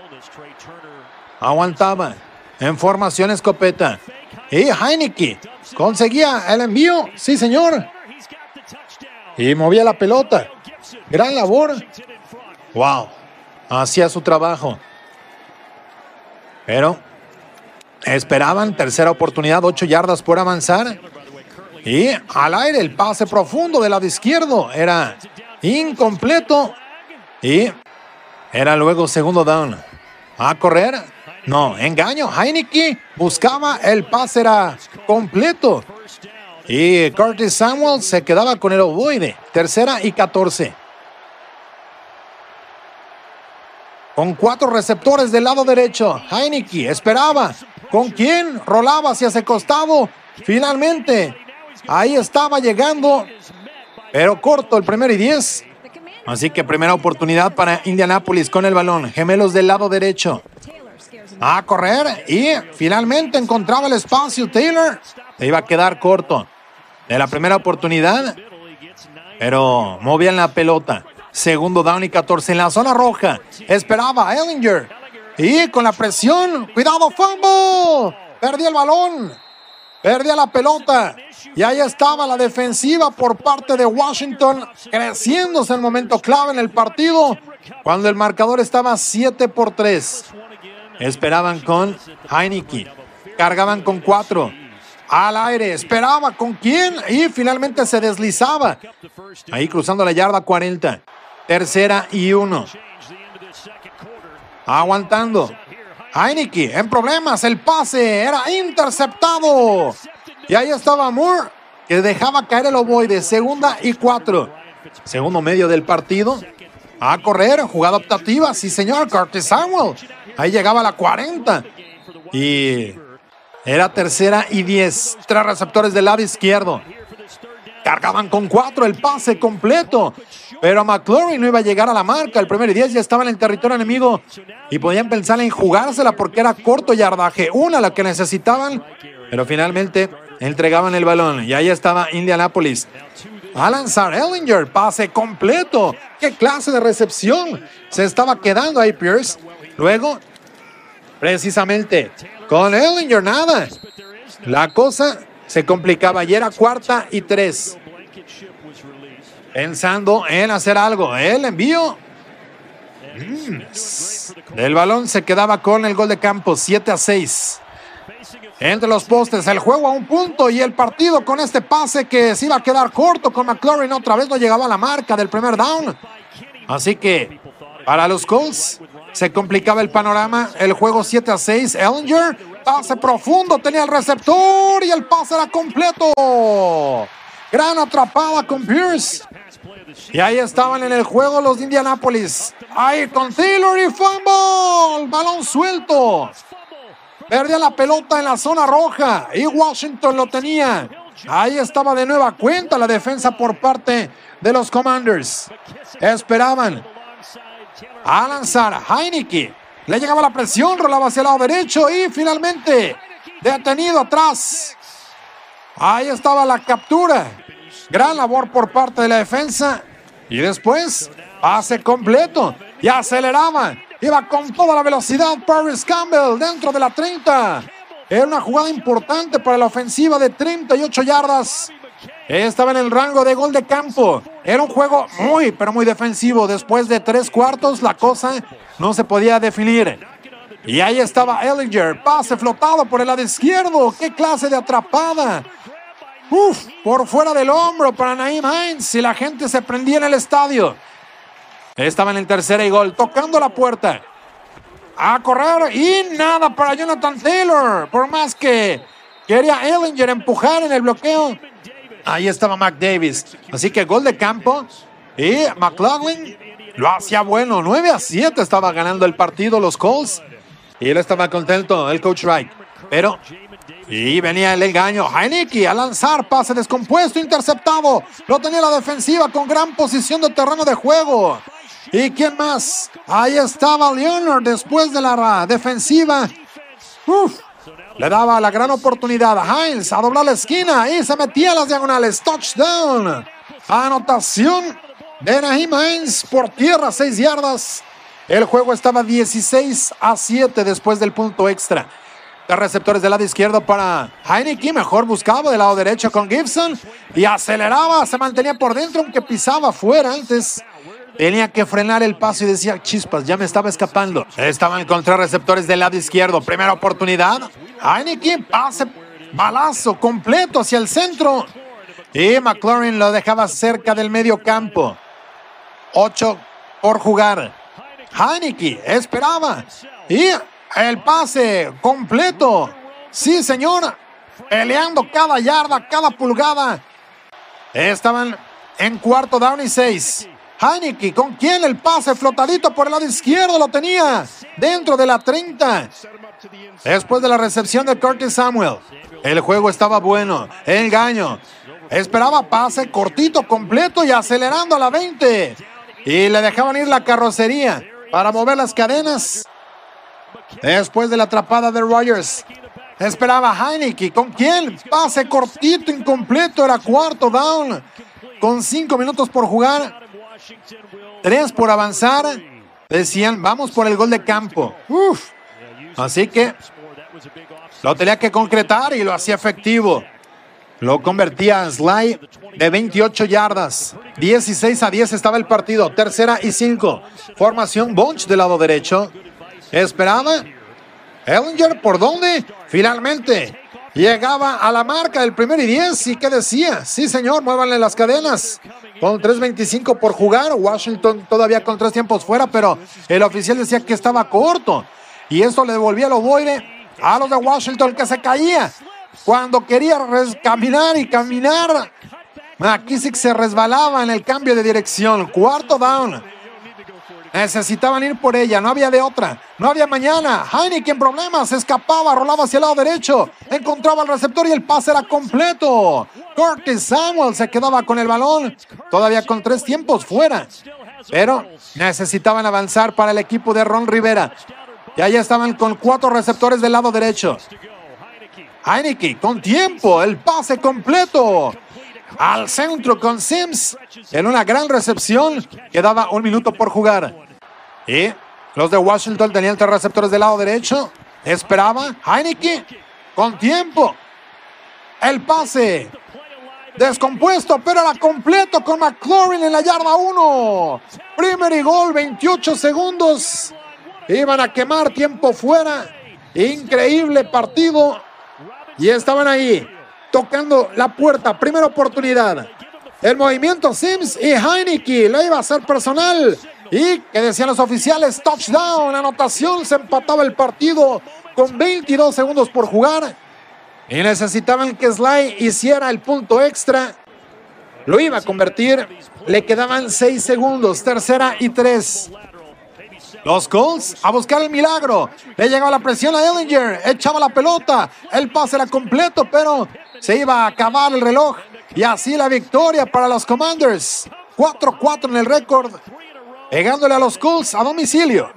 Aguantaba en formación escopeta. Y Heinicke conseguía el envío, sí señor. Y movía la pelota. Gran labor. Wow, hacía su trabajo. Pero esperaban tercera oportunidad, ocho yardas por avanzar. Y al aire el pase profundo del lado izquierdo era incompleto. Y era luego segundo down. A correr. No, engaño. Heinicke buscaba el pase, era completo. Y Curtis Samuel se quedaba con el ovoide. Tercera y catorce. Con cuatro receptores del lado derecho. Heinicke esperaba. ¿Con quién? Rolaba hacia ese costado. Finalmente. Ahí estaba llegando, pero corto el primer y diez. Así que primera oportunidad para Indianapolis con el balón. Gemelos del lado derecho. A correr y finalmente encontraba el espacio. Taylor se iba a quedar corto de la primera oportunidad, pero movían la pelota. Segundo down y catorce en la zona roja. Esperaba a Ehlinger. Y con la presión, cuidado, fumble. Perdía el balón. Perdía la pelota. Y ahí estaba la defensiva por parte de Washington, creciéndose en el momento clave en el partido, cuando el marcador estaba siete por tres. Esperaban con Heinicke. Cargaban con cuatro. Al aire. Esperaba con quién. Y finalmente se deslizaba. Ahí cruzando la yarda cuarenta. Tercera y uno. Aguantando. Heinicke en problemas. El pase era interceptado. Y ahí estaba Moore, que dejaba caer el ovoide. Segunda y cuatro. Segundo medio del partido. A correr. Jugada optativa. Sí, señor. Curtis Samuel. Ahí llegaba a la cuarenta. Y era tercera y diez. Tres receptores del lado izquierdo. Cargaban con cuatro. El pase completo. Pero McLaurin no iba a llegar a la marca. El primer y diez ya estaba en el territorio enemigo. Y podían pensar en jugársela porque era corto yardaje. Una la que necesitaban. Pero finalmente entregaban el balón. Y ahí estaba Indianapolis. A lanzar Ehlinger. Pase completo. ¡Qué clase de recepción! Se estaba quedando ahí Pierce. Luego, precisamente, con Ehlinger nada. La cosa se complicaba y era cuarta y tres. Pensando en hacer algo. El envío. Mm. El balón se quedaba con el gol de campo, siete a seis. Entre los postes, el juego a un punto y el partido con este pase que se iba a quedar corto con McLaurin. Otra vez no llegaba a la marca del primer down. Así que para los Colts se complicaba el panorama. El juego siete a seis. Ehlinger, pase profundo, tenía el receptor y el pase era completo. Gran atrapada con Pierce. Y ahí estaban en el juego los de Indianapolis. Ahí con Taylor y fumble. Balón suelto. Perdía la pelota en la zona roja y Washington lo tenía. Ahí estaba de nueva cuenta la defensa por parte de los Commanders. Esperaban a lanzar. Heinicke le llegaba la presión, rolaba hacia el lado derecho y finalmente detenido atrás. Ahí estaba la captura. Gran labor por parte de la defensa. Y después, pase completo. Y aceleraba. Iba con toda la velocidad Paris Campbell dentro de la treinta. Era una jugada importante para la ofensiva de treinta y ocho yardas. Estaba en el rango de gol de campo. Era un juego muy, pero muy defensivo. Después de tres cuartos, la cosa no se podía definir. Y ahí estaba Ehlinger. Pase flotado por el lado izquierdo. ¡Qué clase de atrapada! Uf, por fuera del hombro para Nyheim Hines. Y la gente se prendía en el estadio. Estaba en el tercera y gol, tocando la puerta. A correr y nada para Jonathan Taylor. Por más que quería Ehlinger empujar en el bloqueo. Ahí estaba McDavis. Así que gol de campo. Y McLaughlin lo hacía bueno. nueve a siete estaba ganando el partido los Colts. Y él estaba contento, el coach Wright. Pero, y venía el engaño. Heinicke a lanzar, pase descompuesto, interceptado. Lo tenía la defensiva con gran posición de terreno de juego. ¿Y quién más? Ahí estaba Leonard después de la defensiva. Uf, le daba la gran oportunidad a Hines a doblar la esquina y se metía a las diagonales. Touchdown. Anotación de Nyheim Hines por tierra, seis yardas. El juego estaba dieciséis a siete después del punto extra. Los receptores del lado izquierdo para Heinicke. Mejor buscaba del lado derecho con Gibson. Y aceleraba, se mantenía por dentro aunque pisaba fuera antes. Tenía que frenar el paso y decía, chispas, ya me estaba escapando. Estaban con tres receptores del lado izquierdo. Primera oportunidad. Heinicke, pase, balazo completo hacia el centro. Y McLaurin lo dejaba cerca del medio campo. Ocho por jugar. Heinicke esperaba. Y el pase completo. Sí, señor. Peleando cada yarda, cada pulgada. Estaban en cuarto down y seis. Heinicke, ¿con quién? El pase flotadito por el lado izquierdo lo tenía dentro de la treinta. Después de la recepción de Curtis Samuel, el juego estaba bueno. Engaño. Esperaba pase cortito, completo y acelerando a la veinte. Y le dejaban ir la carrocería para mover las cadenas. Después de la atrapada de Rodgers, esperaba Heinicke. ¿Con quién? Pase cortito, incompleto. Era cuarto down. Con cinco minutos por jugar. Tres por avanzar. Decían, vamos por el gol de campo. Uf. Así que lo tenía que concretar y lo hacía efectivo. Lo convertía en slide de veintiocho yardas. dieciséis a diez estaba el partido. Tercera y cinco. Formación bunch del lado derecho. Esperaba Ehlinger, ¿por dónde? Finalmente llegaba a la marca del primer y diez. ¿Y qué decía? Sí, señor, muévanle las cadenas. Con tres veinticinco por jugar. Washington todavía con tres tiempos fuera, pero el oficial decía que estaba corto. Y esto le devolvía el ovoide a los de Washington, que se caía. Cuando quería caminar y caminar, McKissick se resbalaba en el cambio de dirección. Cuarto down. Necesitaban ir por ella, no había de otra. No había mañana. Heinicke en problemas, escapaba, rolaba hacia el lado derecho. Encontraba el receptor y el pase era completo. Curtis Samuel se quedaba con el balón. Todavía con tres tiempos fuera. Pero necesitaban avanzar para el equipo de Ron Rivera. Y ahí estaban con cuatro receptores del lado derecho. Heinicke con tiempo, el pase completo al centro con Sims en una gran recepción. Quedaba un minuto por jugar. Y los de Washington tenían tres receptores del lado derecho. Esperaba Heinicke con tiempo. El pase. Descompuesto, pero era completo con McLaurin en la yarda uno. Primer y gol, veintiocho segundos. Iban a quemar tiempo fuera. Increíble partido. Y estaban ahí, tocando la puerta. Primera oportunidad. El movimiento Sims y Heineke lo iba a hacer personal. Y que decían los oficiales, touchdown, anotación. Se empataba el partido con veintidós segundos por jugar. Y necesitaban que Sly hiciera el punto extra. Lo iba a convertir. Le quedaban seis segundos. Tercera y tres. Los Colts a buscar el milagro. Le llegaba la presión a Ehlinger. Echaba la pelota. El pase era completo, pero se iba a acabar el reloj. Y así la victoria para los Commanders. cuatro cuatro en el récord. Pegándole a los Colts a domicilio.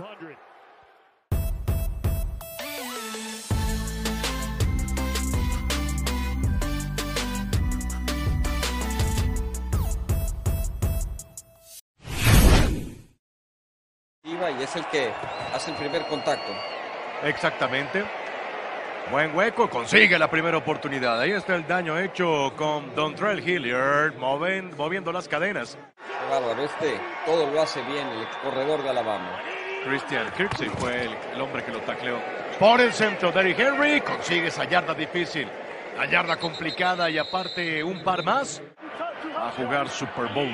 Y es el que hace el primer contacto. Exactamente. Buen hueco, consigue la primera oportunidad. Ahí está el daño hecho con Dontrell Hilliard, moven, moviendo las cadenas. Qué bárbaro, este todo lo hace bien el corredor de Alabama. Christian Kirksey fue el, el hombre que lo tacleó. Por el centro, Derrick Henry consigue esa yarda difícil. La yarda complicada y aparte un par más a jugar Super Bowl.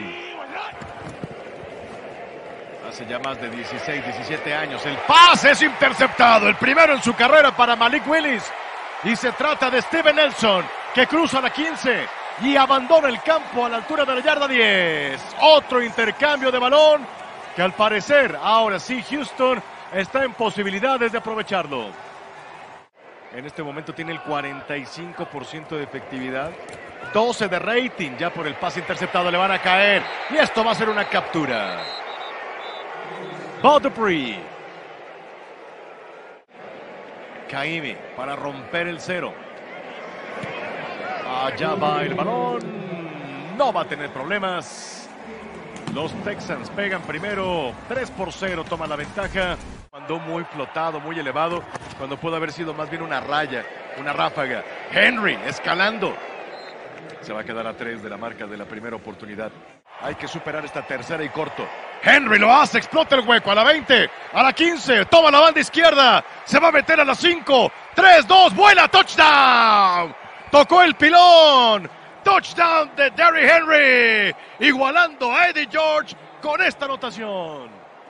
Hace ya más de dieciséis, diecisiete años. El pase es interceptado. El primero en su carrera para Malik Willis. Y se trata de Steven Nelson, que cruza la quince y abandona el campo a la altura de la yarda diez. Otro intercambio de balón que al parecer ahora sí Houston está en posibilidades de aprovecharlo. En este momento tiene el cuarenta y cinco por ciento de efectividad. doce de rating ya por el pase interceptado. Le van a caer. Y esto va a ser una captura. Bud Dupree. Kaimi para romper el cero. Allá va el balón. No va a tener problemas. Los Texans pegan primero. tres por cero. Toma la ventaja. Mandó muy flotado, muy elevado. Cuando pudo haber sido más bien una raya, una ráfaga. Henry escalando. Se va a quedar a tres de la marca de la primera oportunidad. Hay que superar esta tercera y corto. Henry lo hace, explota el hueco a la veinte, a la quince, toma la banda izquierda, se va a meter a la cinco, tres, dos, vuela, touchdown. Tocó el pilón, touchdown de Derrick Henry, igualando a Eddie George con esta anotación.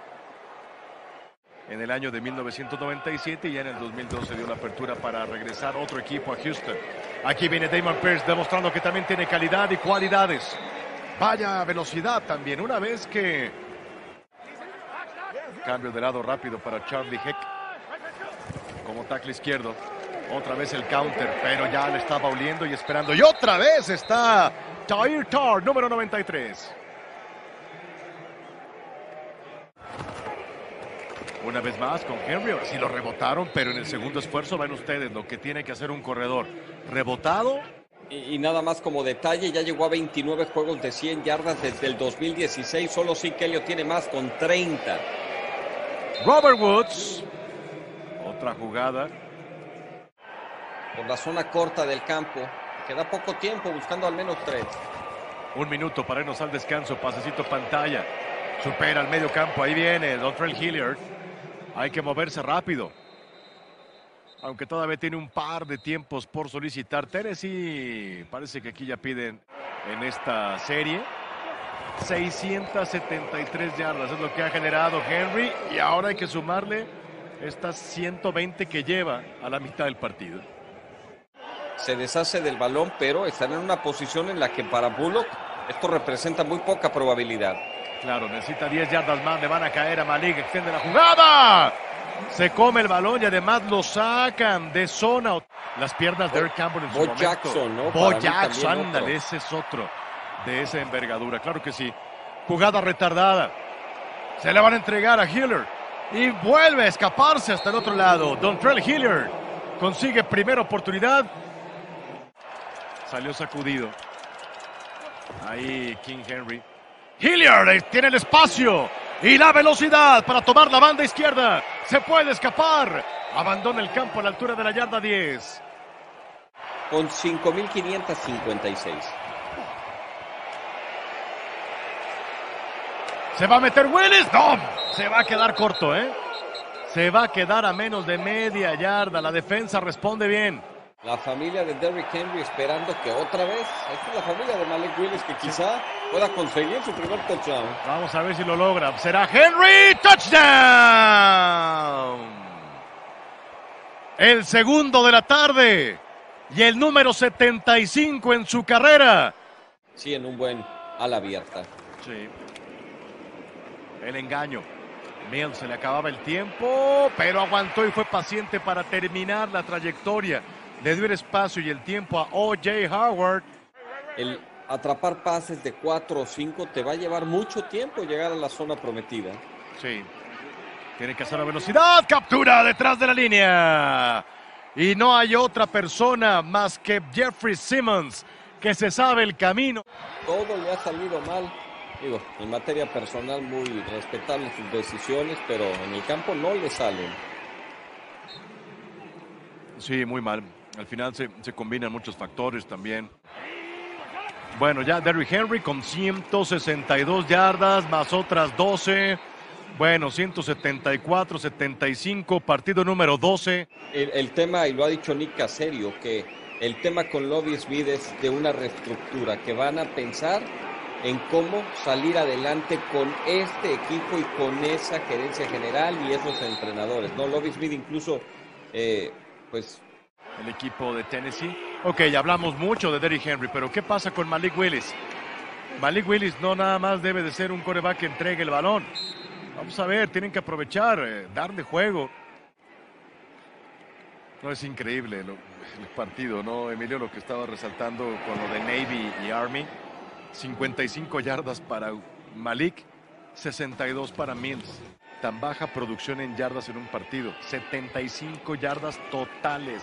En el año de mil novecientos noventa y siete y ya en el dos mil doce dio la apertura para regresar otro equipo a Houston. Aquí viene Damon Pierce demostrando que también tiene calidad y cualidades. Vaya velocidad también, una vez que... Cambio de lado rápido para Charlie Heck. Como tackle izquierdo. Otra vez el counter, pero ya le estaba oliendo y esperando. Y otra vez está Tyre Tarr, número noventa y tres. Una vez más con Henry, ahora sí lo rebotaron, pero en el segundo esfuerzo ven ustedes lo que tiene que hacer un corredor. Rebotado. Y, y nada más como detalle, ya llegó a veintinueve juegos de cien yardas desde el dos mil dieciséis. Solo Zeke Elliott tiene más con treinta. Robert Woods. Otra jugada. Por la zona corta del campo. Queda poco tiempo, buscando al menos tres. Un minuto para irnos al descanso. Pasecito pantalla. Supera al medio campo. Ahí viene Dontrell Hilliard. Hay que moverse rápido. Aunque todavía tiene un par de tiempos por solicitar. Tennessee parece que aquí ya piden en esta serie. seiscientas setenta y tres yardas es lo que ha generado Henry. Y ahora hay que sumarle estas ciento veinte que lleva a la mitad del partido. Se deshace del balón, pero están en una posición en la que para Bullock esto representa muy poca probabilidad. Claro, necesita diez yardas más, le van a caer a Malik, extiende la jugada. Se come el balón y además lo sacan de zona. Las piernas de Eric Campbell en su Bo momento. Jackson, ¿no? Bo Para Jackson, mí ándale, otro. ese es otro de esa envergadura, claro que sí. Jugada retardada. Se le van a entregar a Hilliard y vuelve a escaparse hasta el otro lado. Dontrell Hilliard consigue primera oportunidad. Salió sacudido. Ahí King Henry. Hilliard tiene el espacio y la velocidad para tomar la banda izquierda. Se puede escapar. Abandona el campo a la altura de la yarda diez. con cinco mil quinientos cincuenta y seis. ¿Se va a meter Willis? No, se va a quedar corto, ¿eh? Se va a quedar a menos de media yarda. La defensa responde bien. La familia de Derrick Henry esperando que otra vez, esta es la familia de Malik Willis que quizá pueda conseguir su primer touchdown. Vamos a ver si lo logra. Será Henry, touchdown. El segundo de la tarde y el número setenta y cinco en su carrera. Sí, en un buen ala abierta. Sí. El engaño. Mills se le acababa el tiempo, pero aguantó y fue paciente para terminar la trayectoria. Le dio el espacio y el tiempo a O J Howard. El atrapar pases de cuatro o cinco te va a llevar mucho tiempo llegar a la zona prometida. Sí. Tiene que hacer la velocidad. Captura detrás de la línea. Y no hay otra persona más que Jeffrey Simmons que se sabe el camino. Todo le ha salido mal. Digo, en materia personal muy respetable sus decisiones, pero en el campo no le salen. Sí, muy mal. Al final se, se combinan muchos factores también. Bueno, ya Derrick Henry con ciento sesenta y dos yardas, más otras doce. Bueno, ciento setenta y cuatro, setenta y cinco, partido número doce. El, el tema, y lo ha dicho Nick Caserio, que el tema con Lovie Smith es de una reestructura, que van a pensar en cómo salir adelante con este equipo y con esa gerencia general y esos entrenadores, ¿no? Lovie Smith incluso, eh, pues... El equipo de Tennessee. Ok, ya hablamos mucho de Derrick Henry, pero ¿qué pasa con Malik Willis? Malik Willis no nada más debe de ser un quarterback que entregue el balón. Vamos a ver, tienen que aprovechar, eh, darle juego. No, es increíble lo, el partido, ¿no, Emilio? Lo que estaba resaltando con lo de Navy y Army. cincuenta y cinco yardas para Malik, sesenta y dos para Mills. Tan baja producción en yardas en un partido. setenta y cinco yardas totales.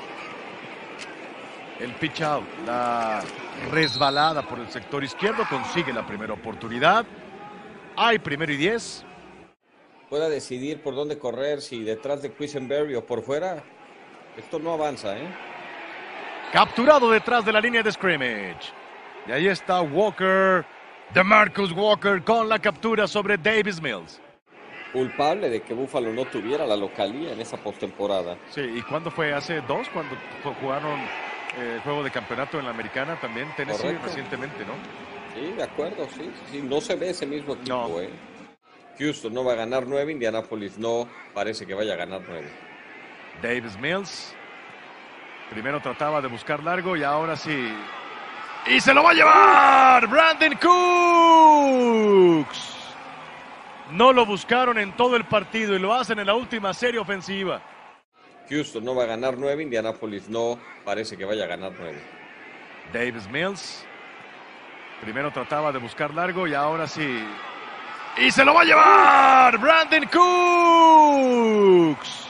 El pitch out, la resbalada por el sector izquierdo, consigue la primera oportunidad. Hay primero y diez. Pueda decidir por dónde correr, si detrás de Quisenberry o por fuera. Esto no avanza, ¿eh? Capturado detrás de la línea de scrimmage. Y ahí está Walker, DeMarcus Walker con la captura sobre Davis Mills. Culpable de que Buffalo no tuviera la localía en esa postemporada. Sí, ¿y cuándo fue? ¿Hace dos? Cuando jugaron el eh, juego de campeonato en la americana también, Tennessee, correcto, recientemente, ¿no? Sí, de acuerdo, sí, sí. No se ve ese mismo equipo, no. ¿eh? Houston no va a ganar nueve, Indianapolis no parece que vaya a ganar nueve. Davis Mills. Primero trataba de buscar largo y ahora sí... ¡Y se lo va a llevar! ¡Brandon Cooks! No lo buscaron en todo el partido y lo hacen en la última serie ofensiva. Houston no va a ganar nueve, Indianapolis no parece que vaya a ganar nueve. Davis Mills. Primero trataba de buscar largo y ahora sí... ¡Y se lo va a llevar! ¡Brandon Cooks!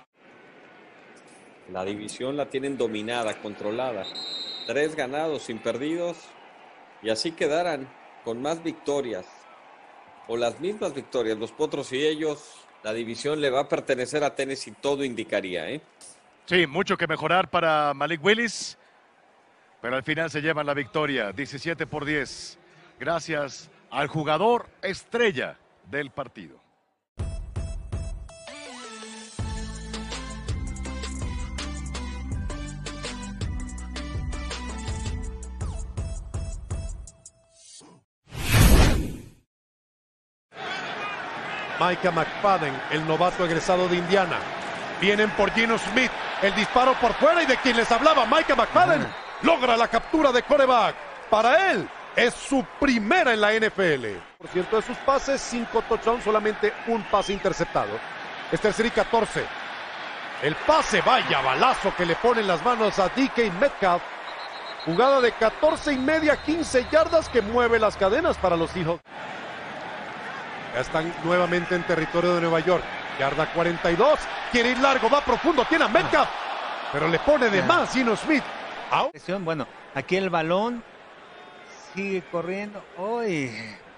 La división la tienen dominada, controlada. Tres ganados sin perdidos. Y así quedarán con más victorias. O las mismas victorias, los Potros y ellos. La división le va a pertenecer a Tennessee, todo indicaría, ¿eh? Sí, mucho que mejorar para Malik Willis. Pero al final se llevan la victoria, diecisiete por diez. Gracias al jugador estrella del partido. Micah McFadden, el novato egresado de Indiana. Vienen por Geno Smith, el disparo por fuera y de quien les hablaba, Micah McFadden, uh-huh. logra la captura de quarterback. Para él, es su primera en la N F L. Por cierto, de sus pases, cinco touchdowns, solamente un pase interceptado. Es tercer y catorce. El pase, vaya balazo que le pone en las manos a D K Metcalf. Jugada de catorce y media, quince yardas que mueve las cadenas para los Seahawks. Ya están nuevamente en territorio de Nueva York. Yarda cuarenta y dos. Quiere ir largo, va profundo, tiene a Metcalf. Pero le pone de más Geno Smith. Out. Bueno, aquí el balón sigue corriendo. ¡Uy!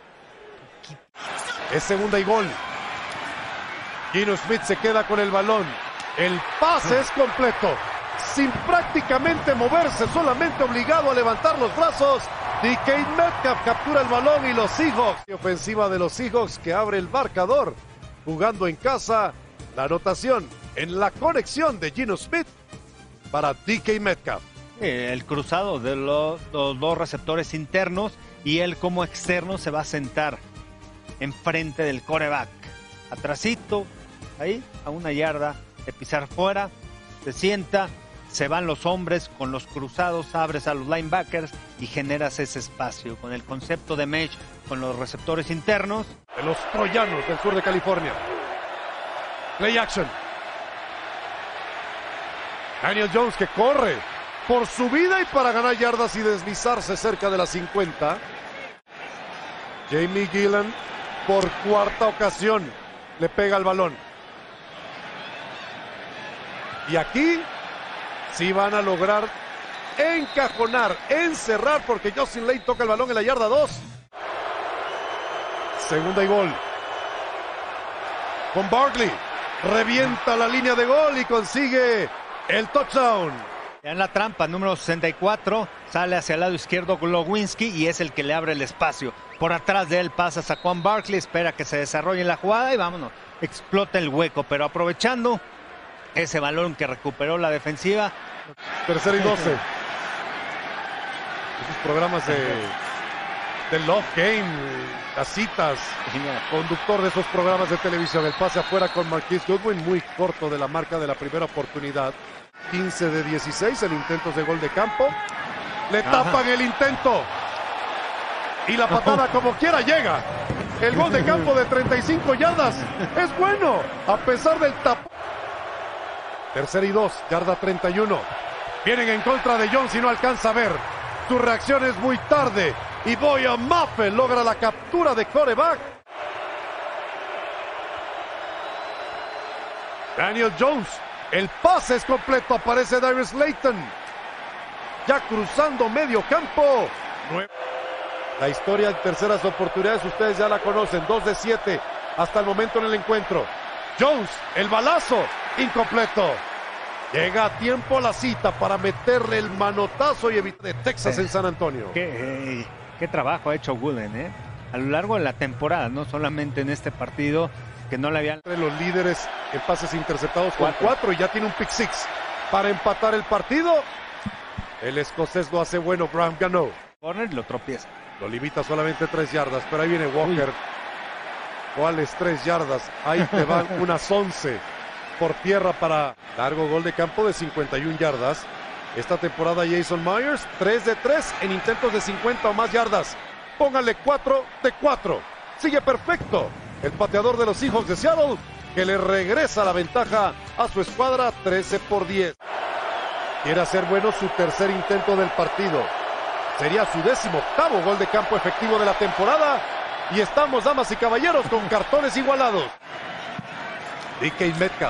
Es segunda y gol. Geno Smith se queda con el balón. El pase es completo. sin prácticamente moverse, solamente obligado a levantar los brazos. D K Metcalf captura el balón y los Seahawks. Ofensiva de los Seahawks que abre el marcador. Jugando en casa, la anotación en la conexión de Geno Smith para D K Metcalf. El cruzado de los, los dos receptores internos y él como externo se va a sentar enfrente del quarterback. Atrasito, ahí, a una yarda de pisar fuera, se sienta, se van los hombres con los cruzados, abres a los linebackers y generas ese espacio con el concepto de mesh con los receptores internos. De los troyanos del sur de California. Play action. Daniel Jones que corre por su vida y para ganar yardas y deslizarse cerca de las cincuenta. Jamie Gillan por cuarta ocasión le pega el balón. Y aquí sí van a lograr encajonar, encerrar, porque Justin Lane toca el balón en la yarda dos. Segunda y gol. Con Barkley. Revienta la línea de gol y consigue el touchdown. En la trampa, número sesenta y cuatro, sale hacia el lado izquierdo Glowinski y es el que le abre el espacio. Por atrás de él pasa Saquon Barkley, espera que se desarrolle la jugada y vámonos, explota el hueco, pero aprovechando ese balón que recuperó la defensiva. Tercera y doce. Esos programas de, de Love Game, las citas, conductor de esos programas de televisión, el pase afuera con Marquise Goodwin, muy corto de la marca de la primera oportunidad. quince de dieciséis en intentos de gol de campo. Le tapan Ajá. el intento. Y la patada como quiera llega. El gol de campo de treinta y cinco yardas. Es bueno, a pesar del tapón. Tercera y dos, yarda treinta y uno. Vienen en contra de Jones y no alcanza a ver. Su reacción es muy tarde. Y Boya Mafe logra la captura de quarterback. Daniel Jones. El pase es completo, aparece Darius Slayton. Ya cruzando medio campo. La historia en terceras oportunidades, ustedes ya la conocen. dos de siete hasta el momento en el encuentro. Jones, el balazo, incompleto. Llega a tiempo la cita para meterle el manotazo y evitar de Texas en San Antonio. Qué, eh, qué trabajo ha hecho Woolen, ¿eh? A lo largo de la temporada, no solamente en este partido, que no le habían... Entre los líderes en pases interceptados con cuatro. cuatro y ya tiene un pick six para empatar el partido. El escocés lo hace bueno, Graham Gano. Corner lo tropieza. Lo limita solamente tres yardas, pero ahí viene Walker. Uy. ¿Cuáles tres yardas? Ahí te van unas once por tierra para largo gol de campo de cincuenta y una yardas. Esta temporada Jason Myers, tres de tres en intentos de cincuenta o más yardas. Póngale cuatro de cuatro. Sigue perfecto. El pateador de los Seahawks de Seattle, que le regresa la ventaja a su escuadra, trece por diez. Quiere hacer bueno su tercer intento del partido. Sería su décimo octavo gol de campo efectivo de la temporada. Y estamos, damas y caballeros, con cartones igualados. D K Metcalf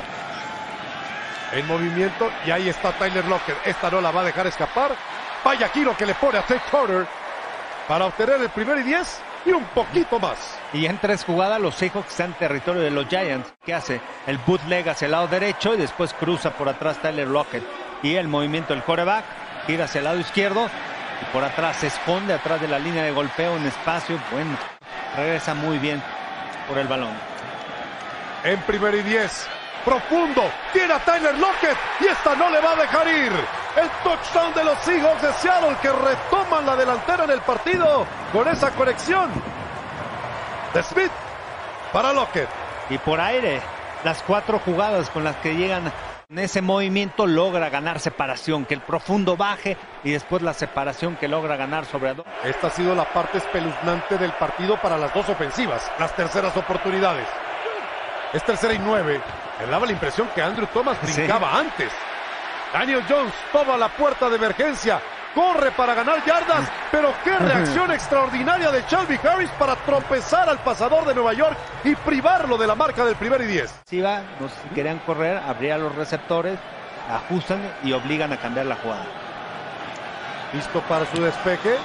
en movimiento y ahí está Tyler Lockett. Esta no la va a dejar escapar. Vaya giro que le pone a Tate Carter para obtener el primer y diez y un poquito más. Y en tres jugadas los Seahawks están en territorio de los Giants. ¿Qué hace? El bootleg hacia el lado derecho y después cruza por atrás Tyler Lockett. Y el movimiento del quarterback gira hacia el lado izquierdo y por atrás se esconde atrás de la línea de golpeo en espacio. Bueno, regresa muy bien por el balón. En primer y diez, profundo, tiene a Tyler Lockett y esta no le va a dejar ir. El touchdown de los Seahawks de Seattle que retoman la delantera en el partido con esa conexión de Smith para Lockett. Y por aire, las cuatro jugadas con las que llegan en ese movimiento logra ganar separación, que el profundo baje y después la separación que logra ganar sobre dos. Esta ha sido la parte espeluznante del partido para las dos ofensivas, las terceras oportunidades. Es tercera y nueve. Me daba la impresión que Andrew Thomas brincaba sí. antes. Daniel Jones toma la puerta de emergencia. Corre para ganar yardas. Pero qué reacción extraordinaria de Shelby Harris para tropezar al pasador de Nueva York y privarlo de la marca del primer y diez. Si va, no sé si querían correr, abría los receptores, ajustan y obligan a cambiar la jugada. Listo para su despeje.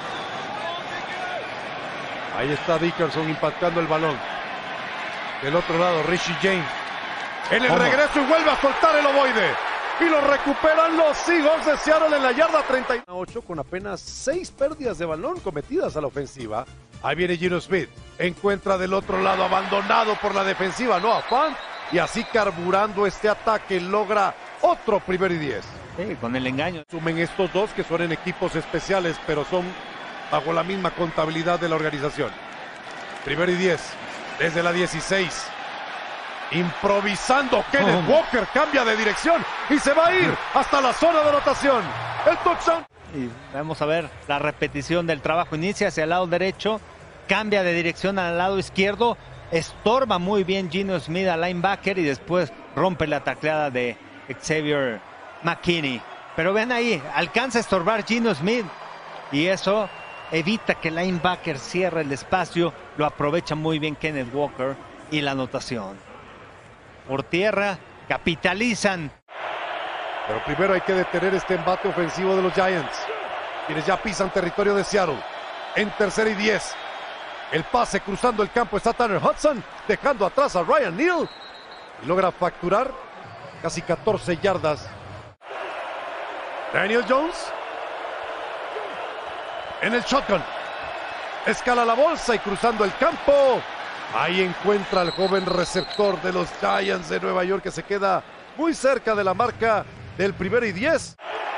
Ahí está Dickerson impactando el balón. Del otro lado, Richie James. En el ¿Cómo? regreso y vuelve a soltar el ovoide. y lo recuperan los Seahawks de Seattle en la yarda treinta y ocho con apenas seis pérdidas de balón cometidas a la ofensiva. Ahí viene Geno Smith, encuentra del otro lado abandonado por la defensiva Noah Fant y así carburando este ataque logra otro primer y diez. Sí, con el engaño. Sumen estos dos que son en equipos especiales, pero son bajo la misma contabilidad de la organización. Primer y diez, desde la dieciséis. Improvisando, Kenneth oh. Walker cambia de dirección y se va a ir hasta la zona de anotación. El touchdown. Y vamos a ver la repetición del trabajo. Inicia hacia el lado derecho, cambia de dirección al lado izquierdo, estorba muy bien Geno Smith al linebacker y después rompe la tacleada de Xavier McKinney. Pero ven ahí, alcanza a estorbar Geno Smith y eso evita que el linebacker cierre el espacio. Lo aprovecha muy bien Kenneth Walker y la anotación. Por tierra, capitalizan. Pero primero hay que detener este embate ofensivo de los Giants, quienes ya pisan territorio de Seattle. En tercera y diez. El pase cruzando el campo está Tanner Hudson, dejando atrás a Ryan Neal. Y logra facturar casi catorce yardas. Daniel Jones. En el shotgun. Escala la bolsa y cruzando el campo. Ahí encuentra al joven receptor de los Giants de Nueva York que se queda muy cerca de la marca del primer y diez.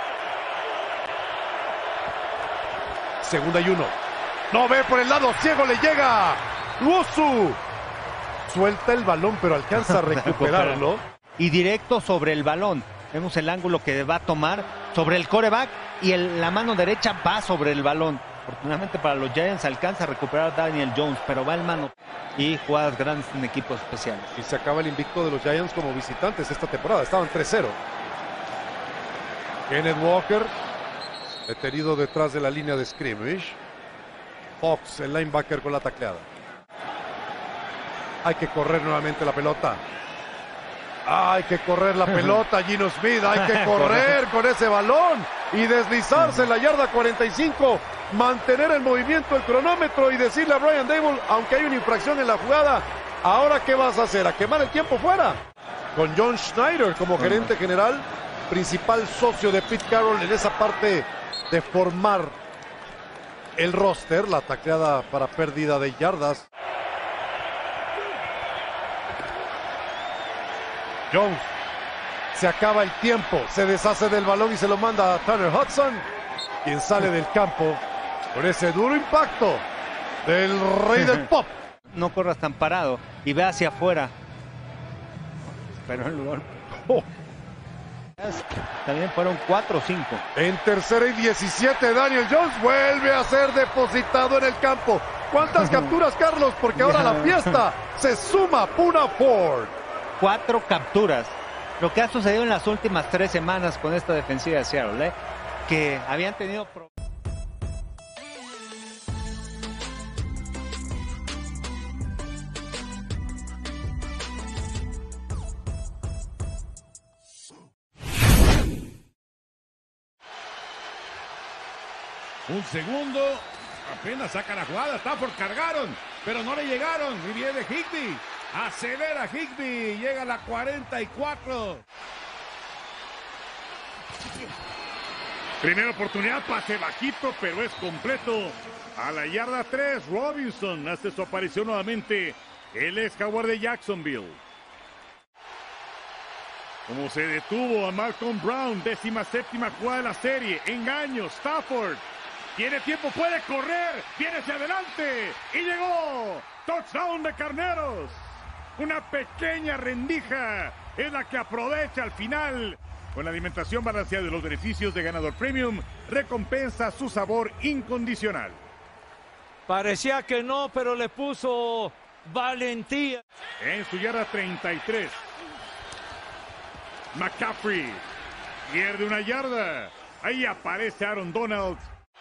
Segunda y uno. No ve por el lado ciego, le llega Luosu. Suelta el balón, pero alcanza a recuperarlo. Y directo sobre el balón. Vemos el ángulo que va a tomar sobre el quarterback y el, la mano derecha va sobre el balón. Afortunadamente para los Giants alcanza a recuperar a Daniel Jones, pero va el mano y jugadas grandes en equipos especiales. Y se acaba el invicto de los Giants como visitantes esta temporada. Estaban tres cero. Kenneth Walker, detenido detrás de la línea de scrimmage. Fox, el linebacker con la tacleada. Hay que correr nuevamente la pelota. Hay que correr la pelota, Geno Smith. Hay que correr con ese balón y deslizarse en la yarda cuarenta y cinco. Mantener el movimiento, el cronómetro y decirle a Brian Daboll, aunque hay una infracción en la jugada, ¿ahora qué vas a hacer? ¿A quemar el tiempo fuera? Con John Schneider como gerente general, principal socio de Pete Carroll en esa parte de formar el roster, la tacleada para pérdida de yardas. Jones, se acaba el tiempo, se deshace del balón y se lo manda a Tanner Hudson, quien sale del campo con ese duro impacto del rey del pop. No corras tan parado y ve hacia afuera. Pero el gol. Oh. También fueron cuatro o cinco. En tercera y diecisiete, Daniel Jones vuelve a ser depositado en el campo. ¿Cuántas capturas, Carlos? Porque ahora la fiesta se suma Poona Ford. Cuatro capturas. Lo que ha sucedido en las últimas tres semanas con esta defensiva de Seattle, ¿eh? Que habían tenido problemas. Un segundo, apenas saca la jugada, Stafford cargaron, pero no le llegaron, y viene Higbee, acelera Higbee, llega a la cuarenta y cuatro. Primera oportunidad, pase bajito, pero es completo. A la yarda tres, Robinson hace su aparición nuevamente, el ex Jaguar de Jacksonville. Como se detuvo a Malcolm Brown, décima séptima jugada de la serie, engaño, Stafford. Tiene tiempo, puede correr, viene hacia adelante y llegó. Touchdown de Carneros. Una pequeña rendija es la que aprovecha al final. Con la alimentación balanceada y los beneficios de Ganador Premium, recompensa su sabor incondicional. Parecía que no, pero le puso valentía. En su yarda treinta y tres. McCaffrey pierde una yarda. Ahí aparece Aaron Donald.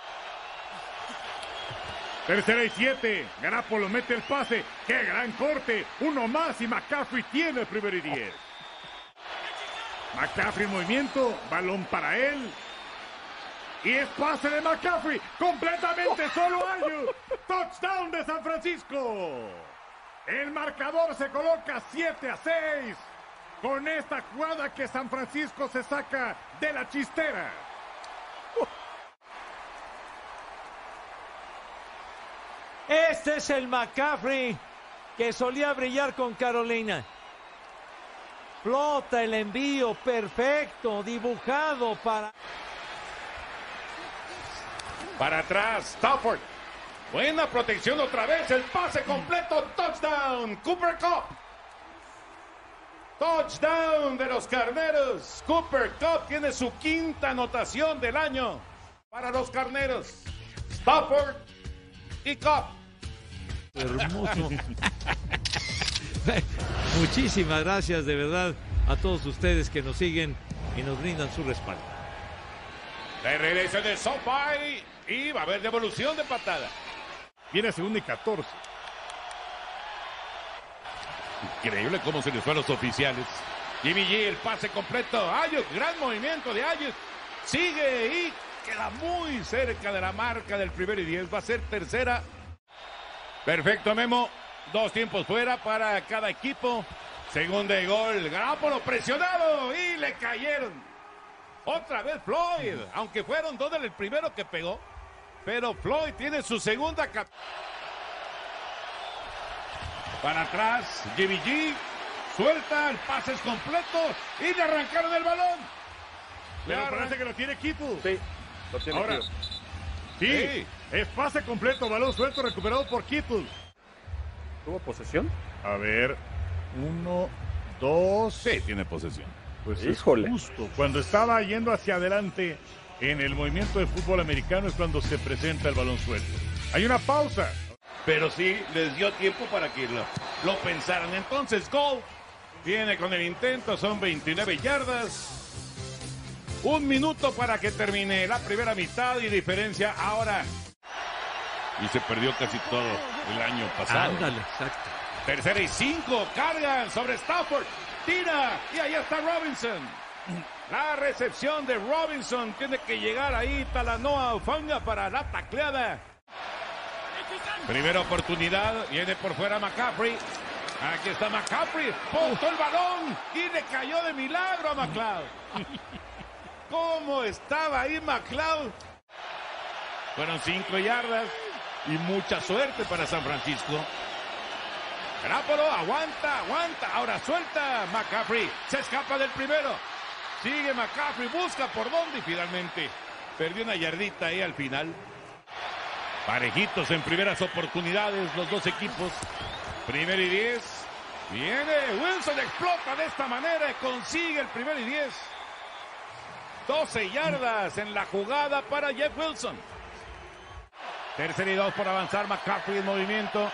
Tercera y siete. Garoppolo mete el pase. ¡Qué gran corte! Uno más y McCaffrey tiene el primer y diez. McCaffrey en movimiento. Balón para él. Y es pase de McCaffrey. Completamente solo Ayu. Touchdown de San Francisco. El marcador se coloca siete a seis. con esta jugada que San Francisco se saca de la chistera. Este es el McCaffrey que solía brillar con Carolina. Flota el envío, perfecto, dibujado para... Para atrás, Stafford. Buena protección otra vez, el pase completo, touchdown, Cooper Kupp. Touchdown de los Carneros. Cooper Kupp tiene su quinta anotación del año para los Carneros. Stafford y Kupp. Hermoso. Muchísimas gracias de verdad a todos ustedes que nos siguen y nos brindan su respaldo. De regreso de SoFi y va a haber devolución de patada. Viene segunda y catorce. Increíble cómo se les fue a los oficiales. Jimmy G, el pase completo. Ayuk, gran movimiento de Ayuk. Sigue y queda muy cerca de la marca del primer y diez. Va a ser tercera. Perfecto, Memo. Dos tiempos fuera para cada equipo. Segunda y gol. Garoppolo presionado y le cayeron. Otra vez Floyd. Aunque fueron dos del primero que pegó. Pero Floyd tiene su segunda cap. Para atrás, Jimmy G. Suelta, el pase es completo. Y le arrancaron el balón. Le parece que lo tiene Kittle. Sí, lo tiene Ahora, Kittle. Sí, Sí. es pase completo, balón suelto, recuperado por Kittle. ¿Tuvo posesión? A ver, uno, dos. Sí, tiene posesión. Pues Híjole. es justo. Cuando estaba yendo hacia adelante en el movimiento de fútbol americano es cuando se presenta el balón suelto. Hay una pausa. Pero sí les dio tiempo para que lo, lo pensaran. Entonces, gol. Viene con el intento, son veintinueve yardas. Un minuto para que termine la primera mitad y diferencia ahora. Y se perdió casi todo el año pasado. Ándale, exacto. Tercera y cinco, cargan sobre Stafford. Tira y ahí está Robinson. La recepción de Robinson tiene que llegar ahí Talanoa Ufanga para la tacleada. Primera oportunidad, viene por fuera McCaffrey. Aquí está McCaffrey, botó el balón y le cayó de milagro a McLeod. ¿Cómo estaba ahí McLeod? Fueron cinco yardas y mucha suerte para San Francisco. Garoppolo aguanta, aguanta, ahora suelta McCaffrey, se escapa del primero. Sigue McCaffrey, busca por dónde y finalmente perdió una yardita ahí al final. Parejitos en primeras oportunidades los dos equipos. Primer y diez. Viene Wilson, explota de esta manera y consigue el primer y diez. doce yardas en la jugada para Jeff Wilson. Tercer y dos por avanzar, McCaffrey en movimiento.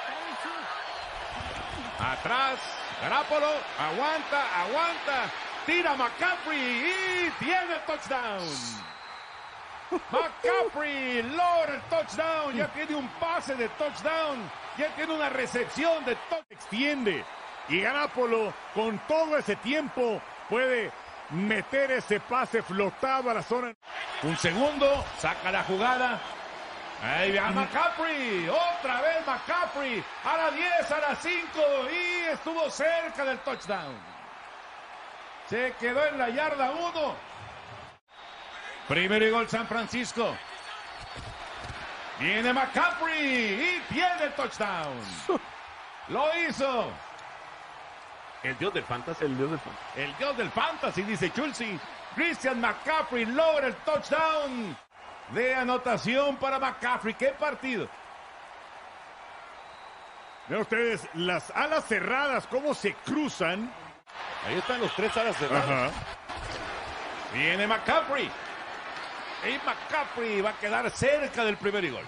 Atrás, Garoppolo, aguanta, aguanta. Tira McCaffrey y tiene el touchdown. McCaffrey logra el touchdown, ya tiene un pase de touchdown, ya tiene una recepción de touchdown. Extiende y Garoppolo con todo ese tiempo puede meter ese pase flotado a la zona. Un segundo, saca la jugada. Ahí va McCaffrey, otra vez McCaffrey, a la diez, a la cinco y estuvo cerca del touchdown. Se quedó en la yarda uno. Primero y gol San Francisco. Viene McCaffrey y tiene el touchdown. Lo hizo. El dios del fantasy. El dios del fantasy. El dios del fantasy, dice Chulsi. Christian McCaffrey logra el touchdown de anotación para McCaffrey. ¡Qué partido! Vean ustedes las alas cerradas, cómo se cruzan. Ahí están los tres alas cerradas. Ajá. Viene McCaffrey. Y McCaffrey va a quedar cerca del primer y gol.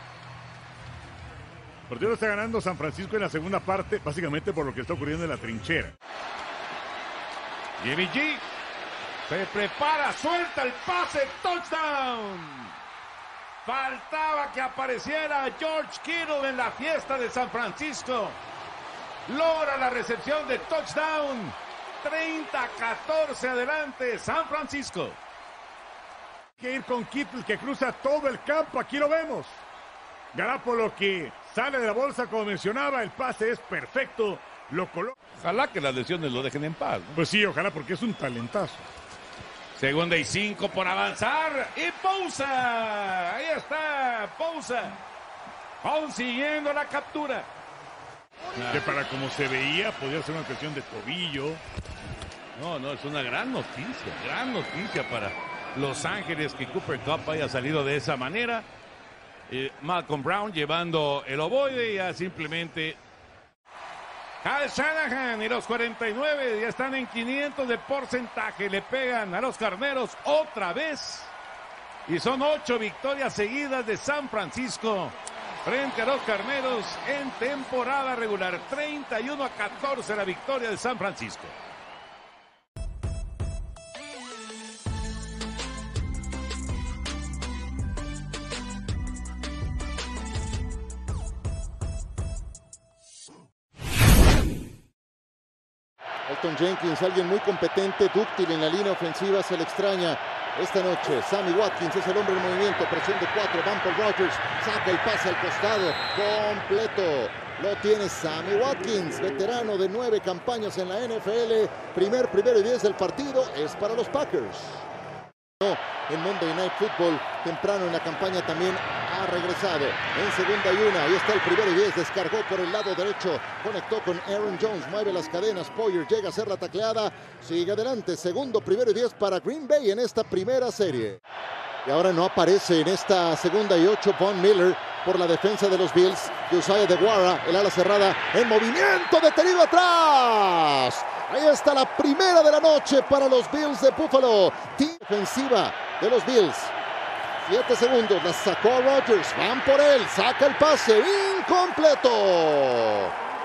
El partido está ganando San Francisco en la segunda parte, básicamente por lo que está ocurriendo en la trinchera. Jimmy G se prepara, suelta el pase, touchdown. Faltaba que apareciera George Kittle en la fiesta de San Francisco. Logra la recepción de touchdown. treinta a catorce adelante San Francisco. Hay que ir con Kittle que cruza todo el campo, aquí lo vemos. Garoppolo que sale de la bolsa como mencionaba, el pase es perfecto lo coloca. Ojalá que las lesiones lo dejen en paz, ¿no? Pues sí, ojalá, porque es un talentazo. Segunda y cinco por avanzar. Y Bosa. Ahí está, Bosa. Consiguiendo la captura. Que para como se veía, podía ser una cuestión de tobillo. No, no, es una gran noticia. Gran noticia para Los Ángeles que Cooper Kupp haya salido de esa manera. Eh, Malcolm Brown llevando el ovoide, ya simplemente Kyle Shanahan y los cuarenta y nueve ya están en quinientos de porcentaje, le pegan a los Carneros otra vez y son ocho victorias seguidas de San Francisco frente a los Carneros en temporada regular. Treinta y uno a catorce la victoria de San Francisco. Elgton Jenkins, alguien muy competente, dúctil en la línea ofensiva, se le extraña esta noche. Sammy Watkins es el hombre en movimiento, presión de cuatro, van por Rodgers, saca el pase al costado, completo. Lo tiene Sammy Watkins, veterano de nueve campañas en la N F L. Primer, primero y diez del partido es para los Packers. En Monday Night Football, temprano en la campaña también ha regresado. En segunda y una, ahí está el primero y diez, descargó por el lado derecho, conectó con Aaron Jones, mueve las cadenas, Poyer llega a hacer la tacleada, sigue adelante, segundo, primero y diez para Green Bay en esta primera serie. Y ahora no aparece en esta segunda y ocho Von Miller por la defensa de los Bills. Josiah DeGuara, el ala cerrada, en movimiento, detenido atrás. Ahí está la primera de la noche para los Bills de Buffalo. Defensiva de los Bills. Siete segundos, la sacó Rodgers, van por él, saca el pase, incompleto.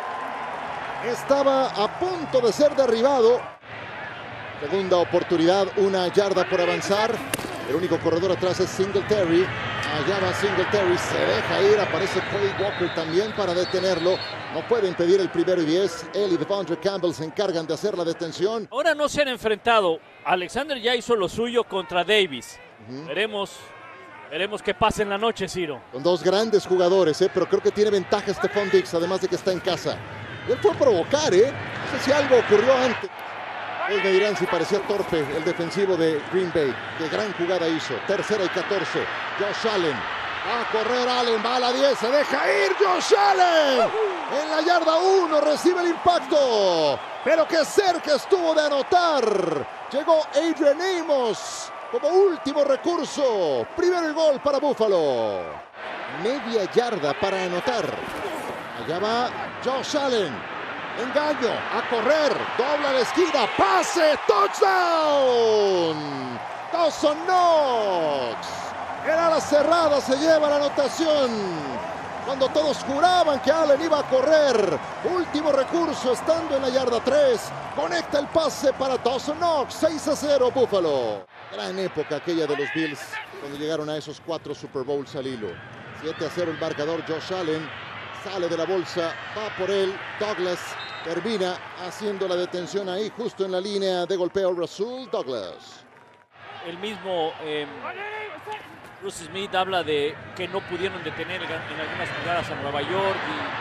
Estaba a punto de ser derribado. Segunda oportunidad, una yarda por avanzar. El único corredor atrás es Singletary. Allá va Singletary, se deja ir, aparece Cody Walker también para detenerlo. No puede impedir el primero y diez. Él y Devondre Campbell se encargan de hacer la detención. Ahora no se han enfrentado. Alexander ya hizo lo suyo contra Davis. Uh-huh. Veremos, veremos qué pasa en la noche, Ciro. Con dos grandes jugadores, ¿eh? Pero creo que tiene ventaja Stephon Diggs, además de que está en casa. Y él fue a provocar, ¿eh? No sé si algo ocurrió antes. Hoy me dirán si parecía torpe el defensivo de Green Bay. Qué gran jugada hizo. Tercera y catorce. Josh Allen. Va a correr Allen. Va a la diez. Se deja ir Josh Allen. En la yarda uno recibe el impacto. Pero qué cerca estuvo de anotar. Llegó Adrian Amos como último recurso. Primero el gol para Buffalo. Media yarda para anotar. Allá va Josh Allen. Engaño, a correr, dobla la esquina, pase, touchdown. Dawson Knox. El ala cerrada se lleva la anotación. Cuando todos juraban que Allen iba a correr. Último recurso, estando en la yarda tres. Conecta el pase para Dawson Knox. seis a cero Buffalo. Gran época aquella de los Bills cuando llegaron a esos cuatro Super Bowls al hilo. siete a cero el marcador. Josh Allen sale de la bolsa, va por él. Douglas termina haciendo la detención ahí, justo en la línea de golpeo. Rasul Douglas. El mismo eh, Bruce Smith habla de que no pudieron detener en algunas jugadas a Nueva York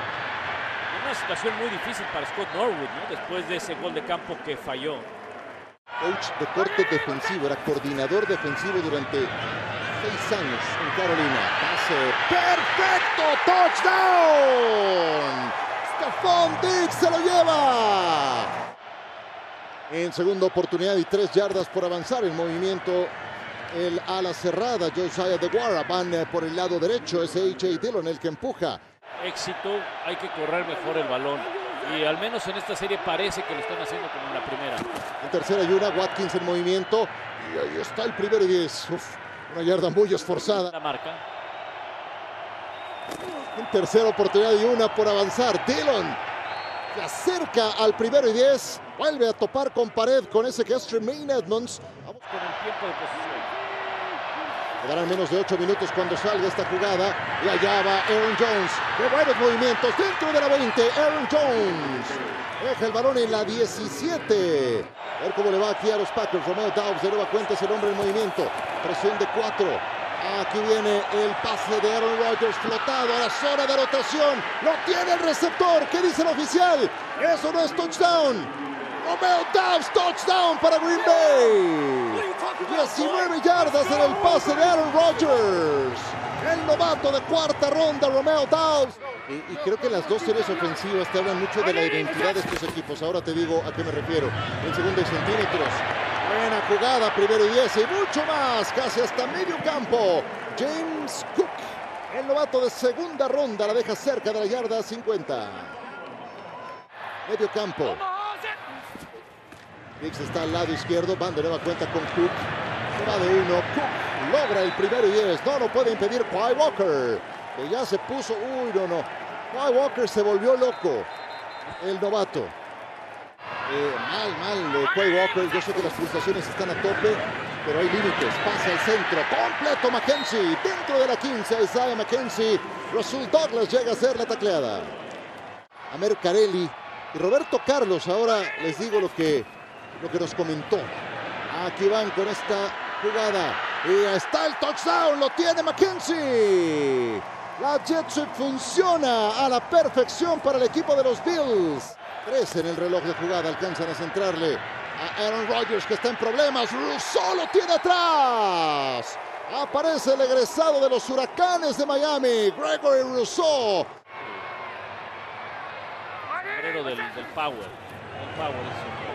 y una situación muy difícil para Scott Norwood, ¿no? Después de ese gol de campo que falló. Coach de corte defensivo, era coordinador defensivo durante seis años en Carolina. Pase perfecto, touchdown. Stephon Diggs se lo lleva. En segunda oportunidad y tres yardas por avanzar en movimiento. El ala cerrada, Josiah DeGuara, van por el lado derecho, es A J Dillon el que empuja. Éxito, hay que correr mejor el balón. Y al menos en esta serie parece que lo están haciendo como en la primera. En tercera y una, Watkins en movimiento. Y ahí está el primero y diez. Uf, una yarda muy esforzada. La marca. En tercera oportunidad y una por avanzar. Dillon se acerca al primero y diez. Vuelve a topar con pared con ese que es Tremaine Edmonds. Vamos con el tiempo de posición. Quedarán menos de ocho minutos cuando salga esta jugada. Y allá va Aaron Jones. ¡Qué buenos movimientos! Dentro de la veinte, Aaron Jones. Deja el balón en la diecisiete. A ver cómo le va aquí a los Packers. Romeo Doubs de nueva cuenta es el hombre en movimiento. Presión de cuatro. Aquí viene el pase de Aaron Rodgers flotado a la zona de anotación. Lo tiene el receptor. ¿Qué dice el oficial? Eso no es touchdown. Romeo Doubs, touchdown para Green Bay. diecinueve yardas en el pase de Aaron Rodgers. El novato de cuarta ronda, Romeo Doubs. Y, y creo que las dos series ofensivas te hablan mucho de la identidad de estos equipos. Ahora te digo a qué me refiero. En segunda y centímetros. Buena jugada, primero y diez y mucho más. Casi hasta medio campo. James Cook, el novato de segunda ronda, la deja cerca de la yarda cincuenta. Medio campo. Diggs está al lado izquierdo, van de nueva cuenta con Cook. Se va de uno, Cook logra el primero y diez. No, no puede impedir Quay Walker, que ya se puso, uy, no, no. Quay Walker se volvió loco, el novato. Eh, mal, mal, eh, Quay Walker. Yo sé que las pulsaciones están a tope, pero hay límites. Pasa al centro, completo McKenzie. Dentro de la quince, Isaiah McKenzie. Rasul Douglas llega a hacer la tacleada. Amer Carelli y Roberto Carlos. Ahora les digo lo que, lo que nos comentó. Aquí van con esta jugada. Y está el touchdown, lo tiene McKenzie. La jet sweep funciona a la perfección para el equipo de los Bills. Tres en el reloj de jugada, alcanzan a centrarle a Aaron Rodgers, que está en problemas. Rousseau lo tiene atrás. Aparece el egresado de los Huracanes de Miami, Gregory Rousseau. Del, del Power. Del Power.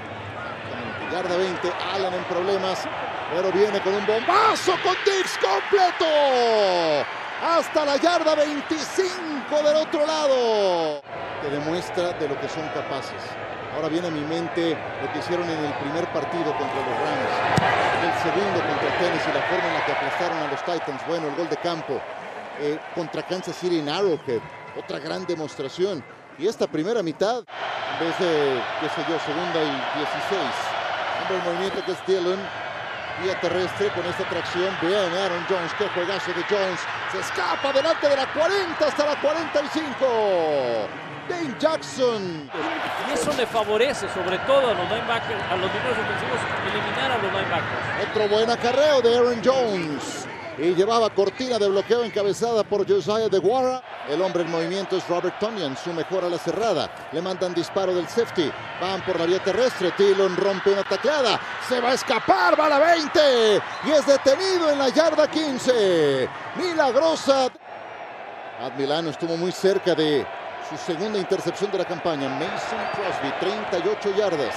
Yarda veinte, Allen en problemas, pero viene con un bombazo con Diggs completo. Hasta la yarda veinticinco del otro lado. Te demuestra de lo que son capaces. Ahora viene a mi mente lo que hicieron en el primer partido contra los Rams, en el segundo contra Tennessee, la forma en la que aplastaron a los Titans. Bueno, el gol de campo eh, contra Kansas City en Arrowhead, otra gran demostración. Y esta primera mitad, en vez de, qué sé yo, segunda y dieciséis, hombre, el movimiento que es Dillon, vía terrestre con esta tracción. Bien, Aaron Jones, qué juegazo de Jones. Se escapa delante de la cuarenta hasta la cuarenta y cinco. Dane Jackson. Y eso le favorece sobre todo a los linebackers, a los números ofensivos, eliminar a los linebackers. Otro buen acarreo de Aaron Jones. Y llevaba cortina de bloqueo encabezada por Josiah DeGuara. El hombre en movimiento es Robert Tonyan, su mejor a la cerrada. Le mandan disparo del safety. Van por la vía terrestre. Dillon rompe una tacleada. Se va a escapar, va a la veinte. Y es detenido en la yarda quince. Milagrosa. Matt Milano estuvo muy cerca de su segunda intercepción de la campaña. Mason Crosby, treinta y ocho yardas.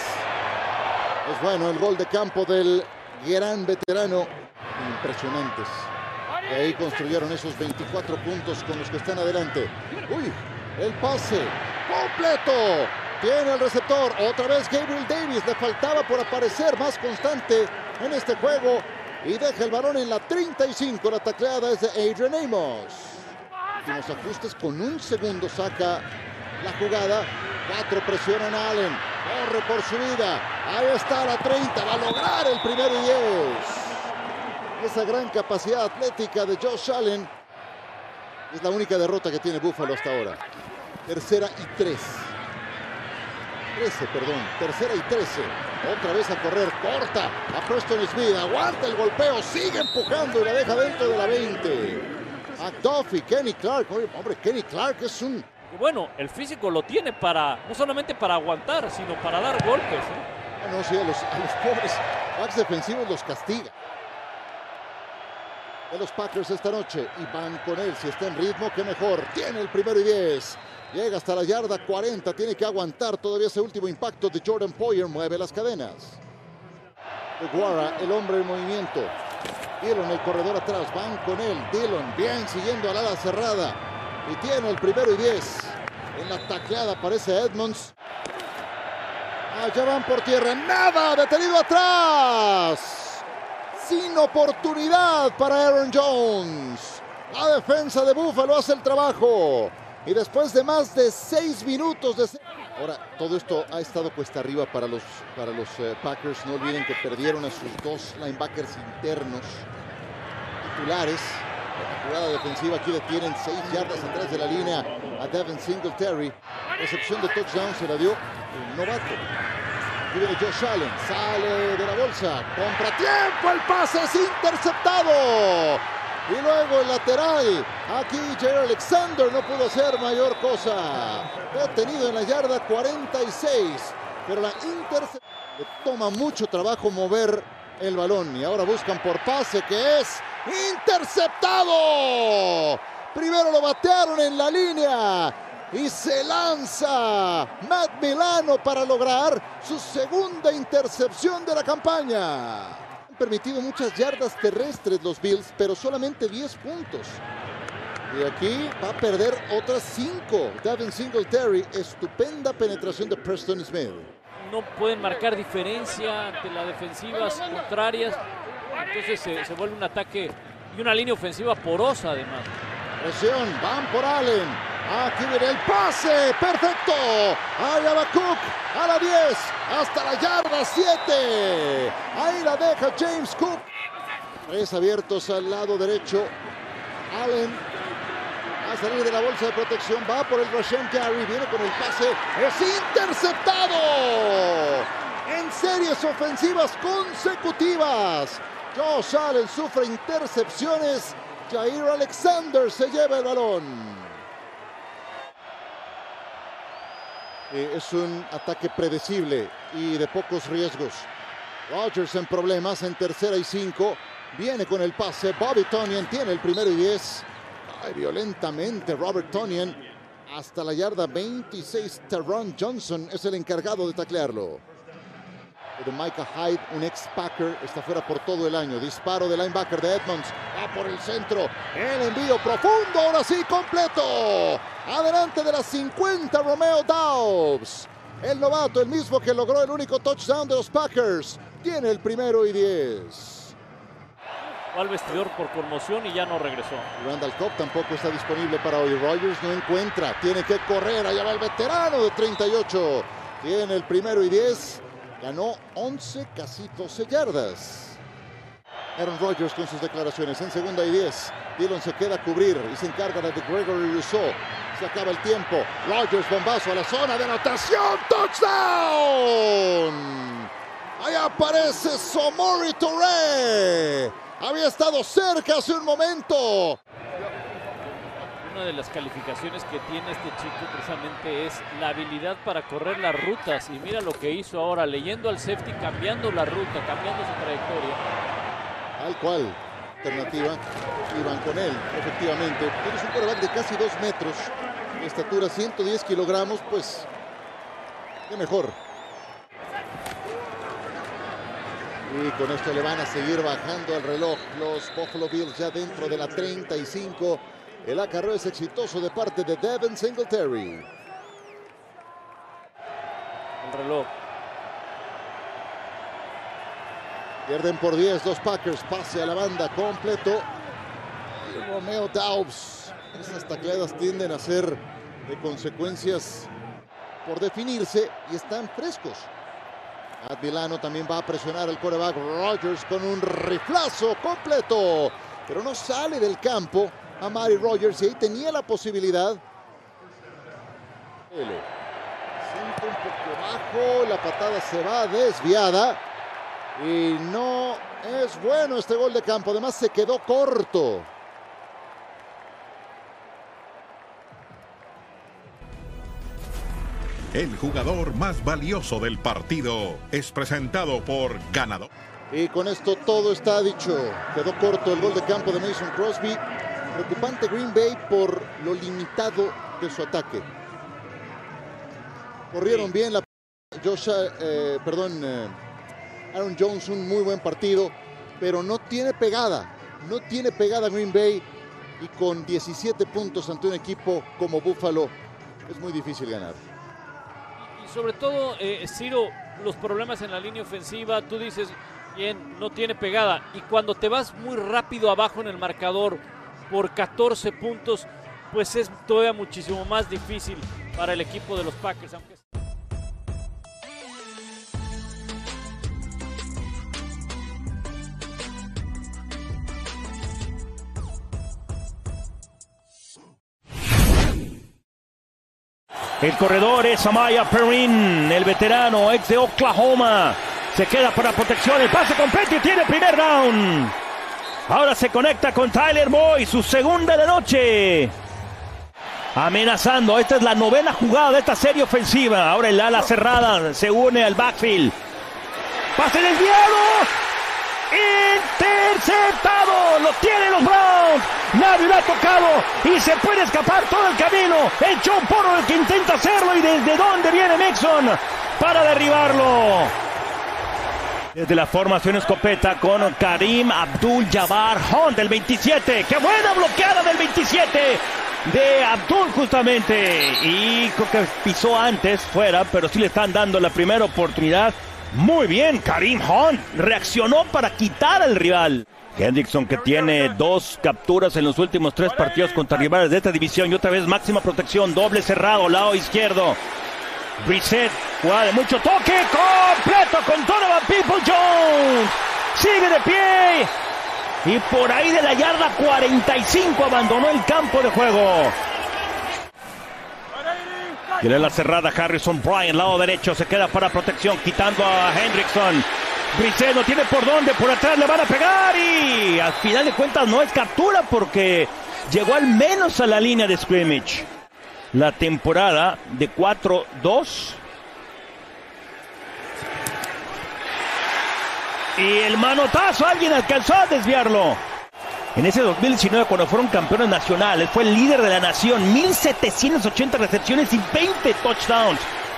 Es bueno el gol de campo del gran veterano. Impresionantes. Y ahí construyeron esos veinticuatro puntos con los que están adelante. Uy, el pase completo. Tiene el receptor. Otra vez Gabriel Davis. Le faltaba por aparecer más constante en este juego. Y deja el balón en la treinta y cinco. La tacleada es de Adrian Amos. Últimos ajustes, con un segundo saca la jugada. Cuatro presionan a Allen. Corre por su vida. Ahí está la treinta. Va a lograr el primero y diez. Esa gran capacidad atlética de Josh Allen es la única derrota que tiene Buffalo hasta ahora. Tercera y tres. trece, perdón. Tercera y trece. Otra vez a correr. Corta a Preston Smith. Aguanta el golpeo. Sigue empujando y la deja dentro de la veinte. McDuffie, Kenny Clark. Hombre, Kenny Clark es un... Bueno, el físico lo tiene para, no solamente para aguantar, sino para dar golpes. ¿eh? No, sí, a los, a los pobres backs defensivos los castiga. De los Packers esta noche y van con él. Si está en ritmo, qué mejor. Tiene el primero y diez. Llega hasta la yarda cuarenta. Tiene que aguantar todavía ese último impacto de Jordan Poyer. Mueve las cadenas. DeGuara, el hombre en movimiento. Dillon, el corredor atrás. Van con él. Dillon, bien siguiendo al ala cerrada. Y tiene el primero y diez. En la tacleada aparece Edmonds. Allá van por tierra. Nada. Detenido atrás. Sin oportunidad para Aaron Jones. La defensa de Buffalo hace el trabajo. Y después de más de seis minutos de... Ahora, todo esto ha estado cuesta arriba para los, para los uh, Packers. No olviden que perdieron a sus dos linebackers internos titulares. La jugada defensiva aquí detienen seis yardas atrás de la línea a Devin Singletary. Recepción de touchdown se la dio un novato. Aquí viene Josh Allen, sale de la bolsa, compra tiempo, el pase es interceptado. Y luego el lateral. Aquí Jair Alexander no pudo hacer mayor cosa. Detenido en la yarda cuarenta y seis. Pero la intercepción. Le toma mucho trabajo mover el balón. Y ahora buscan por pase, que es interceptado. Primero lo batearon en la línea. Y se lanza Matt Milano para lograr su segunda intercepción de la campaña. Han permitido muchas yardas terrestres los Bills, pero solamente diez puntos. Y aquí va a perder otras cinco. Devin Singletary, estupenda penetración de Preston Smith. No pueden marcar diferencia ante las defensivas contrarias. Entonces se, se vuelve un ataque y una línea ofensiva porosa además. Presión, van por Allen. Aquí viene el pase, perfecto. Allá va Cook, a la diez, hasta la yarda siete. Ahí la deja James Cook. Tres abiertos al lado derecho. Allen a salir de la bolsa de protección, va por el Rashan Gary, viene con el pase, es interceptado. En series ofensivas consecutivas, Josh Allen sufre intercepciones. Jair Alexander se lleva el balón. Eh, es un ataque predecible y de pocos riesgos. Rodgers en problemas en tercera y cinco. Viene con el pase. Bobby Tonyan tiene el primero y diez. Ay, violentamente Robert Tonyan hasta la yarda veintiséis. Teron Johnson es el encargado de taclearlo. De Micah Hyde, un ex-Packer, está fuera por todo el año. Disparo de linebacker de Edmonds. Va por el centro. El envío profundo, ahora sí, completo. Adelante de las cincuenta, Romeo Doubs. El novato, el mismo que logró el único touchdown de los Packers. Tiene el primero y diez. Va al vestidor por conmoción y ya no regresó. Randall Cobb tampoco está disponible para hoy. Rodgers no encuentra. Tiene que correr. Allá va el veterano de treinta y ocho. Tiene el primero y diez. Ganó once, casi doce yardas. Aaron Rodgers con sus declaraciones en segunda y diez. Dillon se queda a cubrir y se encarga de Gregory Rousseau. Se acaba el tiempo. Rodgers, bombazo a la zona de anotación. ¡Touchdown! Ahí aparece Samori Touré. Había estado cerca hace un momento. Una de las calificaciones que tiene este chico precisamente es la habilidad para correr las rutas. Y mira lo que hizo ahora, leyendo al safety, cambiando la ruta, cambiando su trayectoria. Tal cual, alternativa, iban con él, efectivamente. Tienes un quarterback de casi dos metros, de estatura ciento diez kilogramos, pues, qué mejor. Y con esto le van a seguir bajando el reloj los Buffalo Bills ya dentro de la treinta y cinco. El acarreo es exitoso de parte de Devin Singletary. El reloj. Pierden por diez los Packers. Pase a la banda completo. Y Romeo Doubs. Esas tacleadas tienden a ser de consecuencias por definirse y están frescos. Matt Milano también va a presionar al quarterback Rodgers con un riflazo completo. Pero no sale del campo a Amari Rodgers y ahí tenía la posibilidad. Siente un poco bajo, la patada se va desviada y no es bueno este gol de campo, además se quedó corto. El jugador más valioso del partido es presentado por Ganador. Y con esto todo está dicho. Quedó corto el gol de campo de Mason Crosby. Preocupante Green Bay por lo limitado de su ataque. Corrieron bien la... Josh, eh, perdón, eh, Aaron Jones, un muy buen partido, pero no tiene pegada. No tiene pegada Green Bay y con diecisiete puntos ante un equipo como Buffalo es muy difícil ganar. Y sobre todo, eh, Ciro, los problemas en la línea ofensiva, tú dices, bien, no tiene pegada. Y cuando te vas muy rápido abajo en el marcador por catorce puntos, pues es todavía muchísimo más difícil para el equipo de los Packers. Aunque... El corredor es Amaya Perrin, el veterano ex de Oklahoma. Se queda para protección, el pase completo y tiene el primer down. Ahora se conecta con Tyler Boyd, su segunda de noche. Amenazando, esta es la novena jugada de esta serie ofensiva. Ahora el ala cerrada se une al backfield. Pase desviado. Interceptado. Lo tienen los Browns. Nadie lo ha tocado y se puede escapar todo el camino. El Joe Burrow el que intenta hacerlo y desde dónde viene Mixon para derribarlo. Desde la formación escopeta con Kareem Abdul-Jabbar Hunt del veintisiete. ¡Qué buena bloqueada del veintisiete! De Abdul justamente. Y creo que pisó antes fuera, pero sí le están dando la primera oportunidad. Muy bien, Kareem Hunt reaccionó para quitar al rival. Hendrickson que tiene dos capturas en los últimos tres partidos contra rivales de esta división. Y otra vez máxima protección, doble cerrado, lado izquierdo. Brissett, jugada de mucho toque, completo con Donovan Peoples-Jones. Sigue de pie. Y por ahí de la yarda cuarenta y cinco abandonó el campo de juego. Tiene la cerrada Harrison Bryant, lado derecho, se queda para protección, quitando a Hendrickson. Brissett no tiene por dónde, por atrás le van a pegar y al final de cuentas no es captura porque llegó al menos a la línea de scrimmage. La temporada de cuatro dos. Y el manotazo, alguien alcanzó a desviarlo. En ese dos mil diecinueve, cuando fueron campeones nacionales, fue el líder de la nación. mil setecientas ochenta recepciones y veinte touchdowns.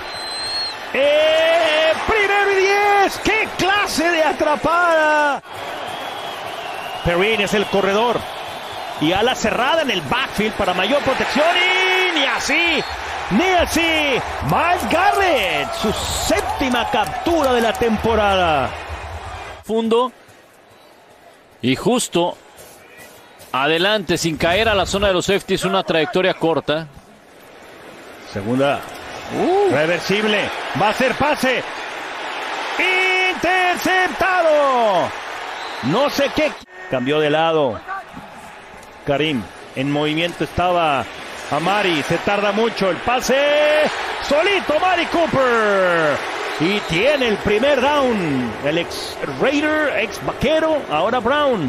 ¡Eh! ¡Primero y diez! ¡Qué clase de atrapada! Perrine es el corredor. Y ala cerrada en el backfield para mayor protección. Y ni así, ni así. Myles Garrett, su séptima captura de la temporada. Fundo. Y justo adelante, sin caer a la zona de los safeties, una trayectoria corta. Segunda. Uh. Reversible. Va a ser pase. Interceptado. No sé qué. Cambió de lado. Kareem. En movimiento estaba Amari. Se tarda mucho. El pase. Solito Amari Cooper. Y tiene el primer down. El ex Raider, ex vaquero. Ahora Brown.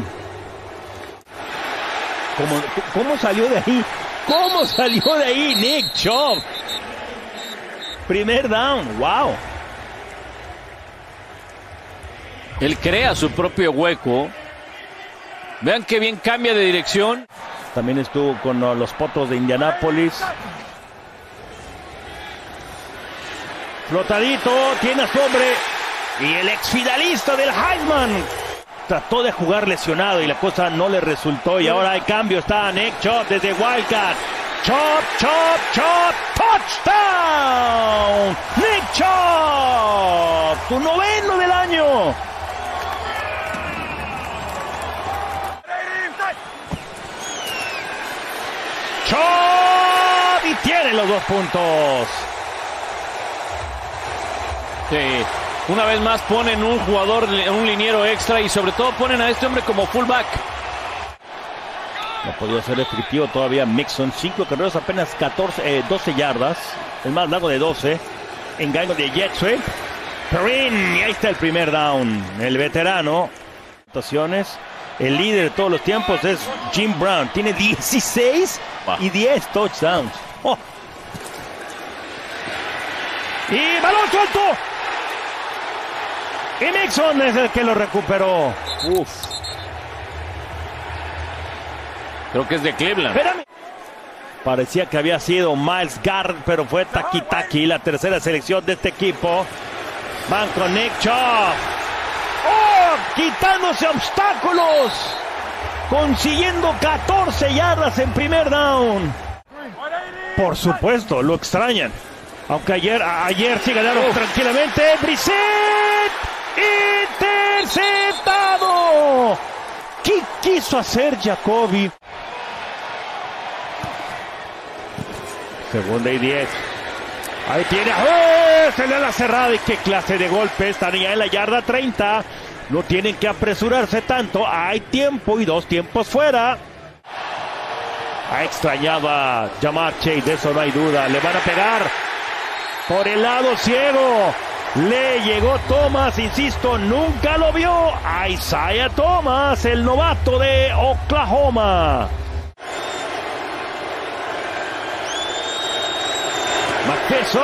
¿Cómo, ¿Cómo salió de ahí? ¿Cómo salió de ahí Nick Chubb? Primer down, wow. Él crea su propio hueco. Vean qué bien cambia de dirección. También estuvo con los Potros de Indianápolis. Flotadito, tiene a su hombre. Y el exfinalista del Heisman trató de jugar lesionado y la cosa no le resultó. Y ahora hay cambio, está Nick Chubb desde Wildcat. Chop, chop, chop, touchdown. Nick Chubb, tu noveno del año. Chubb y tiene los dos puntos. Sí, una vez más ponen un jugador, un liniero extra y sobre todo ponen a este hombre como fullback. No podía ser efectivo todavía Mixon. Cinco carreras, apenas catorce, eh, doce yardas. El más largo de doce. Engaño de jet sweep. Perrine. Y ahí está el primer down. El veterano. Anotaciones. El líder de todos los tiempos es Jim Brown. Tiene dieciséis wow. y diez touchdowns. Oh. Y balón suelto. Y Mixon es el que lo recuperó. Uf. Creo que es de Cleveland. Espérame. Parecía que había sido Myles Garrett, pero fue Taki Taki, la tercera selección de este equipo. Van con Nick Chubb. ¡Oh! Quitándose obstáculos. Consiguiendo catorce yardas en primer down. Por supuesto, lo extrañan. Aunque ayer, ayer sí ganaron oh. tranquilamente. Brissett. Interceptado. ¿Qué quiso hacer Jacoby? Segunda y diez. Ahí tiene. ¡Oh! Se le da la cerrada. Y qué clase de golpe. Están ya en la yarda treinta. No tienen que apresurarse tanto. Hay tiempo y dos tiempos fuera. Ha extrañado a Ja'Marr Chase. De eso no hay duda. Le van a pegar por el lado ciego. Le llegó Thomas, insisto, nunca lo vio a Isaiah Thomas, el novato de Oklahoma. McPherson.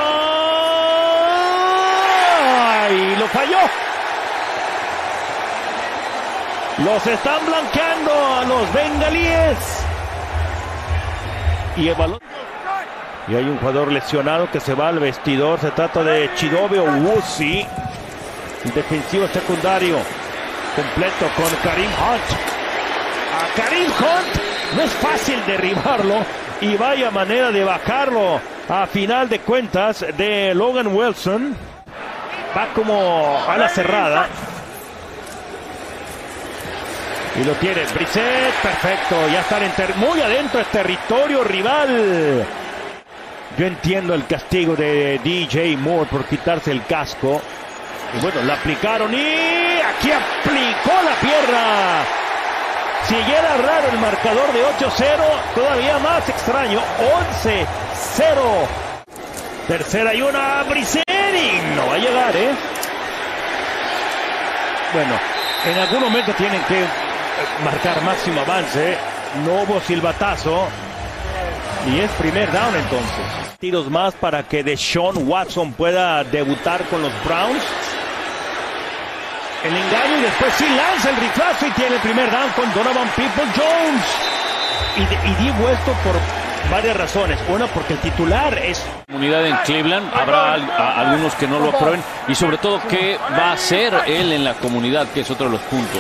Y lo falló. Los están blanqueando a los bengalíes. Y el balón. Y hay un jugador lesionado que se va al vestidor. Se trata de Chidobe Owusu, defensivo secundario, completo con Kareem Hunt. A Kareem Hunt no es fácil derribarlo. Y vaya manera de bajarlo a final de cuentas de Logan Wilson. Va como a la cerrada. Y lo tiene Brissett, perfecto. Ya están en muy adentro del territorio rival. Yo entiendo el castigo de D J Moore por quitarse el casco. Y bueno, la aplicaron y aquí aplicó la pierna. Si ya era raro el marcador de ocho cero, todavía más extraño, once cero. Tercera y una, Brissett, y no va a llegar, ¿eh? Bueno, en algún momento tienen que marcar máximo avance. No hubo silbatazo. Y es primer down entonces. Tiros más para que Deshaun Watson pueda debutar con los Browns. El engaño y después sí lanza el riflazo y tiene el primer down con Donovan Peoples-Jones. Y, y di vuelto por varias razones. Una, porque el titular es... Comunidad en Cleveland, habrá al, a, algunos que no lo aprueben. Y sobre todo, ¿qué va a hacer él en la comunidad? Que es otro de los puntos.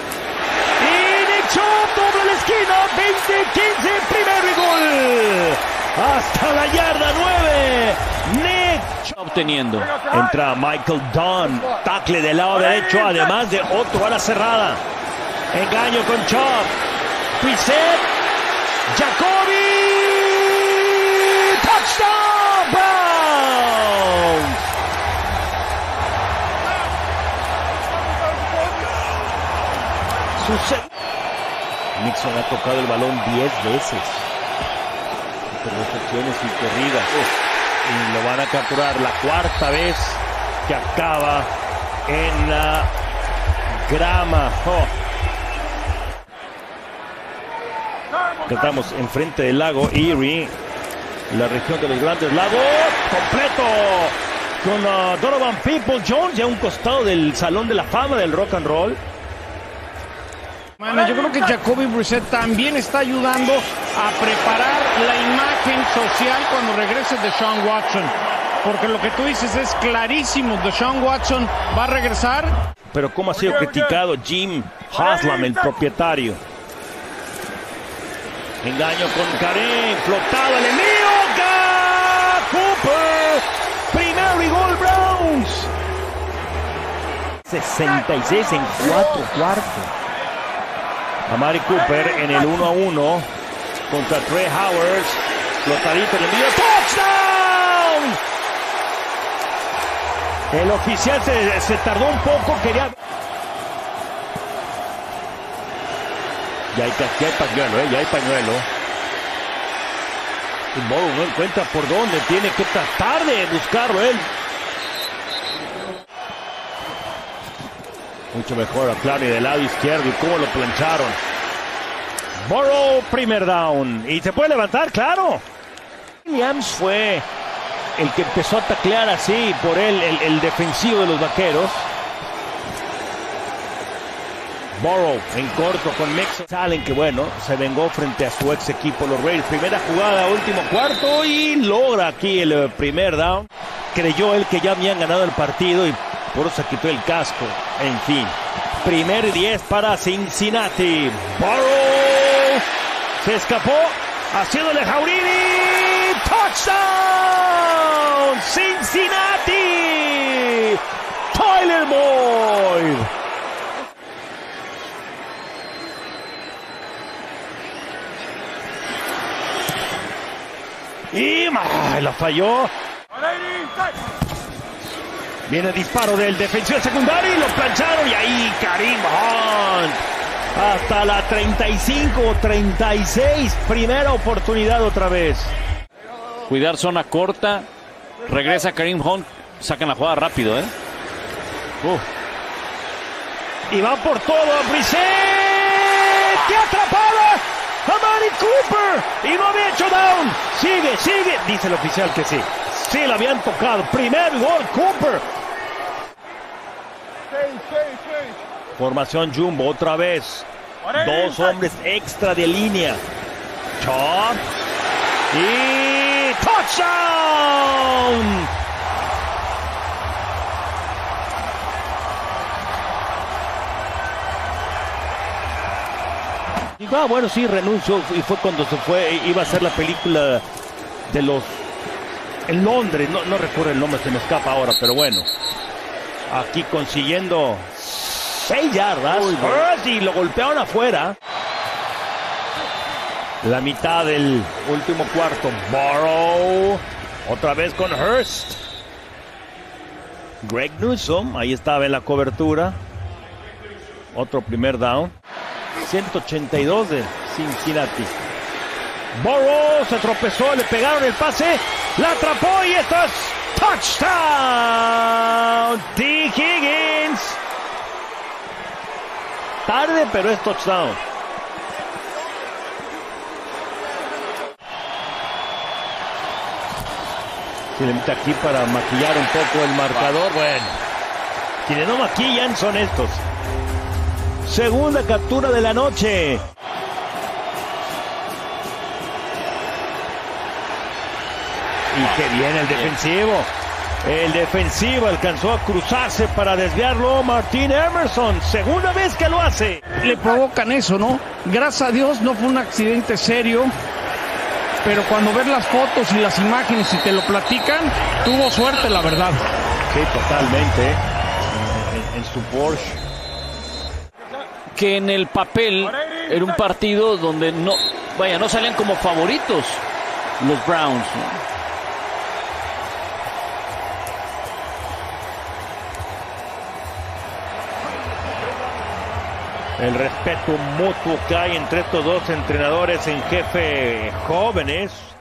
Doble la esquina, veinte quince, primero y gol. Hasta la yarda nueve. Nick obteniendo. Entra Michael Dunn, tackle del lado derecho, además de otro a la cerrada. Engaño con Chubb. Brissett, Jacoby. Touchdown, Browns. Sucede. Mixon ha tocado el balón diez veces. Entre recepciones y corridas. Y lo van a capturar la cuarta vez que acaba en la grama. Oh. Estamos enfrente del lago Erie, la región de los Grandes Lagos. Completo con uh, Donovan Peoples-Jones, ya a un costado del Salón de la Fama del Rock and Roll. Bueno, yo creo que Jacoby Brissett también está ayudando a preparar la imagen social cuando regrese Deshaun Watson. Porque lo que tú dices es clarísimo, Deshaun Watson va a regresar. Pero cómo ha sido criticado Jim Haslam, el propietario. Engaño con Kareem, flotado el envío. Cooper, primero y gol Browns. sesenta y seis en cuatro cuartos. Amari Cooper en el uno a uno contra Trey Howard. Flotadito el envío. ¡Touchdown! El oficial se, se tardó un poco. Quería. Ya hay, ya hay pañuelo, ¿eh? Ya hay pañuelo. Y Morrow no encuentra por dónde. Tiene que tratar de buscarlo él. Mucho mejor a Clowney del lado izquierdo y cómo lo plancharon. Burrow, primer down. Y se puede levantar, claro. Williams fue el que empezó a taclear así por él, el, el defensivo de los Vaqueros. Burrow en corto con Mixon. Salen que bueno, se vengó frente a su ex equipo, los Raiders. Primera jugada, último cuarto y logra aquí el primer down. Creyó él que ya habían ganado el partido y por eso se quitó el casco. En fin, primer diez para Cincinnati. Burrow se escapó, haciéndole Jaurini. ¡Touchdown! ¡Cincinnati! ¡Tyler Boyd! Y ¡ay, la falló! Viene el disparo del defensor secundario y lo plancharon. Y ahí Kareem Hunt. Hasta la treinta y cinco treinta y seis. Primera oportunidad otra vez. Cuidar zona corta. Regresa Kareem Hunt sacan la jugada rápido, ¿eh? Uf. Y va por todo, Brissett. ¡Qué atrapada! Amari Cooper. Y no había hecho down. Sigue, sigue. Dice el oficial que sí. Sí, la habían tocado. Primer gol, Cooper. Formación Jumbo otra vez. Dos hombres extra de línea. Chop. Y touchdown. Y ah, bueno, sí, renunció. Y fue cuando se fue. Iba a hacer la película de los... En Londres. No, no recuerdo el nombre, se me escapa ahora. Pero bueno. Aquí consiguiendo... seis yardas. Y lo golpearon afuera. La mitad del último cuarto. Burrow. Otra vez con Hurst. Greg Newsome. Ahí estaba en la cobertura. Otro primer down. ciento ochenta y dos de Cincinnati. Burrow se tropezó. Le pegaron el pase. La atrapó y esto es touchdown. T. Higgins. Tarde, pero es touchdown. Se le mete aquí para maquillar un poco el marcador. Bueno, quienes no maquillan son estos. Segunda captura de la noche. Y qué bien el defensivo. El defensivo alcanzó a cruzarse para desviarlo. Martin Emerson, segunda vez que lo hace. Le provocan eso, ¿no? Gracias a Dios no fue un accidente serio. Pero cuando ves las fotos y las imágenes y te lo platican, tuvo suerte, la verdad. Sí, totalmente. En, en su Porsche. Que en el papel era un partido donde no, vaya, no salían como favoritos los Browns, ¿no? El respeto mutuo que hay entre estos dos entrenadores en jefe jóvenes.